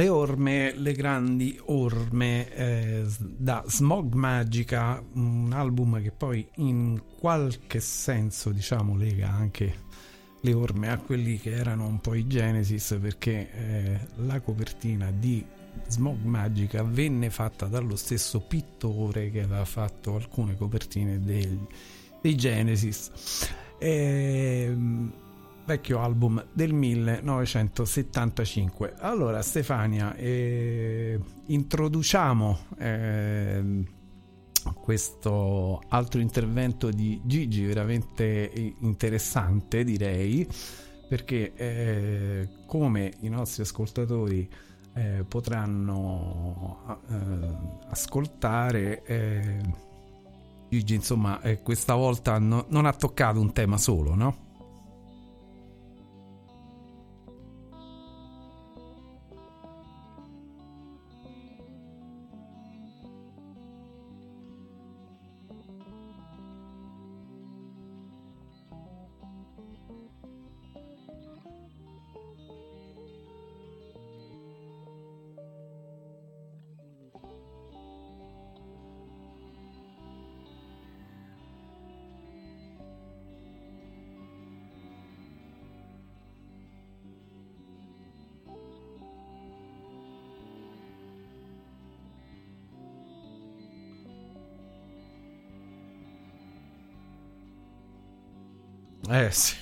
Le orme, le grandi orme, da Smog Magica, un album che poi in qualche senso, diciamo, lega anche le orme a quelli che erano un po' i Genesis, perché la copertina di Smog Magica venne fatta dallo stesso pittore che aveva fatto alcune copertine dei Genesis. Vecchio album del 1975. Allora Stefania, introduciamo questo altro intervento di Gigi, veramente interessante, direi, perché come i nostri ascoltatori potranno ascoltare, Gigi insomma questa volta non ha toccato un tema solo, no? Sì.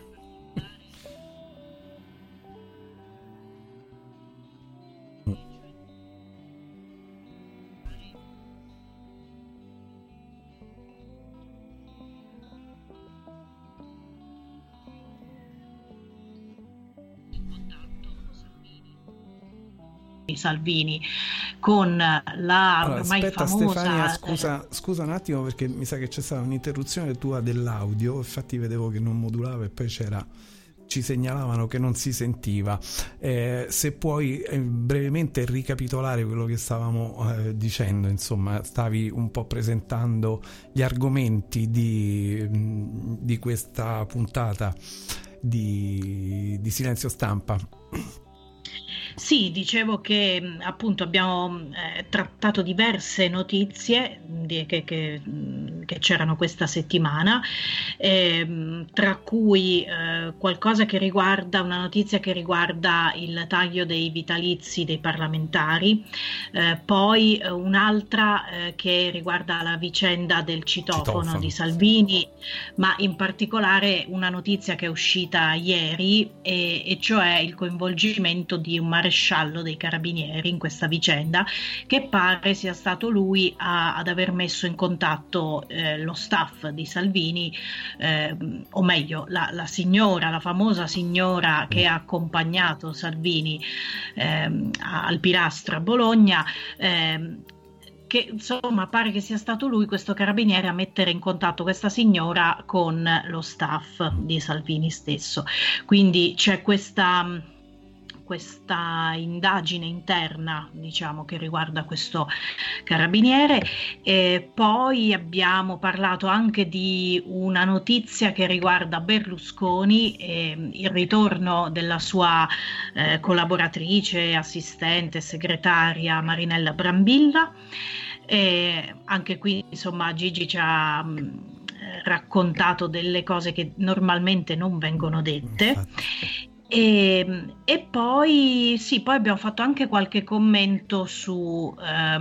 Salvini con la ormai aspetta, famosa Stefania, scusa un attimo, perché mi sa che c'è stata un'interruzione tua dell'audio, infatti vedevo che non modulava e poi ci segnalavano che non si sentiva. Se puoi brevemente ricapitolare quello che stavamo dicendo, insomma stavi un po' presentando gli argomenti di questa puntata di Silenzio Stampa. Sì, dicevo che appunto abbiamo trattato diverse notizie che c'erano questa settimana, tra cui qualcosa che riguarda, una notizia che riguarda il taglio dei vitalizi dei parlamentari, poi un'altra che riguarda la vicenda del citofono di Salvini, ma in particolare una notizia che è uscita ieri, e cioè il coinvolgimento di un maresciallo dei carabinieri in questa vicenda, che pare sia stato lui ad aver messo in contatto lo staff di Salvini, o meglio la signora, la famosa signora che ha accompagnato Salvini al Pilastro a Bologna, che insomma pare che sia stato lui, questo carabiniere, a mettere in contatto questa signora con lo staff di Salvini stesso. Quindi c'è questa indagine interna, diciamo, che riguarda questo carabiniere. E poi abbiamo parlato anche di una notizia che riguarda Berlusconi, il ritorno della sua collaboratrice, assistente, segretaria Marinella Brambilla. Anche qui insomma Gigi ci ha raccontato delle cose che normalmente non vengono dette. E poi abbiamo fatto anche qualche commento su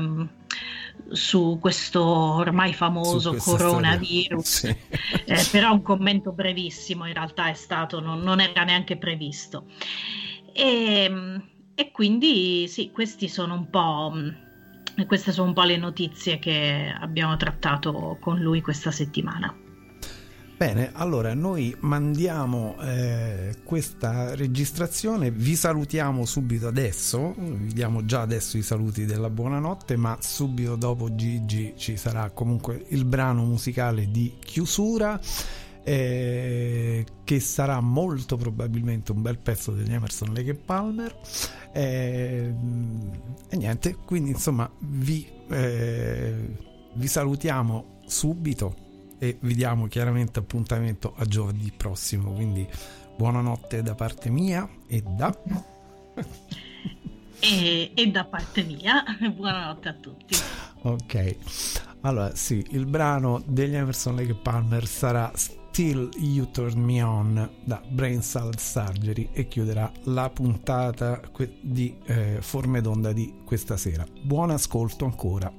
questo ormai famoso coronavirus, sì. Però un commento brevissimo, in realtà è stato, non era neanche previsto, e quindi sì, queste sono un po' le notizie che abbiamo trattato con lui questa settimana. Bene, allora noi mandiamo questa registrazione, vi salutiamo subito adesso, vi diamo già adesso i saluti della buonanotte, ma subito dopo Gigi ci sarà comunque il brano musicale di chiusura, che sarà molto probabilmente un bel pezzo degli Emerson, Lake & Palmer, e niente, quindi insomma vi salutiamo subito e vi diamo chiaramente appuntamento a giovedì prossimo, quindi buonanotte da parte mia e da E da parte mia, buonanotte a tutti. Ok, allora sì, il brano degli Emerson Lake Palmer sarà Still You Turn Me On da Brain Salad Surgery e chiuderà la puntata di Forme d'Onda di questa sera. Buon ascolto ancora.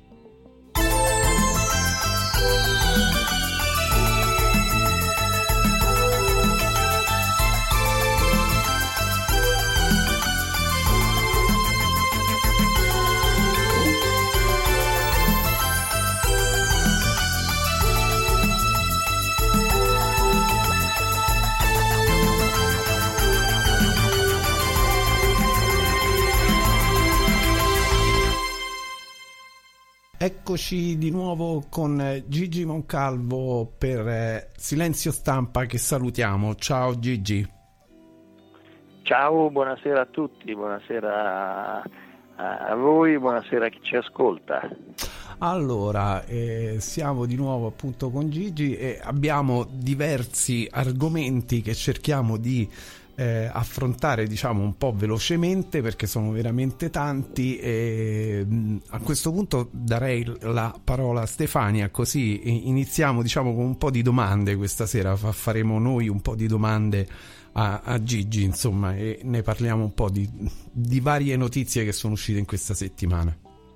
Eccoci di nuovo con Gigi Moncalvo per Silenzio Stampa, che salutiamo. Ciao Gigi. Ciao, buonasera a tutti, buonasera a voi, buonasera a chi ci ascolta. Allora, siamo di nuovo appunto con Gigi e abbiamo diversi argomenti che cerchiamo di affrontare, diciamo, un po' velocemente perché sono veramente tanti, e a questo punto darei la parola a Stefania, così iniziamo, diciamo, con un po' di domande questa sera. Faremo noi un po' di domande a Gigi, insomma, e ne parliamo un po' di varie notizie che sono uscite in questa settimana.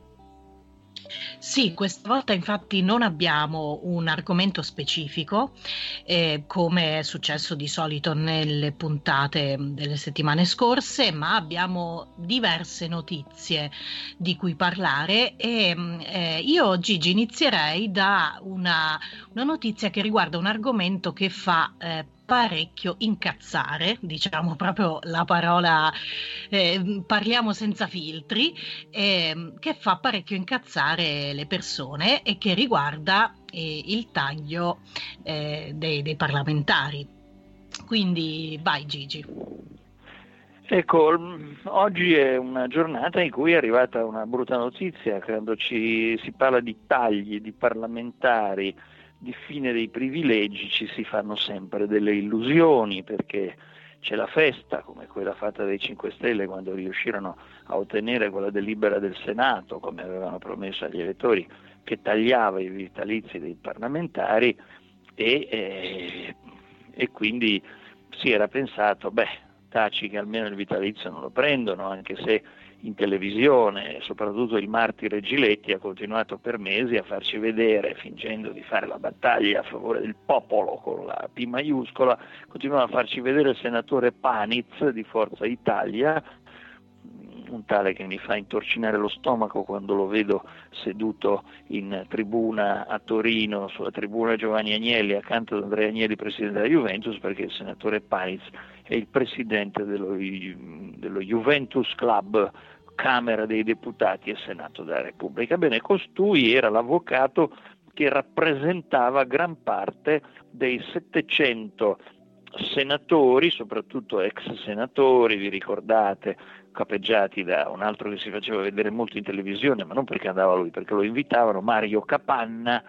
Sì, questa volta infatti non abbiamo un argomento specifico, come è successo di solito nelle puntate delle settimane scorse, ma abbiamo diverse notizie di cui parlare e io, Gigi, inizierei da una notizia che riguarda un argomento che fa parecchio incazzare, diciamo proprio la parola, parliamo senza filtri, che fa parecchio incazzare le persone e che riguarda il taglio dei parlamentari. Quindi vai Gigi. Ecco, oggi è una giornata in cui è arrivata una brutta notizia, quando si parla di tagli di parlamentari, di fine dei privilegi, ci si fanno sempre delle illusioni, perché c'è la festa, come quella fatta dai 5 Stelle quando riuscirono a ottenere quella delibera del Senato, come avevano promesso agli elettori, che tagliava i vitalizi dei parlamentari, e quindi si era pensato, taci che almeno il vitalizio non lo prendono, anche se in televisione, soprattutto il martire Giletti ha continuato per mesi a farci vedere, fingendo di fare la battaglia a favore del popolo con la P maiuscola, continuava a farci vedere il senatore Paniz di Forza Italia, un tale che mi fa intorcinare lo stomaco quando lo vedo seduto in tribuna a Torino, sulla tribuna Giovanni Agnelli, accanto ad Andrea Agnelli, presidente della Juventus, perché il senatore Paniz è il presidente dello Juventus Club, Camera dei Deputati e Senato della Repubblica. Bene, costui era l'avvocato che rappresentava gran parte dei 700 senatori, soprattutto ex senatori, vi ricordate, capeggiati da un altro che si faceva vedere molto in televisione, ma non perché andava lui, perché lo invitavano, Mario Capanna,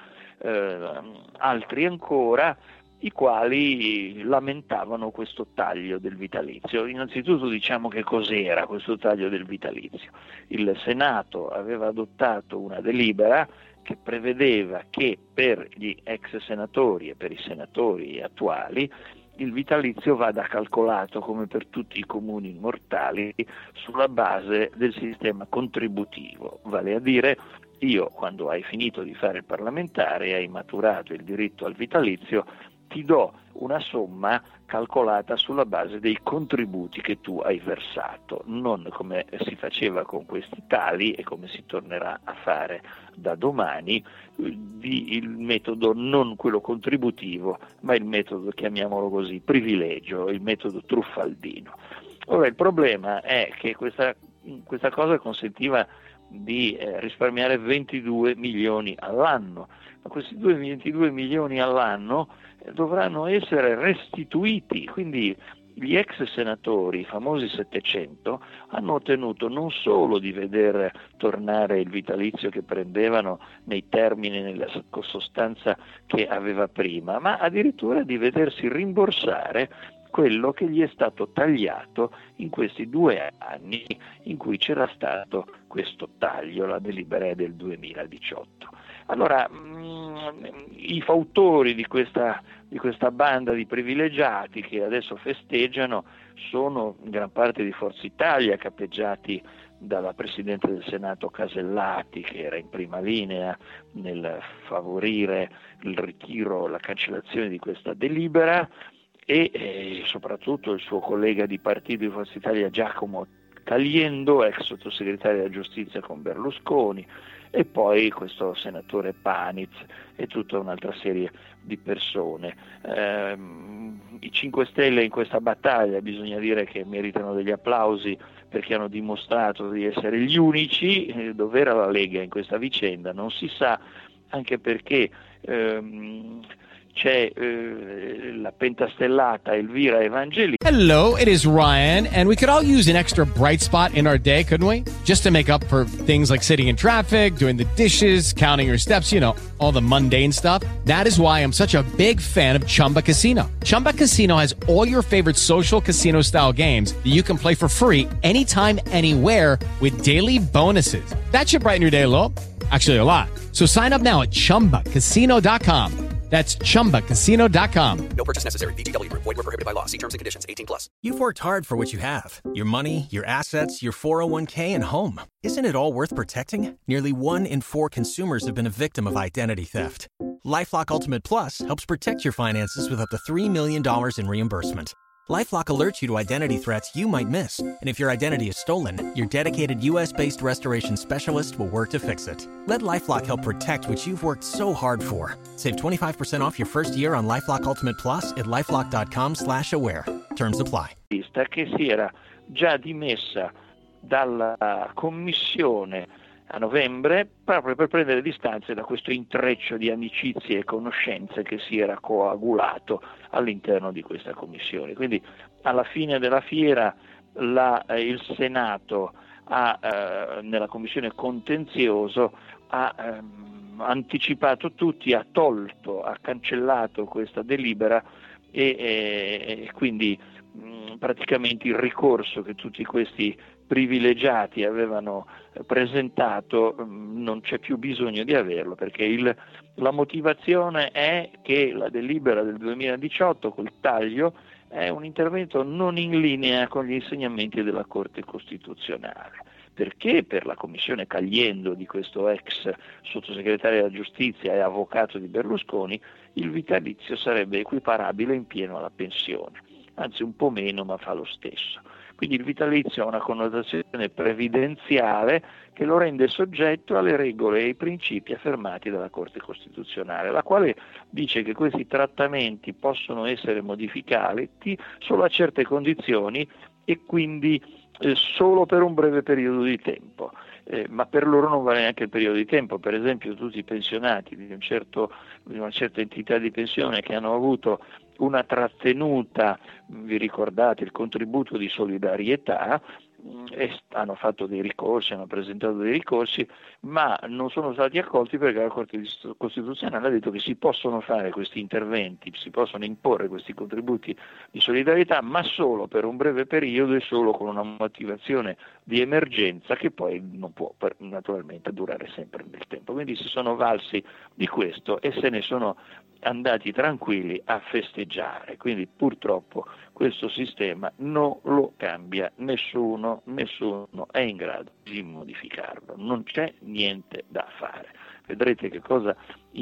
altri ancora, i quali lamentavano questo taglio del vitalizio. Innanzitutto diciamo che cos'era questo taglio del vitalizio. Il Senato aveva adottato una delibera che prevedeva che per gli ex senatori e per i senatori attuali il vitalizio vada calcolato, come per tutti i comuni mortali, sulla base del sistema contributivo, vale a dire, io quando hai finito di fare il parlamentare e hai maturato il diritto al vitalizio, ti do una somma calcolata sulla base dei contributi che tu hai versato, non come si faceva con questi tali e come si tornerà a fare da domani, il metodo non quello contributivo, ma il metodo, chiamiamolo così, privilegio, il metodo truffaldino. Ora il problema è che questa cosa consentiva di risparmiare 22 milioni all'anno, ma questi 22 milioni all'anno dovranno essere restituiti, quindi gli ex senatori, i famosi 700, hanno ottenuto non solo di vedere tornare il vitalizio che prendevano nei termini, nella sostanza che aveva prima, ma addirittura di vedersi rimborsare quello che gli è stato tagliato in questi 2 anni in cui c'era stato questo taglio, la delibera è del 2018. Allora, i fautori di questa banda di privilegiati che adesso festeggiano sono in gran parte di Forza Italia, capeggiati dalla Presidente del Senato Casellati, che era in prima linea nel favorire il ritiro, la cancellazione di questa delibera, e soprattutto il suo collega di partito di Forza Italia Giacomo Caliendo, ex sottosegretario della Giustizia con Berlusconi, e poi questo senatore Paniz e tutta un'altra serie di persone. I 5 Stelle in questa battaglia bisogna dire che meritano degli applausi, perché hanno dimostrato di essere gli unici. Dove era la Lega in questa vicenda non si sa, anche perché c'è la pentastellata Elvira Evangeli. Hello, it is Ryan, and we could all use an extra bright spot in our day, couldn't we? Just to make up for things like sitting in traffic, doing the dishes, counting your steps, you know, all the mundane stuff. That is why I'm such a big fan of Chumba Casino. Chumba Casino has all your favorite social casino-style games that you can play for free anytime, anywhere with daily bonuses. That should brighten your day a little. Actually, a lot. So sign up now at ChumbaCasino.com. That's ChumbaCasino.com. No purchase necessary. VGW Group. Void where prohibited by law. See terms and conditions. 18+. You've worked hard for what you have. Your money, your assets, your 401k, and home. Isn't it all worth protecting? Nearly 1 in 4 consumers have been a victim of identity theft. LifeLock Ultimate Plus helps protect your finances with up to $3 million in reimbursement. LifeLock alerts you to identity threats you might miss. And if your identity is stolen, your dedicated U.S.-based restoration specialist will work to fix it. Let LifeLock help protect what you've worked so hard for. Save 25% off your first year on LifeLock Ultimate Plus at LifeLock.com/aware. Terms apply. Che si era già dimessa dalla commissione a novembre proprio per prendere distanze da questo intreccio di amicizie e conoscenze che si era coagulato all'interno di questa commissione. Quindi alla fine della fiera il Senato nella commissione contenzioso ha anticipato tutti, ha cancellato questa delibera e quindi praticamente il ricorso che tutti questi privilegiati avevano presentato non c'è più bisogno di averlo, perché la motivazione è che la delibera del 2018 col taglio è un intervento non in linea con gli insegnamenti della Corte Costituzionale, perché per la commissione Caliendo di questo ex sottosegretario della Giustizia e avvocato di Berlusconi il vitalizio sarebbe equiparabile in pieno alla pensione, anzi un po' meno, ma fa lo stesso. Quindi il vitalizio ha una connotazione previdenziale che lo rende soggetto alle regole e ai principi affermati dalla Corte Costituzionale, la quale dice che questi trattamenti possono essere modificati solo a certe condizioni e quindi solo per un breve periodo di tempo. Ma per loro non vale neanche il periodo di tempo. Per esempio tutti i pensionati di una certa entità di pensione che hanno avuto una trattenuta, vi ricordate il contributo di solidarietà, hanno fatto dei ricorsi, hanno presentato dei ricorsi, ma non sono stati accolti perché la Corte Costituzionale ha detto che si possono fare questi interventi, si possono imporre questi contributi di solidarietà, ma solo per un breve periodo e solo con una motivazione di emergenza che poi non può naturalmente durare sempre nel tempo. Quindi si sono valsi di questo e se ne sono andati tranquilli a festeggiare. Quindi purtroppo questo sistema non lo cambia nessuno è in grado di modificarlo, non c'è niente da fare. Vedrete che cosa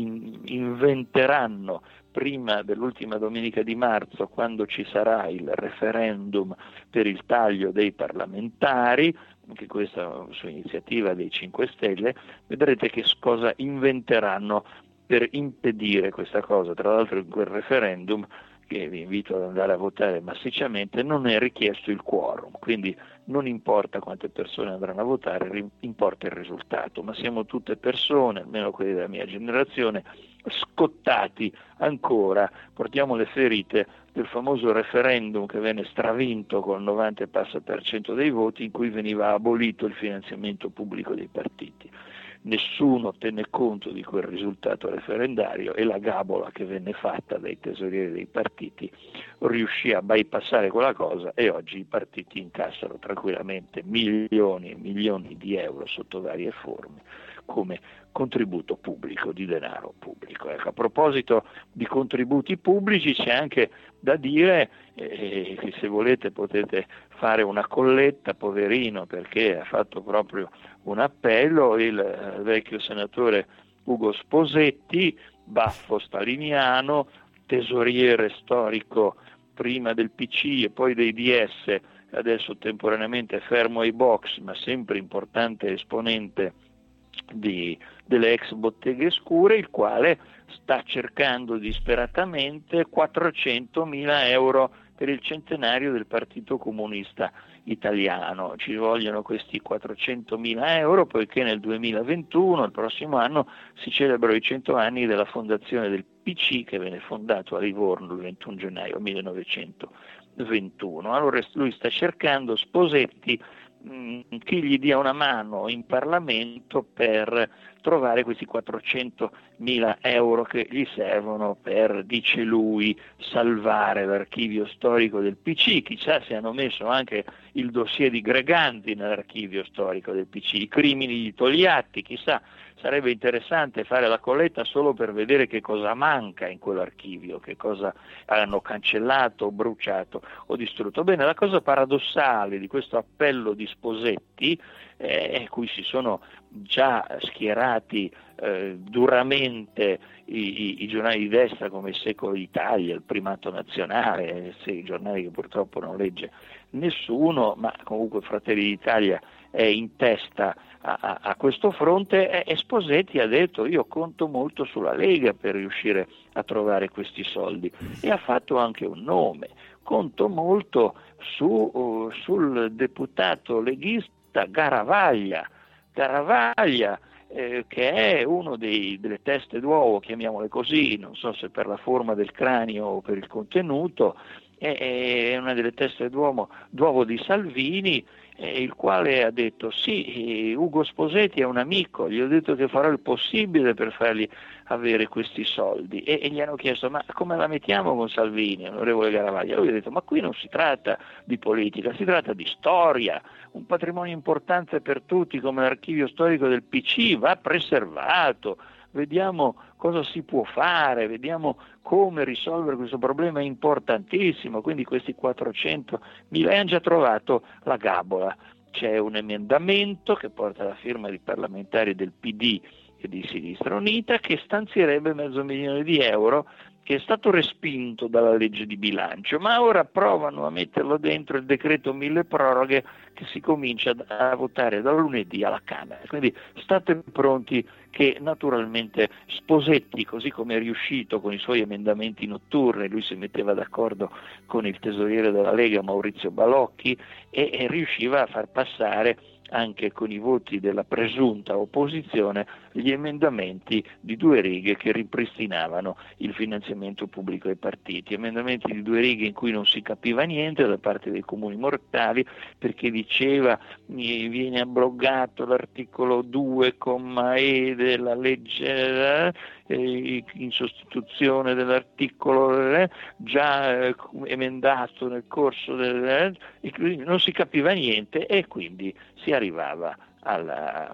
inventeranno prima dell'ultima domenica di marzo, quando ci sarà il referendum per il taglio dei parlamentari, anche questa su iniziativa dei 5 Stelle, vedrete che cosa inventeranno per impedire questa cosa. Tra l'altro in quel referendum, che vi invito ad andare a votare massicciamente, non è richiesto il quorum, quindi non importa quante persone andranno a votare, importa il risultato, ma siamo tutte persone, almeno quelli della mia generazione, scottati ancora, portiamo le ferite del famoso referendum che venne stravinto col 90% dei voti, in cui veniva abolito il finanziamento pubblico dei partiti. Nessuno tenne conto di quel risultato referendario e la gabola che venne fatta dai tesorieri dei partiti riuscì a bypassare quella cosa, e oggi i partiti incassano tranquillamente milioni e milioni di euro sotto varie forme come contributo pubblico, di denaro pubblico. Ecco, a proposito di contributi pubblici c'è anche da dire che se volete potete fare una colletta, poverino, perché ha fatto proprio un appello il vecchio senatore Ugo Sposetti, baffo staliniano, tesoriere storico prima del PC e poi dei DS, adesso temporaneamente fermo ai box, ma sempre importante esponente delle ex botteghe scure, il quale sta cercando disperatamente 400.000 euro per il centenario del Partito Comunista Italiano. Ci vogliono questi 400.000 euro poiché nel 2021, il prossimo anno, si celebrano i 100 anni della fondazione del PC, che venne fondato a Livorno il 21 gennaio 1921. Allora lui sta cercando, Sposetti, chi gli dia una mano in Parlamento per trovare questi 400.000 euro che gli servono per, dice lui, salvare l'archivio storico del PC. Chissà se hanno messo anche il dossier di Greganti nell'archivio storico del PC, i crimini di Togliatti, chissà. Sarebbe interessante fare la colletta solo per vedere che cosa manca in quell'archivio, che cosa hanno cancellato, bruciato o distrutto. Bene, la cosa paradossale di questo appello di Sposetti, cui si sono già schierati duramente i giornali di destra come il Secolo d'Italia, il Primato Nazionale, i giornali che purtroppo non legge nessuno, ma comunque Fratelli d'Italia è in testa a questo fronte, e Sposetti ha detto: io conto molto sulla Lega per riuscire a trovare questi soldi, e ha fatto anche un nome: conto molto sul deputato leghista Garavaglia, che è uno delle teste d'uovo, chiamiamole così, non so se per la forma del cranio o per il contenuto, è una delle teste d'uovo di Salvini, il quale ha detto: sì, Ugo Sposetti è un amico, gli ho detto che farò il possibile per fargli avere questi soldi, e gli hanno chiesto: ma come la mettiamo con Salvini, onorevole Garavaglia? Lui ha detto: ma qui non si tratta di politica, si tratta di storia, un patrimonio importante per tutti come l'archivio storico del PC va preservato, vediamo cosa si può fare, vediamo come risolvere questo problema importantissimo. Quindi questi 400.000, e hanno già trovato la gabola. C'è un emendamento che porta la firma di parlamentari del PD e di Sinistra Unita, che stanzierebbe $500.000 di euro, che è stato respinto dalla legge di bilancio, ma ora provano a metterlo dentro il decreto mille proroghe che si comincia a votare da lunedì alla Camera. Quindi state pronti che naturalmente Sposetti, così come è riuscito con i suoi emendamenti notturni, lui si metteva d'accordo con il tesoriere della Lega Maurizio Balocchi e riusciva a far passare anche con i voti della presunta opposizione gli emendamenti di 2 righe che ripristinavano il finanziamento pubblico ai partiti, emendamenti di 2 righe in cui non si capiva niente da parte dei comuni mortali, perché diceva viene abrogato l'articolo 2, comma E della legge in sostituzione dell'articolo già emendato nel corso non si capiva niente, e quindi si arrivava alla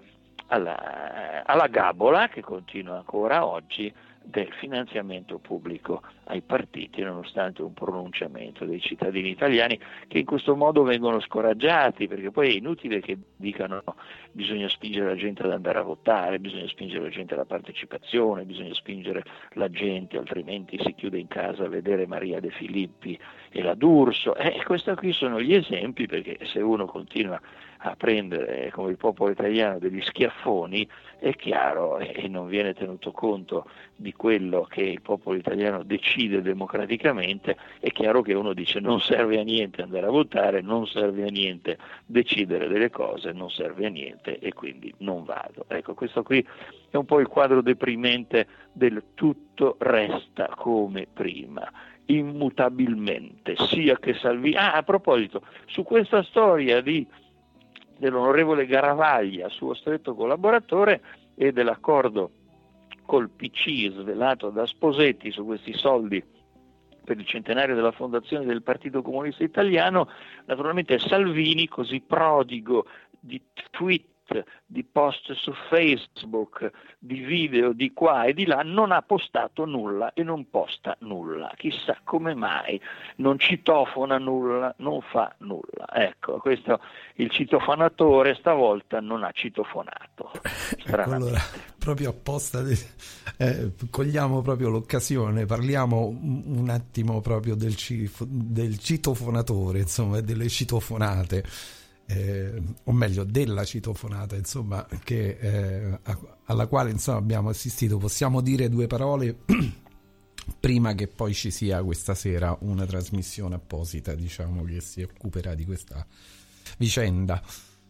gabola, che continua ancora oggi, del finanziamento pubblico ai partiti, nonostante un pronunciamento dei cittadini italiani che in questo modo vengono scoraggiati, perché poi è inutile che dicano bisogna spingere la gente ad andare a votare, bisogna spingere la gente alla partecipazione, bisogna spingere la gente, altrimenti si chiude in casa a vedere Maria De Filippi e la D'Urso. Questi qui sono gli esempi, perché se uno continua a prendere, come il popolo italiano, degli schiaffoni, è chiaro, e non viene tenuto conto di quello che il popolo italiano decide democraticamente, è chiaro che uno dice non serve a niente andare a votare, non serve a niente decidere delle cose, non serve a niente e quindi non vado. Ecco, questo qui è un po' il quadro deprimente del tutto resta come prima, immutabilmente, sia che Salvini. A proposito, su questa storia dell'onorevole Garavaglia, suo stretto collaboratore, e dell'accordo col PC svelato da Sposetti su questi soldi per il centenario della fondazione del Partito Comunista Italiano, naturalmente Salvini, così prodigo di tweet, di post su Facebook, di video di qua e di là, non ha postato nulla e non posta nulla. Chissà come mai, non citofona nulla, non fa nulla. Ecco, questo il citofonatore stavolta non ha citofonato. Ecco, allora, proprio apposta cogliamo proprio l'occasione, parliamo un attimo proprio del citofonatore, insomma, delle citofonate. O meglio della citofonata, insomma, alla quale insomma abbiamo assistito. Possiamo dire due parole prima che poi ci sia questa sera una trasmissione apposita, diciamo, che si occuperà di questa vicenda?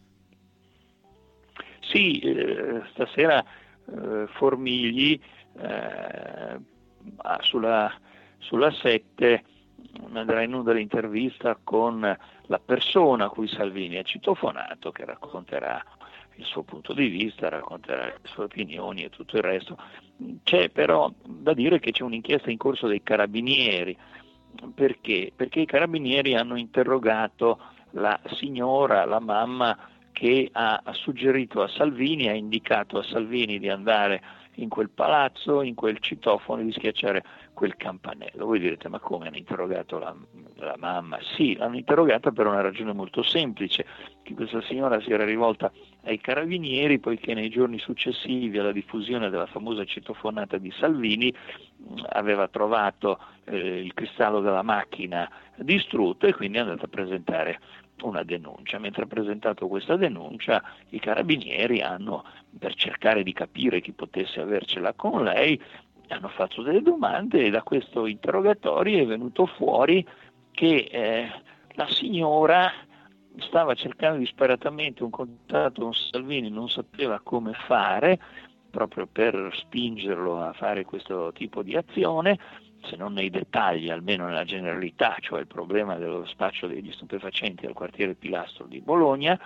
Sì, stasera Formigli sulla 7 andrà in onda l'intervista con la persona a cui Salvini ha citofonato, che racconterà il suo punto di vista, racconterà le sue opinioni e tutto il resto. C'è però da dire che c'è un'inchiesta in corso dei carabinieri. Perché? Perché i carabinieri hanno interrogato la signora, la mamma, che ha suggerito a Salvini, ha indicato a Salvini di andare in quel palazzo, in quel citofono, di schiacciare quel campanello. Voi direte, ma come hanno interrogato la mamma? Sì, l'hanno interrogata per una ragione molto semplice, che questa signora si era rivolta ai carabinieri poiché nei giorni successivi alla diffusione della famosa citofonata di Salvini aveva trovato il cristallo della macchina distrutto e quindi è andata a presentare una denuncia. Mentre ha presentato questa denuncia, i carabinieri hanno, per cercare di capire chi potesse avercela con lei, hanno fatto delle domande e da questo interrogatorio è venuto fuori che la signora stava cercando disperatamente un contatto con Salvini, non sapeva come fare proprio per spingerlo a fare questo tipo di azione, se non nei dettagli, almeno nella generalità, cioè il problema dello spaccio degli stupefacenti al quartiere Pilastro di Bologna.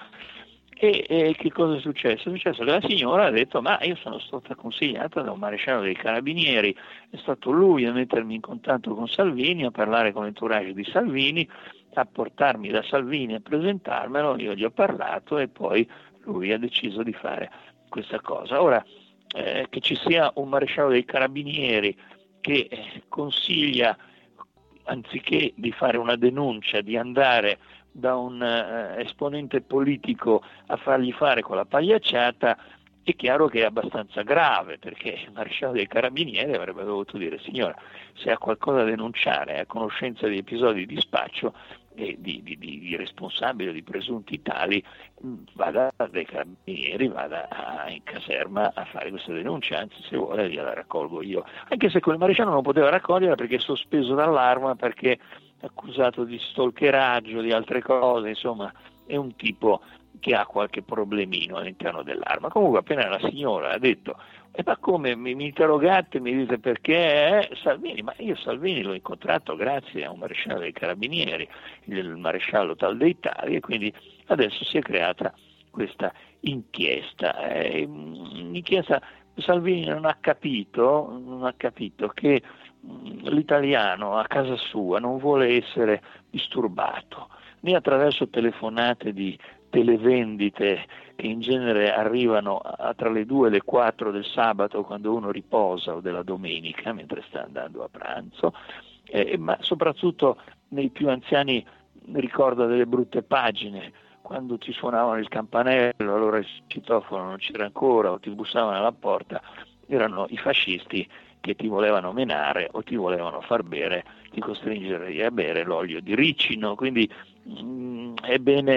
E che cosa è successo? È successo che la signora ha detto: ma io sono stata consigliata da un maresciallo dei carabinieri, è stato lui a mettermi in contatto con Salvini, a parlare con l'entourage di Salvini, a portarmi da Salvini a presentarmelo, io gli ho parlato e poi lui ha deciso di fare questa cosa. Ora, che ci sia un maresciallo dei carabinieri che consiglia, anziché di fare una denuncia, di andare da un esponente politico a fargli fare quella pagliacciata, è chiaro che è abbastanza grave, perché il maresciallo dei carabinieri avrebbe dovuto dire: signora, se ha qualcosa da denunciare, è a conoscenza di episodi di spaccio e di responsabili o di presunti tali, vada dai carabinieri, vada in caserma a fare questa denuncia, anzi se vuole gliela raccolgo io, anche se quel maresciallo non poteva raccoglierla perché è sospeso dall'arma, perché accusato di stalkeraggio, di altre cose, insomma è un tipo che ha qualche problemino all'interno dell'arma. Comunque appena la signora ha detto: ma come mi interrogate, mi dite perché Salvini? Ma io Salvini l'ho incontrato grazie a un maresciallo dei carabinieri, il maresciallo tal dei tali, e quindi adesso si è creata questa inchiesta. Un'inchiesta. Salvini non ha capito che l'italiano a casa sua non vuole essere disturbato né attraverso telefonate di televendite che in genere arrivano tra le 2 e le 4 del sabato, quando uno riposa, o della domenica mentre sta andando a pranzo, ma soprattutto nei più anziani ricorda delle brutte pagine quando ti suonavano il campanello, allora il citofono non c'era ancora, o ti bussavano alla porta, erano i fascisti che ti volevano menare o ti volevano far bere, ti costringere a bere l'olio di ricino. Quindi è bene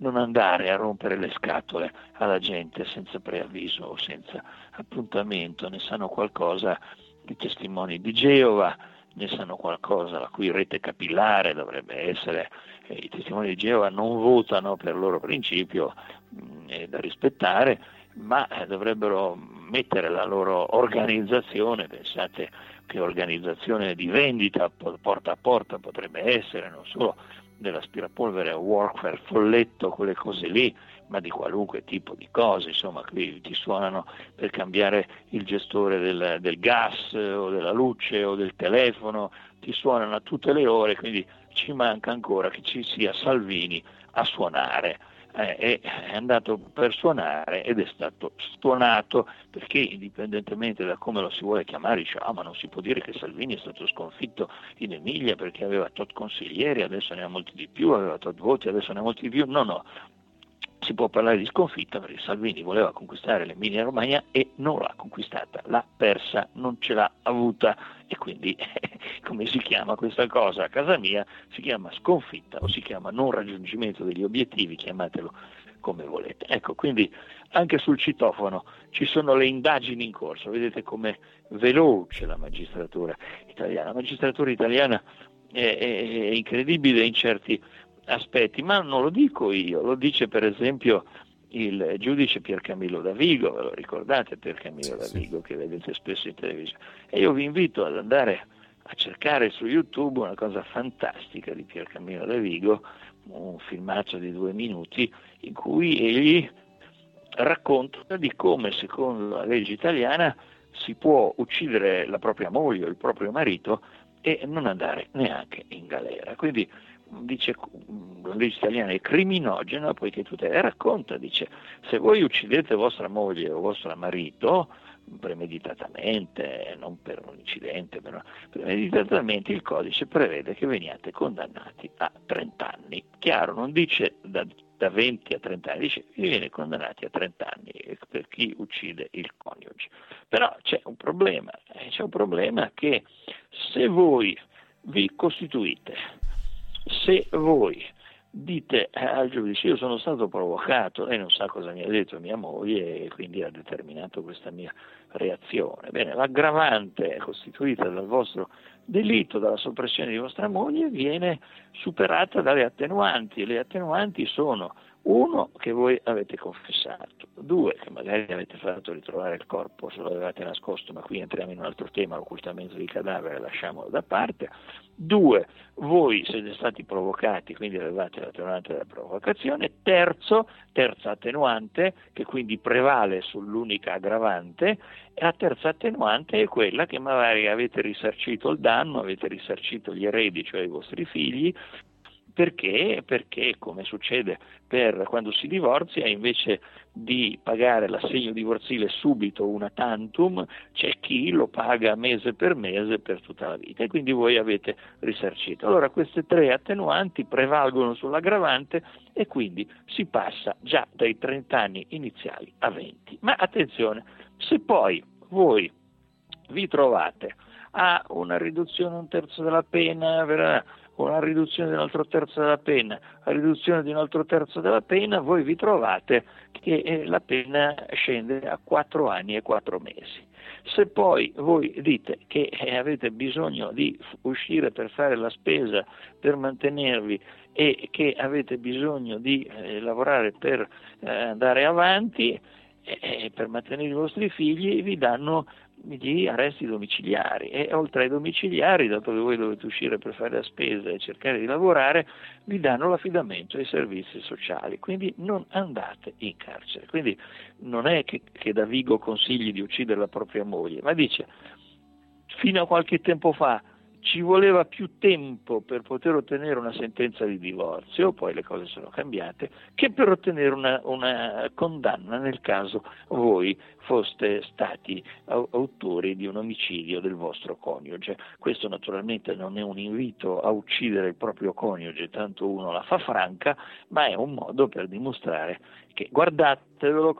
non andare a rompere le scatole alla gente senza preavviso o senza appuntamento. Ne sanno qualcosa i testimoni di Geova, ne sanno qualcosa la cui rete capillare dovrebbe essere. I testimoni di Geova non votano per loro principio, è da rispettare, ma dovrebbero mettere la loro organizzazione. Pensate che organizzazione di vendita porta a porta potrebbe essere, non solo dell'aspirapolvere a workfare, folletto, quelle cose lì, ma di qualunque tipo di cose. Insomma, qui ti suonano per cambiare il gestore del gas o della luce o del telefono, ti suonano a tutte le ore, quindi ci manca ancora che ci sia Salvini a suonare. È andato per suonare ed è stato suonato, perché indipendentemente da come lo si vuole chiamare, dice ma non si può dire che Salvini è stato sconfitto in Emilia perché aveva tot consiglieri, adesso ne ha molti di più, aveva tot voti, adesso ne ha molti di più. No, si può parlare di sconfitta perché Salvini voleva conquistare l'Emilia Romagna e non l'ha conquistata, l'ha persa, non ce l'ha avuta, e quindi come si chiama questa cosa a casa mia? Si chiama sconfitta o si chiama non raggiungimento degli obiettivi, chiamatelo come volete. Ecco, quindi anche sul citofono ci sono le indagini in corso, vedete com'è veloce la magistratura italiana. La magistratura italiana è incredibile in certi aspetti, ma non lo dico io, lo dice per esempio il giudice Piercamillo Davigo, ve lo ricordate Piercamillo Davigo che vedete spesso in televisione? E io vi invito ad andare a cercare su YouTube una cosa fantastica di Piercamillo Davigo, un filmato di 2 minuti in cui egli racconta di come secondo la legge italiana si può uccidere la propria moglie o il proprio marito e non andare neanche in galera. Quindi dice la legge italiana è criminogena poiché racconta, dice, se voi uccidete vostra moglie o vostro marito premeditatamente, non per un incidente, però premeditatamente, il codice prevede che veniate condannati a 30 anni. Chiaro, non dice da 20 a 30 anni, dice che viene condannati a 30 anni per chi uccide il coniuge. Però c'è un problema che se voi vi costituite, se voi dite al giudice io sono stato provocato, lei non sa cosa mi ha detto mia moglie e quindi ha determinato questa mia reazione. Bene, l'aggravante costituita dal vostro delitto, dalla soppressione di vostra moglie, viene superata dalle attenuanti. Le attenuanti sono: 1, che voi avete confessato; 2, che magari avete fatto ritrovare il corpo se lo avevate nascosto, ma qui entriamo in un altro tema, l'occultamento di cadavere, lasciamolo da parte; 2, voi siete stati provocati, quindi avevate l'attenuante della provocazione; terza attenuante, che quindi prevale sull'unica aggravante, e la terza attenuante è quella che magari avete risarcito il danno, avete risarcito gli eredi, cioè i vostri figli. Perché, come succede per quando si divorzia, invece di pagare l'assegno divorzile subito una tantum, c'è chi lo paga mese per mese per tutta la vita, e quindi voi avete risarcito. Allora queste 3 attenuanti prevalgono sull'aggravante e quindi si passa già dai 30 anni iniziali a 20. Ma attenzione, se poi voi vi trovate a una riduzione 1/3 della pena, una riduzione di un altro terzo della pena, la riduzione di un altro terzo della pena, voi vi trovate che la pena scende a 4 anni e 4 mesi. Se poi voi dite che avete bisogno di uscire per fare la spesa, per mantenervi, e che avete bisogno di lavorare per andare avanti, per mantenere i vostri figli, vi danno gli arresti domiciliari, e oltre ai domiciliari, dato che voi dovete uscire per fare la spesa e cercare di lavorare, vi danno l'affidamento ai servizi sociali, quindi non andate in carcere. Quindi non è che Davigo consigli di uccidere la propria moglie, ma dice: fino a qualche tempo fa ci voleva più tempo per poter ottenere una sentenza di divorzio, poi le cose sono cambiate, che per ottenere una condanna nel caso voi foste stati autori di un omicidio del vostro coniuge. Questo naturalmente non è un invito a uccidere il proprio coniuge, tanto uno la fa franca, ma è un modo per dimostrare che, guardatevelo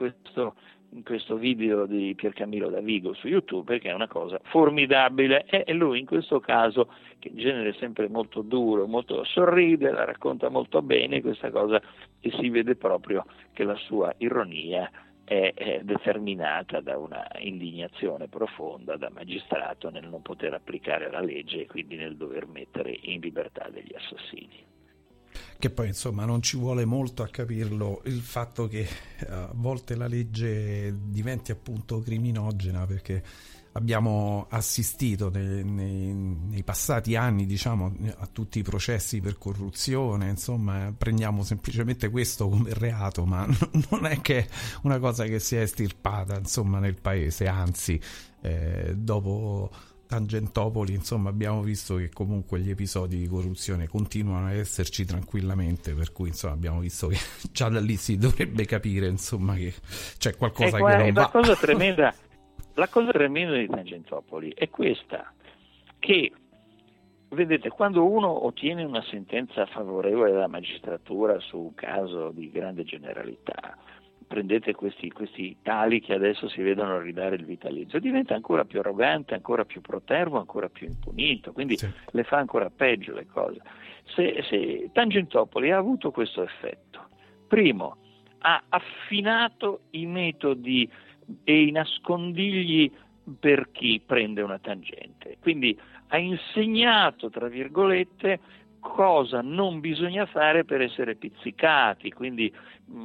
questo video di Piercamillo Davigo su YouTube, perché è una cosa formidabile, e lui in questo caso, che in genere è sempre molto duro, molto sorride, la racconta molto bene questa cosa, e si vede proprio che la sua ironia è determinata da una indignazione profonda da magistrato nel non poter applicare la legge e quindi nel dover mettere in libertà degli assassini. Che poi insomma non ci vuole molto a capirlo il fatto che a volte la legge diventi appunto criminogena, perché abbiamo assistito nei passati anni, diciamo, a tutti i processi per corruzione. Insomma, prendiamo semplicemente questo come reato, ma non è che è una cosa che si è estirpata, insomma, nel paese, anzi, dopo Tangentopoli, insomma, abbiamo visto che comunque gli episodi di corruzione continuano ad esserci tranquillamente, per cui insomma abbiamo visto che già da lì si dovrebbe capire, insomma, che c'è qualcosa che non va. La cosa tremenda di Tangentopoli è questa, che vedete, quando uno ottiene una sentenza favorevole dalla magistratura su un caso di grande generalità, prendete questi tali che adesso si vedono ridare il vitalizio, diventa ancora più arrogante, ancora più protervo, ancora più impunito, quindi sì, le fa ancora peggio le cose. Se Tangentopoli ha avuto questo effetto, primo, ha affinato i metodi e i nascondigli per chi prende una tangente, quindi ha insegnato, tra virgolette, cosa non bisogna fare per essere pizzicati, quindi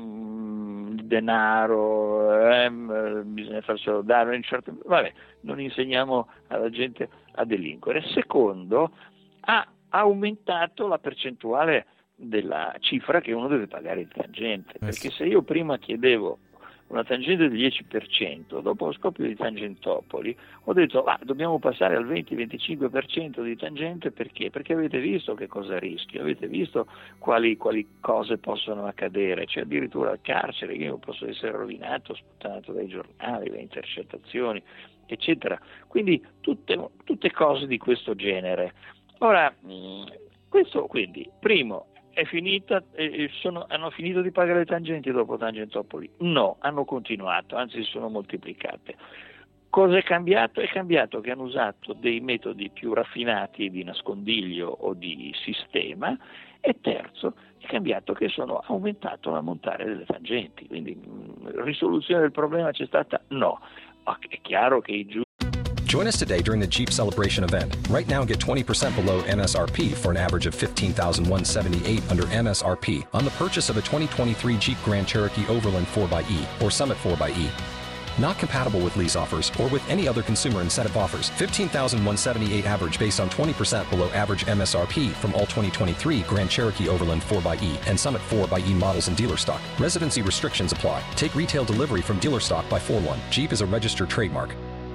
denaro, bisogna farselo dare, vabbè, non insegniamo alla gente a delinquere. Secondo, ha aumentato la percentuale della cifra che uno deve pagare in tangente, perché se io prima chiedevo una tangente del 10%, dopo lo scoppio di Tangentopoli ho detto dobbiamo passare al 20-25% di tangente, perché? Perché avete visto che cosa rischio, avete visto quali cose possono accadere, c'è addirittura il carcere, io posso essere rovinato, sputtanato dai giornali, le intercettazioni, eccetera. Quindi tutte cose di questo genere. Ora, questo quindi, primo, è finita, hanno finito di pagare le tangenti dopo Tangentopoli? No, hanno continuato, anzi si sono moltiplicate. Cosa è cambiato? È cambiato che hanno usato dei metodi più raffinati di nascondiglio o di sistema, e terzo, è cambiato che sono aumentato l'ammontare delle tangenti, quindi risoluzione del problema c'è stata? No. È chiaro che i giudici. Join us today during the Jeep Celebration event. Right now, get 20% below MSRP for an average of $15,178 under MSRP on the purchase of a 2023 Jeep Grand Cherokee Overland 4xE or Summit 4xE. Not compatible with lease offers or with any other consumer incentive offers. $15,178 average based on 20% below average MSRP from all 2023 Grand Cherokee Overland 4xE and Summit 4xE models in dealer stock. Residency restrictions apply. Take retail delivery from dealer stock by 4/1. Jeep is a registered trademark.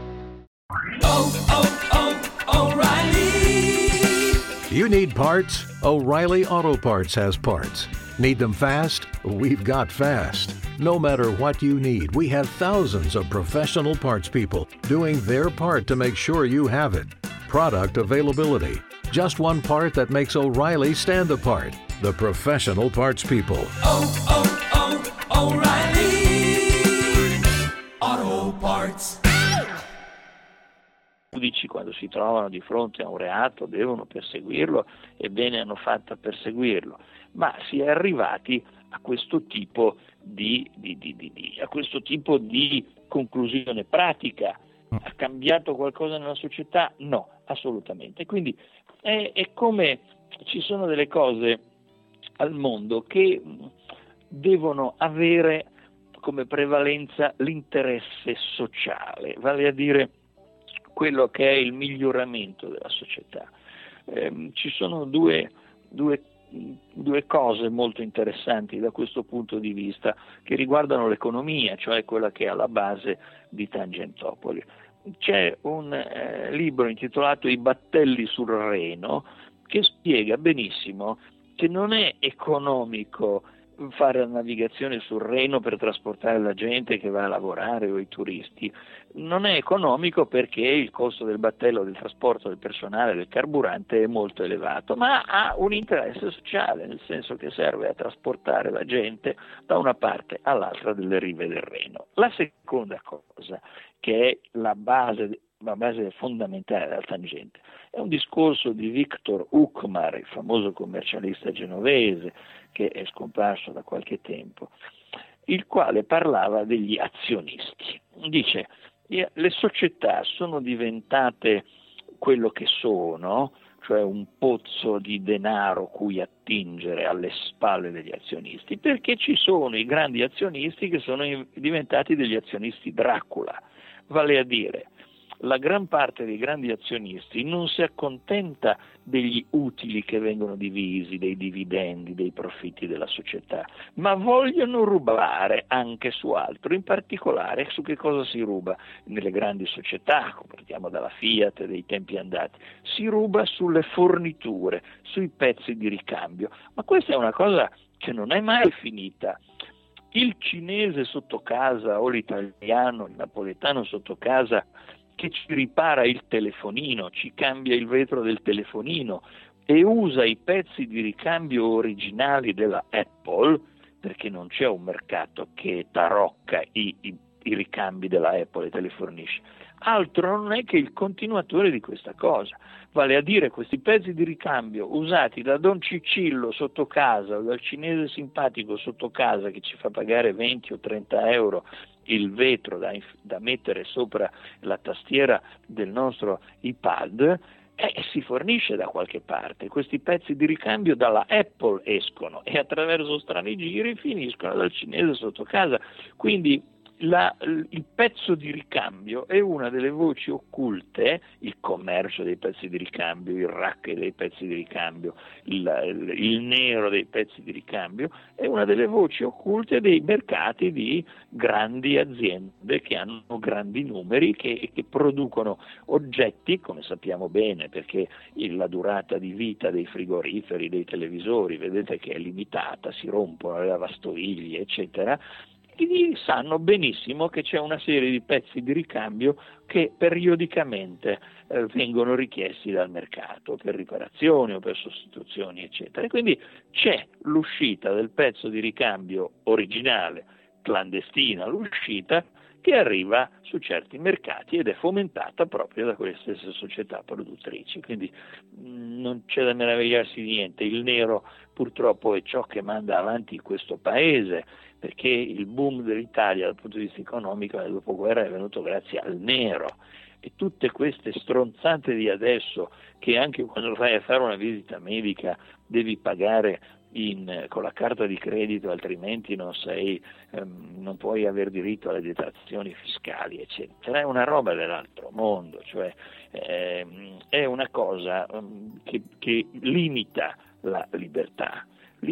O'Reilly. You need parts? O'Reilly Auto Parts has parts. Need them fast? We've got fast. No matter what you need, we have thousands of professional parts people doing their part to make sure you have it. Product availability. Just one part that makes O'Reilly stand apart. The professional parts people. O'Reilly Auto Parts. I giudici, quando si trovano di fronte a un reato, devono perseguirlo, e bene hanno fatto a perseguirlo, ma si è arrivati a questo tipo di conclusione pratica. Ha cambiato qualcosa nella società? No, assolutamente. Quindi è come ci sono delle cose al mondo che devono avere come prevalenza l'interesse sociale, vale a dire quello che è il miglioramento della società. Ci sono due cose molto interessanti da questo punto di vista che riguardano l'economia, cioè quella che è alla base di Tangentopoli. C'è un libro intitolato I battelli sul Reno che spiega benissimo che non è economico fare la navigazione sul Reno per trasportare la gente che va a lavorare o i turisti. Non è economico perché il costo del battello, del trasporto del personale, del carburante è molto elevato, ma ha un interesse sociale, nel senso che serve a trasportare la gente da una parte all'altra delle rive del Reno. La seconda cosa, che è la base una base fondamentale della tangente. È un discorso di Victor Ukmar, il famoso commercialista genovese che è scomparso da qualche tempo, il quale parlava degli azionisti. Dice: le società sono diventate quello che sono, cioè un pozzo di denaro cui attingere alle spalle degli azionisti, perché ci sono i grandi azionisti che sono diventati degli azionisti Dracula, vale a dire la gran parte dei grandi azionisti non si accontenta degli utili che vengono divisi, dei dividendi, dei profitti della società, ma vogliono rubare anche su altro. In particolare, su che cosa si ruba? Nelle grandi società, partiamo dalla Fiat dei tempi andati, si ruba sulle forniture, sui pezzi di ricambio, ma questa è una cosa che non è mai finita. Il cinese sotto casa o l'italiano, il napoletano sotto casa, che ci ripara il telefonino, ci cambia il vetro del telefonino e usa i pezzi di ricambio originali della Apple, perché non c'è un mercato che tarocca i ricambi della Apple e te li fornisce. Altro non è che il continuatore di questa cosa, vale a dire questi pezzi di ricambio usati da Don Cicillo sotto casa o dal cinese simpatico sotto casa che ci fa pagare 20 o 30 euro il vetro da mettere sopra la tastiera del nostro iPad, si fornisce da qualche parte. Questi pezzi di ricambio dalla Apple escono e attraverso strani giri finiscono dal cinese sotto casa. Quindi il pezzo di ricambio è una delle voci occulte, il commercio dei pezzi di ricambio, il racket dei pezzi di ricambio, il nero dei pezzi di ricambio, è una delle voci occulte dei mercati di grandi aziende che hanno grandi numeri, che producono oggetti, come sappiamo bene, perché la durata di vita dei frigoriferi, dei televisori, vedete che è limitata, si rompono le lavastoviglie, eccetera. Sanno benissimo che c'è una serie di pezzi di ricambio che periodicamente vengono richiesti dal mercato per riparazioni o per sostituzioni, eccetera. E quindi c'è l'uscita del pezzo di ricambio originale, clandestina l'uscita, che arriva su certi mercati ed è fomentata proprio da quelle stesse società produttrici. Quindi non c'è da meravigliarsi di niente. Il nero purtroppo è ciò che manda avanti questo paese, perché il boom dell'Italia dal punto di vista economico nel dopoguerra è venuto grazie al nero, e tutte queste stronzate di adesso, che anche quando vai a fare una visita medica devi pagare con la carta di credito, altrimenti non puoi aver diritto alle detrazioni fiscali, eccetera, è una roba dell'altro mondo, cioè è una cosa che limita la libertà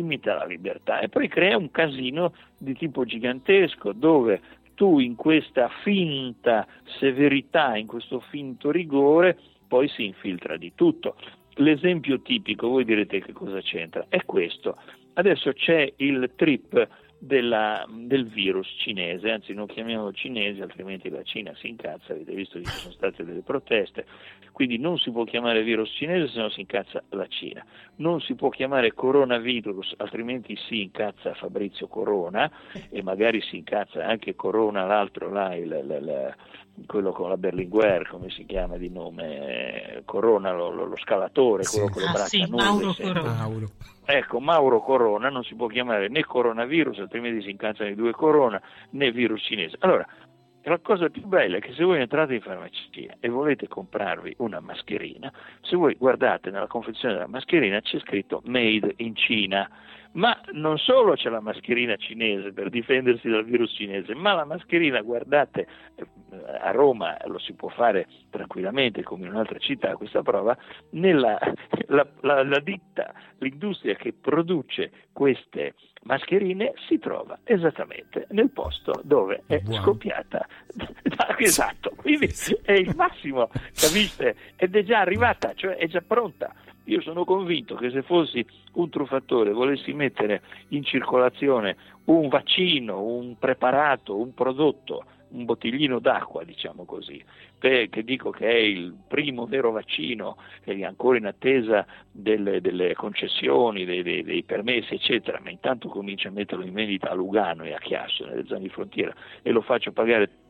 e poi crea un casino di tipo gigantesco, dove tu in questa finta severità, in questo finto rigore, poi si infiltra di tutto. L'esempio tipico, voi direte che cosa c'entra, è questo. Adesso c'è il trip del virus cinese, anzi non chiamiamolo cinese, altrimenti la Cina si incazza, avete visto che ci sono state delle proteste, quindi non si può chiamare virus cinese, se no si incazza la Cina. Non si può chiamare coronavirus, altrimenti si incazza Fabrizio Corona, e magari si incazza anche Corona, l'altro là, quello con la Berlinguer, come si chiama di nome, Corona, lo scalatore, quello con le braccia nude. Mauro Corona. Ecco, Mauro Corona non si può chiamare né coronavirus, altrimenti si incazzano i due Corona, né virus cinese. Allora, la cosa più bella è che se voi entrate in farmacia e volete comprarvi una mascherina, se voi guardate nella confezione della mascherina c'è scritto Made in Cina, ma non solo c'è la mascherina cinese per difendersi dal virus cinese, ma la mascherina, guardate, a Roma lo si può fare tranquillamente come in un'altra città, questa prova, la ditta, l'industria che produce queste mascherine si trova esattamente nel posto dove è scoppiata. Esatto, quindi è il massimo, capite? Ed è già arrivata, cioè è già pronta. Io sono convinto che se fossi un truffatore, volessi mettere in circolazione un vaccino, un preparato, un prodotto, un bottiglino d'acqua, diciamo così, che dico che è il primo vero vaccino, che è ancora in attesa delle concessioni, dei permessi, eccetera, ma intanto comincia a metterlo in vendita a Lugano e a Chiasso, nelle zone di frontiera, e lo faccio pagare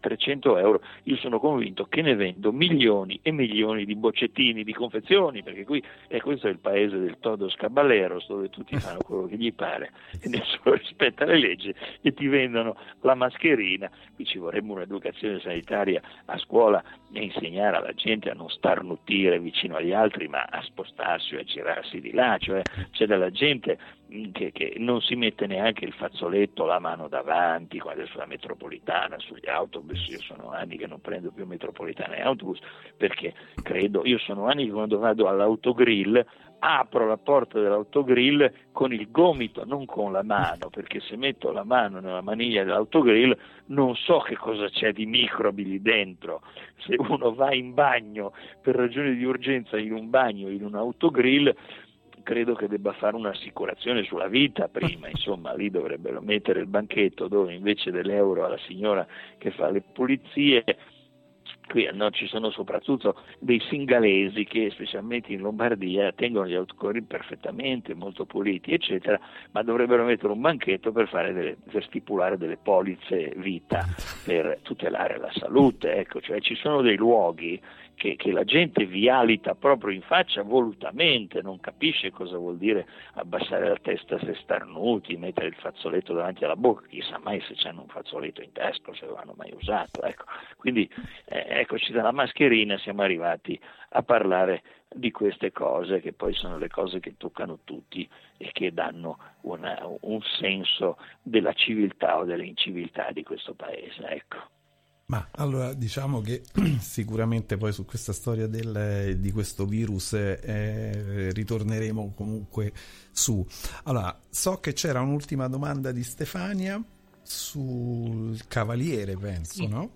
300 euro, io sono convinto che ne vendo milioni e milioni di boccettini, di confezioni, perché qui questo è il paese del todos caballeros, dove tutti fanno quello che gli pare e nessuno rispetta le leggi e ti vendono la mascherina. Qui ci vorrebbe un'educazione sanitaria a scuola e insegnare alla gente a non starnutire vicino agli altri, ma a spostarsi o a girarsi di là, cioè c'è della gente che non si mette neanche il fazzoletto, la mano davanti quando è sulla metropolitana, sugli autobus. Io sono anni che non prendo più metropolitana e autobus, perché io sono anni che quando vado all'autogrill apro la porta dell'autogrill con il gomito, non con la mano, perché se metto la mano nella maniglia dell'autogrill non so che cosa c'è di microbi lì dentro. Se uno va in bagno per ragioni di urgenza in un bagno, in un autogrill, credo che debba fare un'assicurazione sulla vita prima, insomma lì dovrebbero mettere il banchetto dove invece dell'euro alla signora che fa le pulizie. Qui ci sono soprattutto dei singalesi che specialmente in Lombardia tengono gli autogrill perfettamente, molto puliti eccetera, ma dovrebbero mettere un banchetto per stipulare delle polizze vita per tutelare la salute, ecco, cioè ci sono dei luoghi che la gente vi alita proprio in faccia volutamente, non capisce cosa vuol dire abbassare la testa se starnuti, mettere il fazzoletto davanti alla bocca, chissà mai se c'hanno un fazzoletto in tasca, se lo hanno mai usato, ecco. Quindi eccoci dalla mascherina, siamo arrivati a parlare di queste cose che poi sono le cose che toccano tutti e che danno un senso della civiltà o dell'inciviltà di questo paese, ecco. Ma allora diciamo che sicuramente poi su questa storia di questo virus ritorneremo comunque su. Allora, so che c'era un'ultima domanda di Stefania sul Cavaliere, penso, sì. No?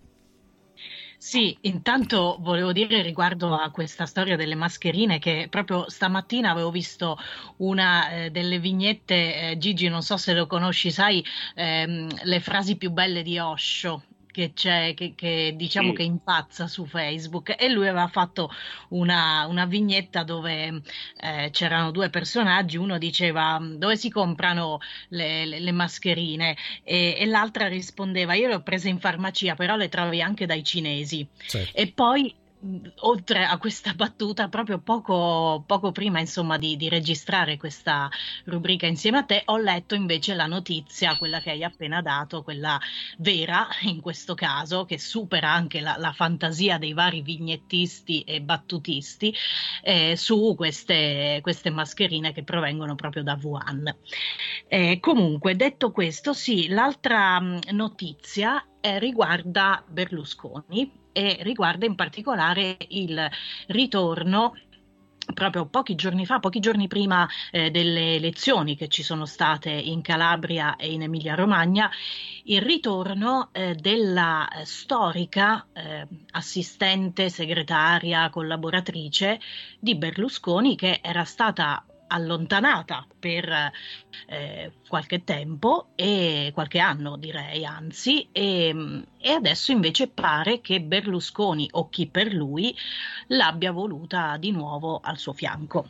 Sì, intanto volevo dire riguardo a questa storia delle mascherine che proprio stamattina avevo visto una delle vignette, Gigi, non so se lo conosci, sai, le frasi più belle di Osho, che c'è, che diciamo sì, che impazza su Facebook, e lui aveva fatto una vignetta dove c'erano due personaggi, uno diceva dove si comprano le mascherine e l'altra rispondeva io le ho prese in farmacia, però le trovi anche dai cinesi. Certo. E poi oltre a questa battuta, proprio poco prima insomma di registrare questa rubrica insieme a te, ho letto invece la notizia, quella che hai appena dato, quella vera in questo caso, che supera anche la fantasia dei vari vignettisti e battutisti su queste mascherine che provengono proprio da Wuhan. Comunque, detto questo, sì, l'altra notizia riguarda Berlusconi e riguarda in particolare il ritorno proprio pochi giorni prima delle elezioni che ci sono state in Calabria e in Emilia-Romagna, il ritorno della storica assistente, segretaria, collaboratrice di Berlusconi, che era stata allontanata per qualche tempo e qualche anno direi anzi e adesso invece pare che Berlusconi o chi per lui l'abbia voluta di nuovo al suo fianco.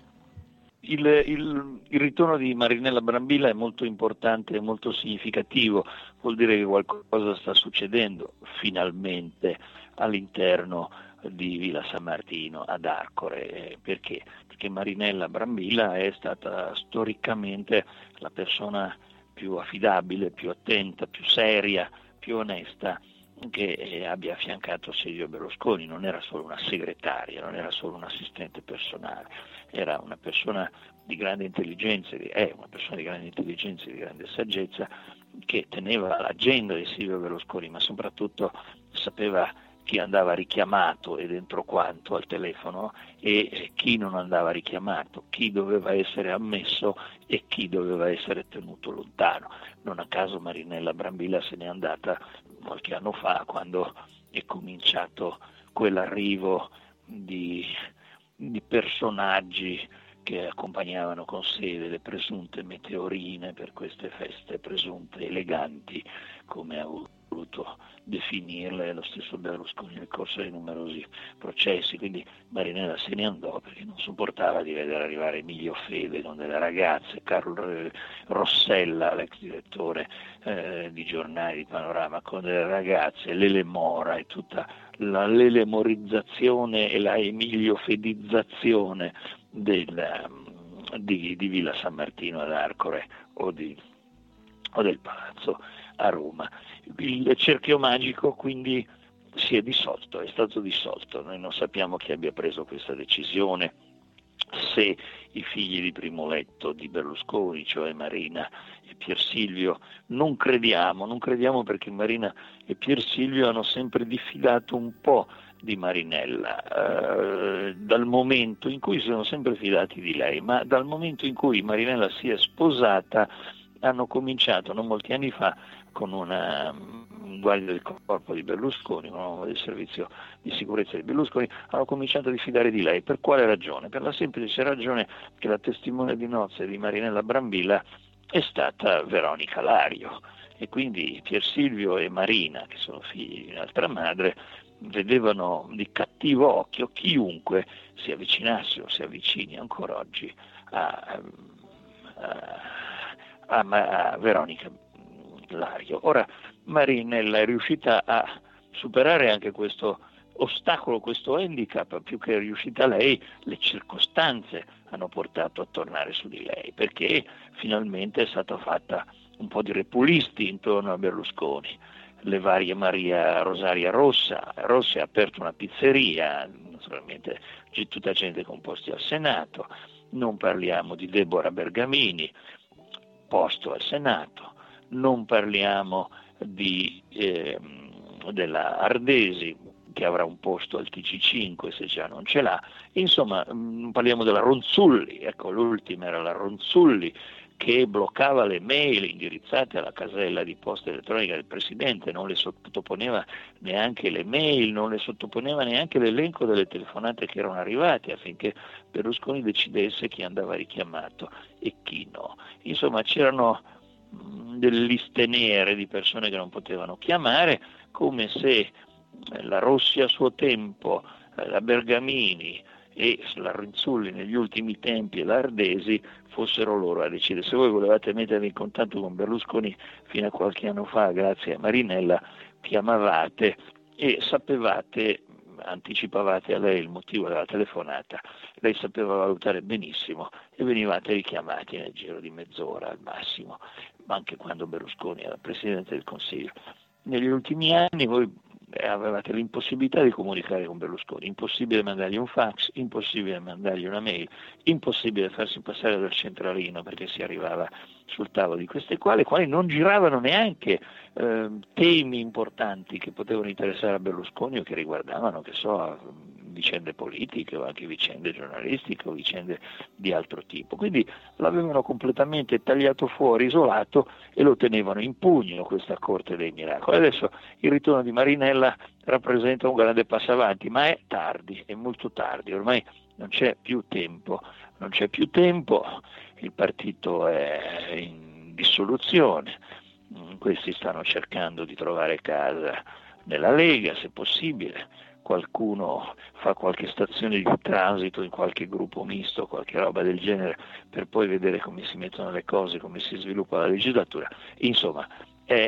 Il ritorno di Marinella Brambilla è molto importante e molto significativo, vuol dire che qualcosa sta succedendo finalmente all'interno di Villa San Martino ad Arcore. Perché? Perché Marinella Brambilla è stata storicamente la persona più affidabile, più attenta, più seria, più onesta che abbia affiancato Silvio Berlusconi. Non era solo una segretaria, non era solo un assistente personale, era una persona di grande intelligenza, è una persona di grande intelligenza e di grande saggezza, che teneva l'agenda di Silvio Berlusconi, ma soprattutto sapeva chi andava richiamato e dentro quanto al telefono e chi non andava richiamato, chi doveva essere ammesso e chi doveva essere tenuto lontano. Non a caso Marinella Brambilla se n'è andata qualche anno fa, quando è cominciato quell'arrivo di personaggi che accompagnavano con sé delle presunte meteorine per queste feste presunte eleganti, come ha avuto voluto definirle, lo stesso Berlusconi nel corso dei numerosi processi, quindi Marinella se ne andò perché non sopportava di vedere arrivare Emilio Fede con delle ragazze, Carlo Rossella, l'ex direttore di giornali di Panorama, con delle ragazze, Lele Mora e tutta la lelemorizzazione e la emiliofedizzazione di Villa San Martino ad Arcore o del Palazzo a Roma. Il cerchio magico quindi si è dissolto, è stato dissolto. Noi non sappiamo chi abbia preso questa decisione, se i figli di primo letto di Berlusconi, cioè Marina e Pier Silvio. Non crediamo perché Marina e Pier Silvio hanno sempre diffidato un po' di Marinella, dal momento in cui si sono sempre fidati di lei, ma dal momento in cui Marinella si è sposata hanno cominciato, non molti anni fa, con una guardia del corpo di Berlusconi, un uomo del servizio di sicurezza di Berlusconi, hanno cominciato a diffidare di lei. Per quale ragione? Per la semplice ragione che la testimone di nozze di Marinella Brambilla è stata Veronica Lario, e quindi Pier Silvio e Marina, che sono figli di un'altra madre, vedevano di cattivo occhio chiunque si avvicinasse o si avvicini ancora oggi a Veronica Lario. Ora Marinella è riuscita a superare anche questo ostacolo, questo handicap. Più che è riuscita lei, le circostanze hanno portato a tornare su di lei, perché finalmente è stata fatta un po' di repulisti intorno a Berlusconi. Le varie Maria Rosaria Rossi ha aperto una pizzeria, naturalmente tutta gente con posti al Senato. Non parliamo di Deborah Bergamini, posto al Senato. Non parliamo della Ardesi, che avrà un posto al TG5 se già non ce l'ha. Insomma, parliamo della Ronzulli, ecco, l'ultima era la Ronzulli, che bloccava le mail indirizzate alla casella di posta elettronica del Presidente, non le sottoponeva neanche le mail, non le sottoponeva neanche l'elenco delle telefonate che erano arrivate, affinché Berlusconi decidesse chi andava richiamato e chi no. Insomma, c'erano delle liste nere di persone che non potevano chiamare, come se la Rossi a suo tempo, la Bergamini e la Ronzulli negli ultimi tempi e l'Ardesi fossero loro a decidere. Se voi volevate mettervi in contatto con Berlusconi fino a qualche anno fa, grazie a Marinella, chiamavate e sapevate, anticipavate a lei il motivo della telefonata, lei sapeva valutare benissimo e venivate richiamati nel giro di mezz'ora al massimo, anche quando Berlusconi era Presidente del Consiglio. Negli ultimi anni voi avevate l'impossibilità di comunicare con Berlusconi, impossibile mandargli un fax, impossibile mandargli una mail, impossibile farsi passare dal centralino perché si arrivava sul tavolo di queste quali non giravano neanche temi importanti che potevano interessare a Berlusconi o che riguardavano, che so, vicende politiche o anche vicende giornalistiche o vicende di altro tipo. Quindi l'avevano completamente tagliato fuori, isolato, e lo tenevano in pugno questa corte dei miracoli. Adesso il ritorno di Marinella rappresenta un grande passo avanti, ma è tardi, è molto tardi, ormai non c'è più tempo, il partito è in dissoluzione, questi stanno cercando di trovare casa nella Lega, se possibile. Qualcuno fa qualche stazione di transito in qualche gruppo misto, qualche roba del genere, per poi vedere come si mettono le cose, come si sviluppa la legislatura. Insomma, è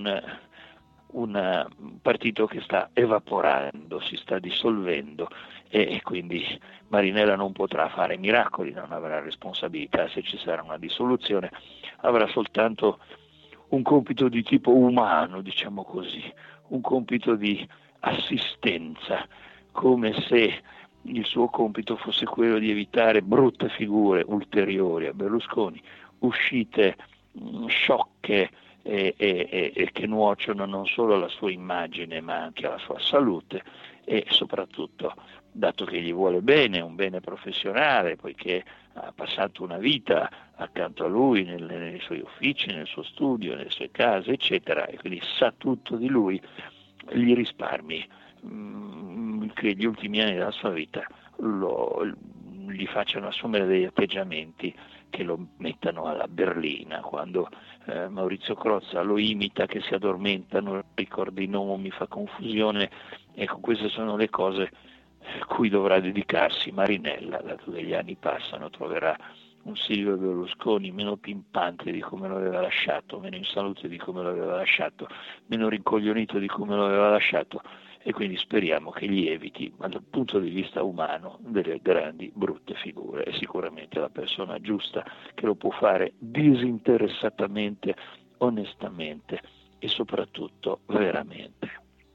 un partito che sta evaporando, si sta dissolvendo, e quindi Marinella non potrà fare miracoli, non avrà responsabilità se ci sarà una dissoluzione, avrà soltanto un compito di tipo umano, diciamo così, un compito di assistenza, come se il suo compito fosse quello di evitare brutte figure ulteriori a Berlusconi, uscite sciocche e che nuociono non solo alla sua immagine ma anche alla sua salute, e soprattutto, dato che gli vuole bene, un bene professionale, poiché ha passato una vita accanto a lui nei suoi uffici, nel suo studio, nelle sue case, eccetera, e quindi sa tutto di lui, gli risparmi che gli ultimi anni della sua vita gli facciano assumere degli atteggiamenti che lo mettano alla berlina, quando Maurizio Crozza lo imita, che si addormenta, non ricorda i nomi, fa confusione. Ecco, queste sono le cose a cui dovrà dedicarsi Marinella, dato che gli anni passano, troverà un Silvio Berlusconi meno pimpante di come lo aveva lasciato, meno in salute di come lo aveva lasciato, meno rincoglionito di come lo aveva lasciato, e quindi speriamo che gli eviti, ma dal punto di vista umano, delle grandi brutte figure. È sicuramente la persona giusta che lo può fare disinteressatamente, onestamente e soprattutto veramente.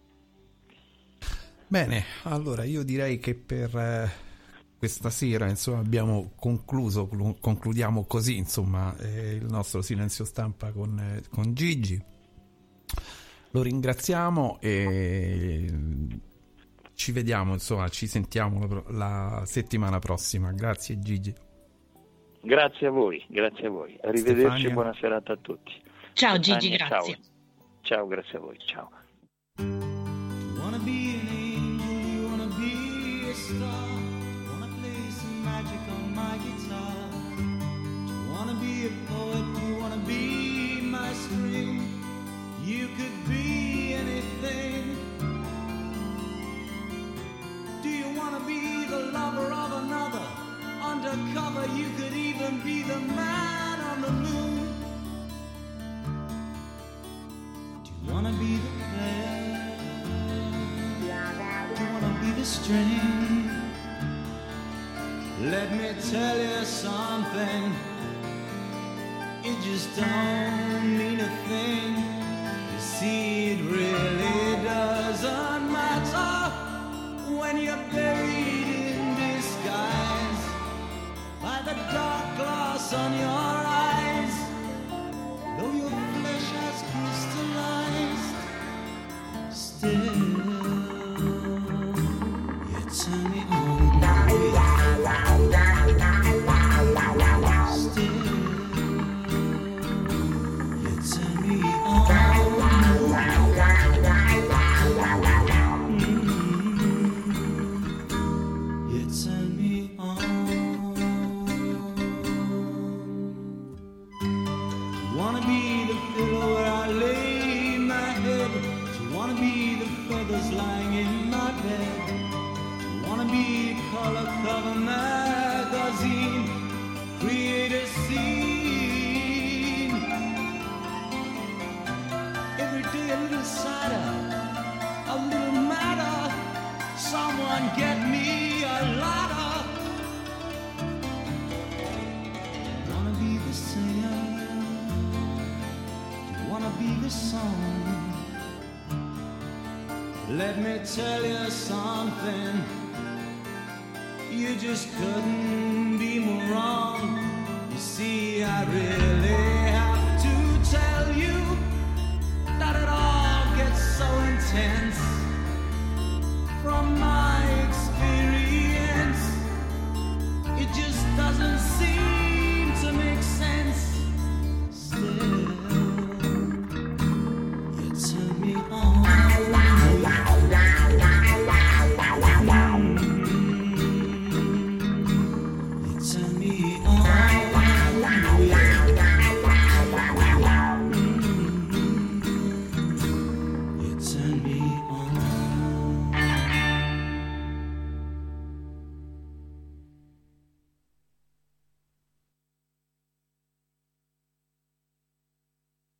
Bene, allora io direi che per questa sera, insomma, abbiamo concludiamo così, insomma, il nostro silenzio stampa con Gigi. Lo ringraziamo e ci vediamo, insomma, ci sentiamo la settimana prossima. Grazie Gigi. Grazie a voi. Arrivederci, Stefania. buona serata a tutti. Ciao Stefania, Gigi, grazie. Ciao, grazie a voi. Ciao. You wanna be an angel, you wanna be a star, wanna play some magic on my guitar. You wanna be a poet, you wanna be my string. You could be anything. Do you wanna be the lover of another? Undercover, you could even be the man on the moon. Do you wanna be the player? Do you wanna be the string? Let me tell you something. It just don't mean a thing. You see, it really doesn't matter when you're buried in disguise by the dark glass on your eyes. Though your flesh has crystallized, still you turn me on. Still you turn me on. You turn me on. You wanna be the pillow where I lay my head. You wanna be the feathers lying in my bed. You wanna be a color cover magazine. Create a scene. Every day a little sadder, a little madder. Someone get me a ladder. You wanna be the singer? You wanna be the song? Let me tell you something. You just couldn't be more wrong. You see, I really have to tell you that it all gets so intense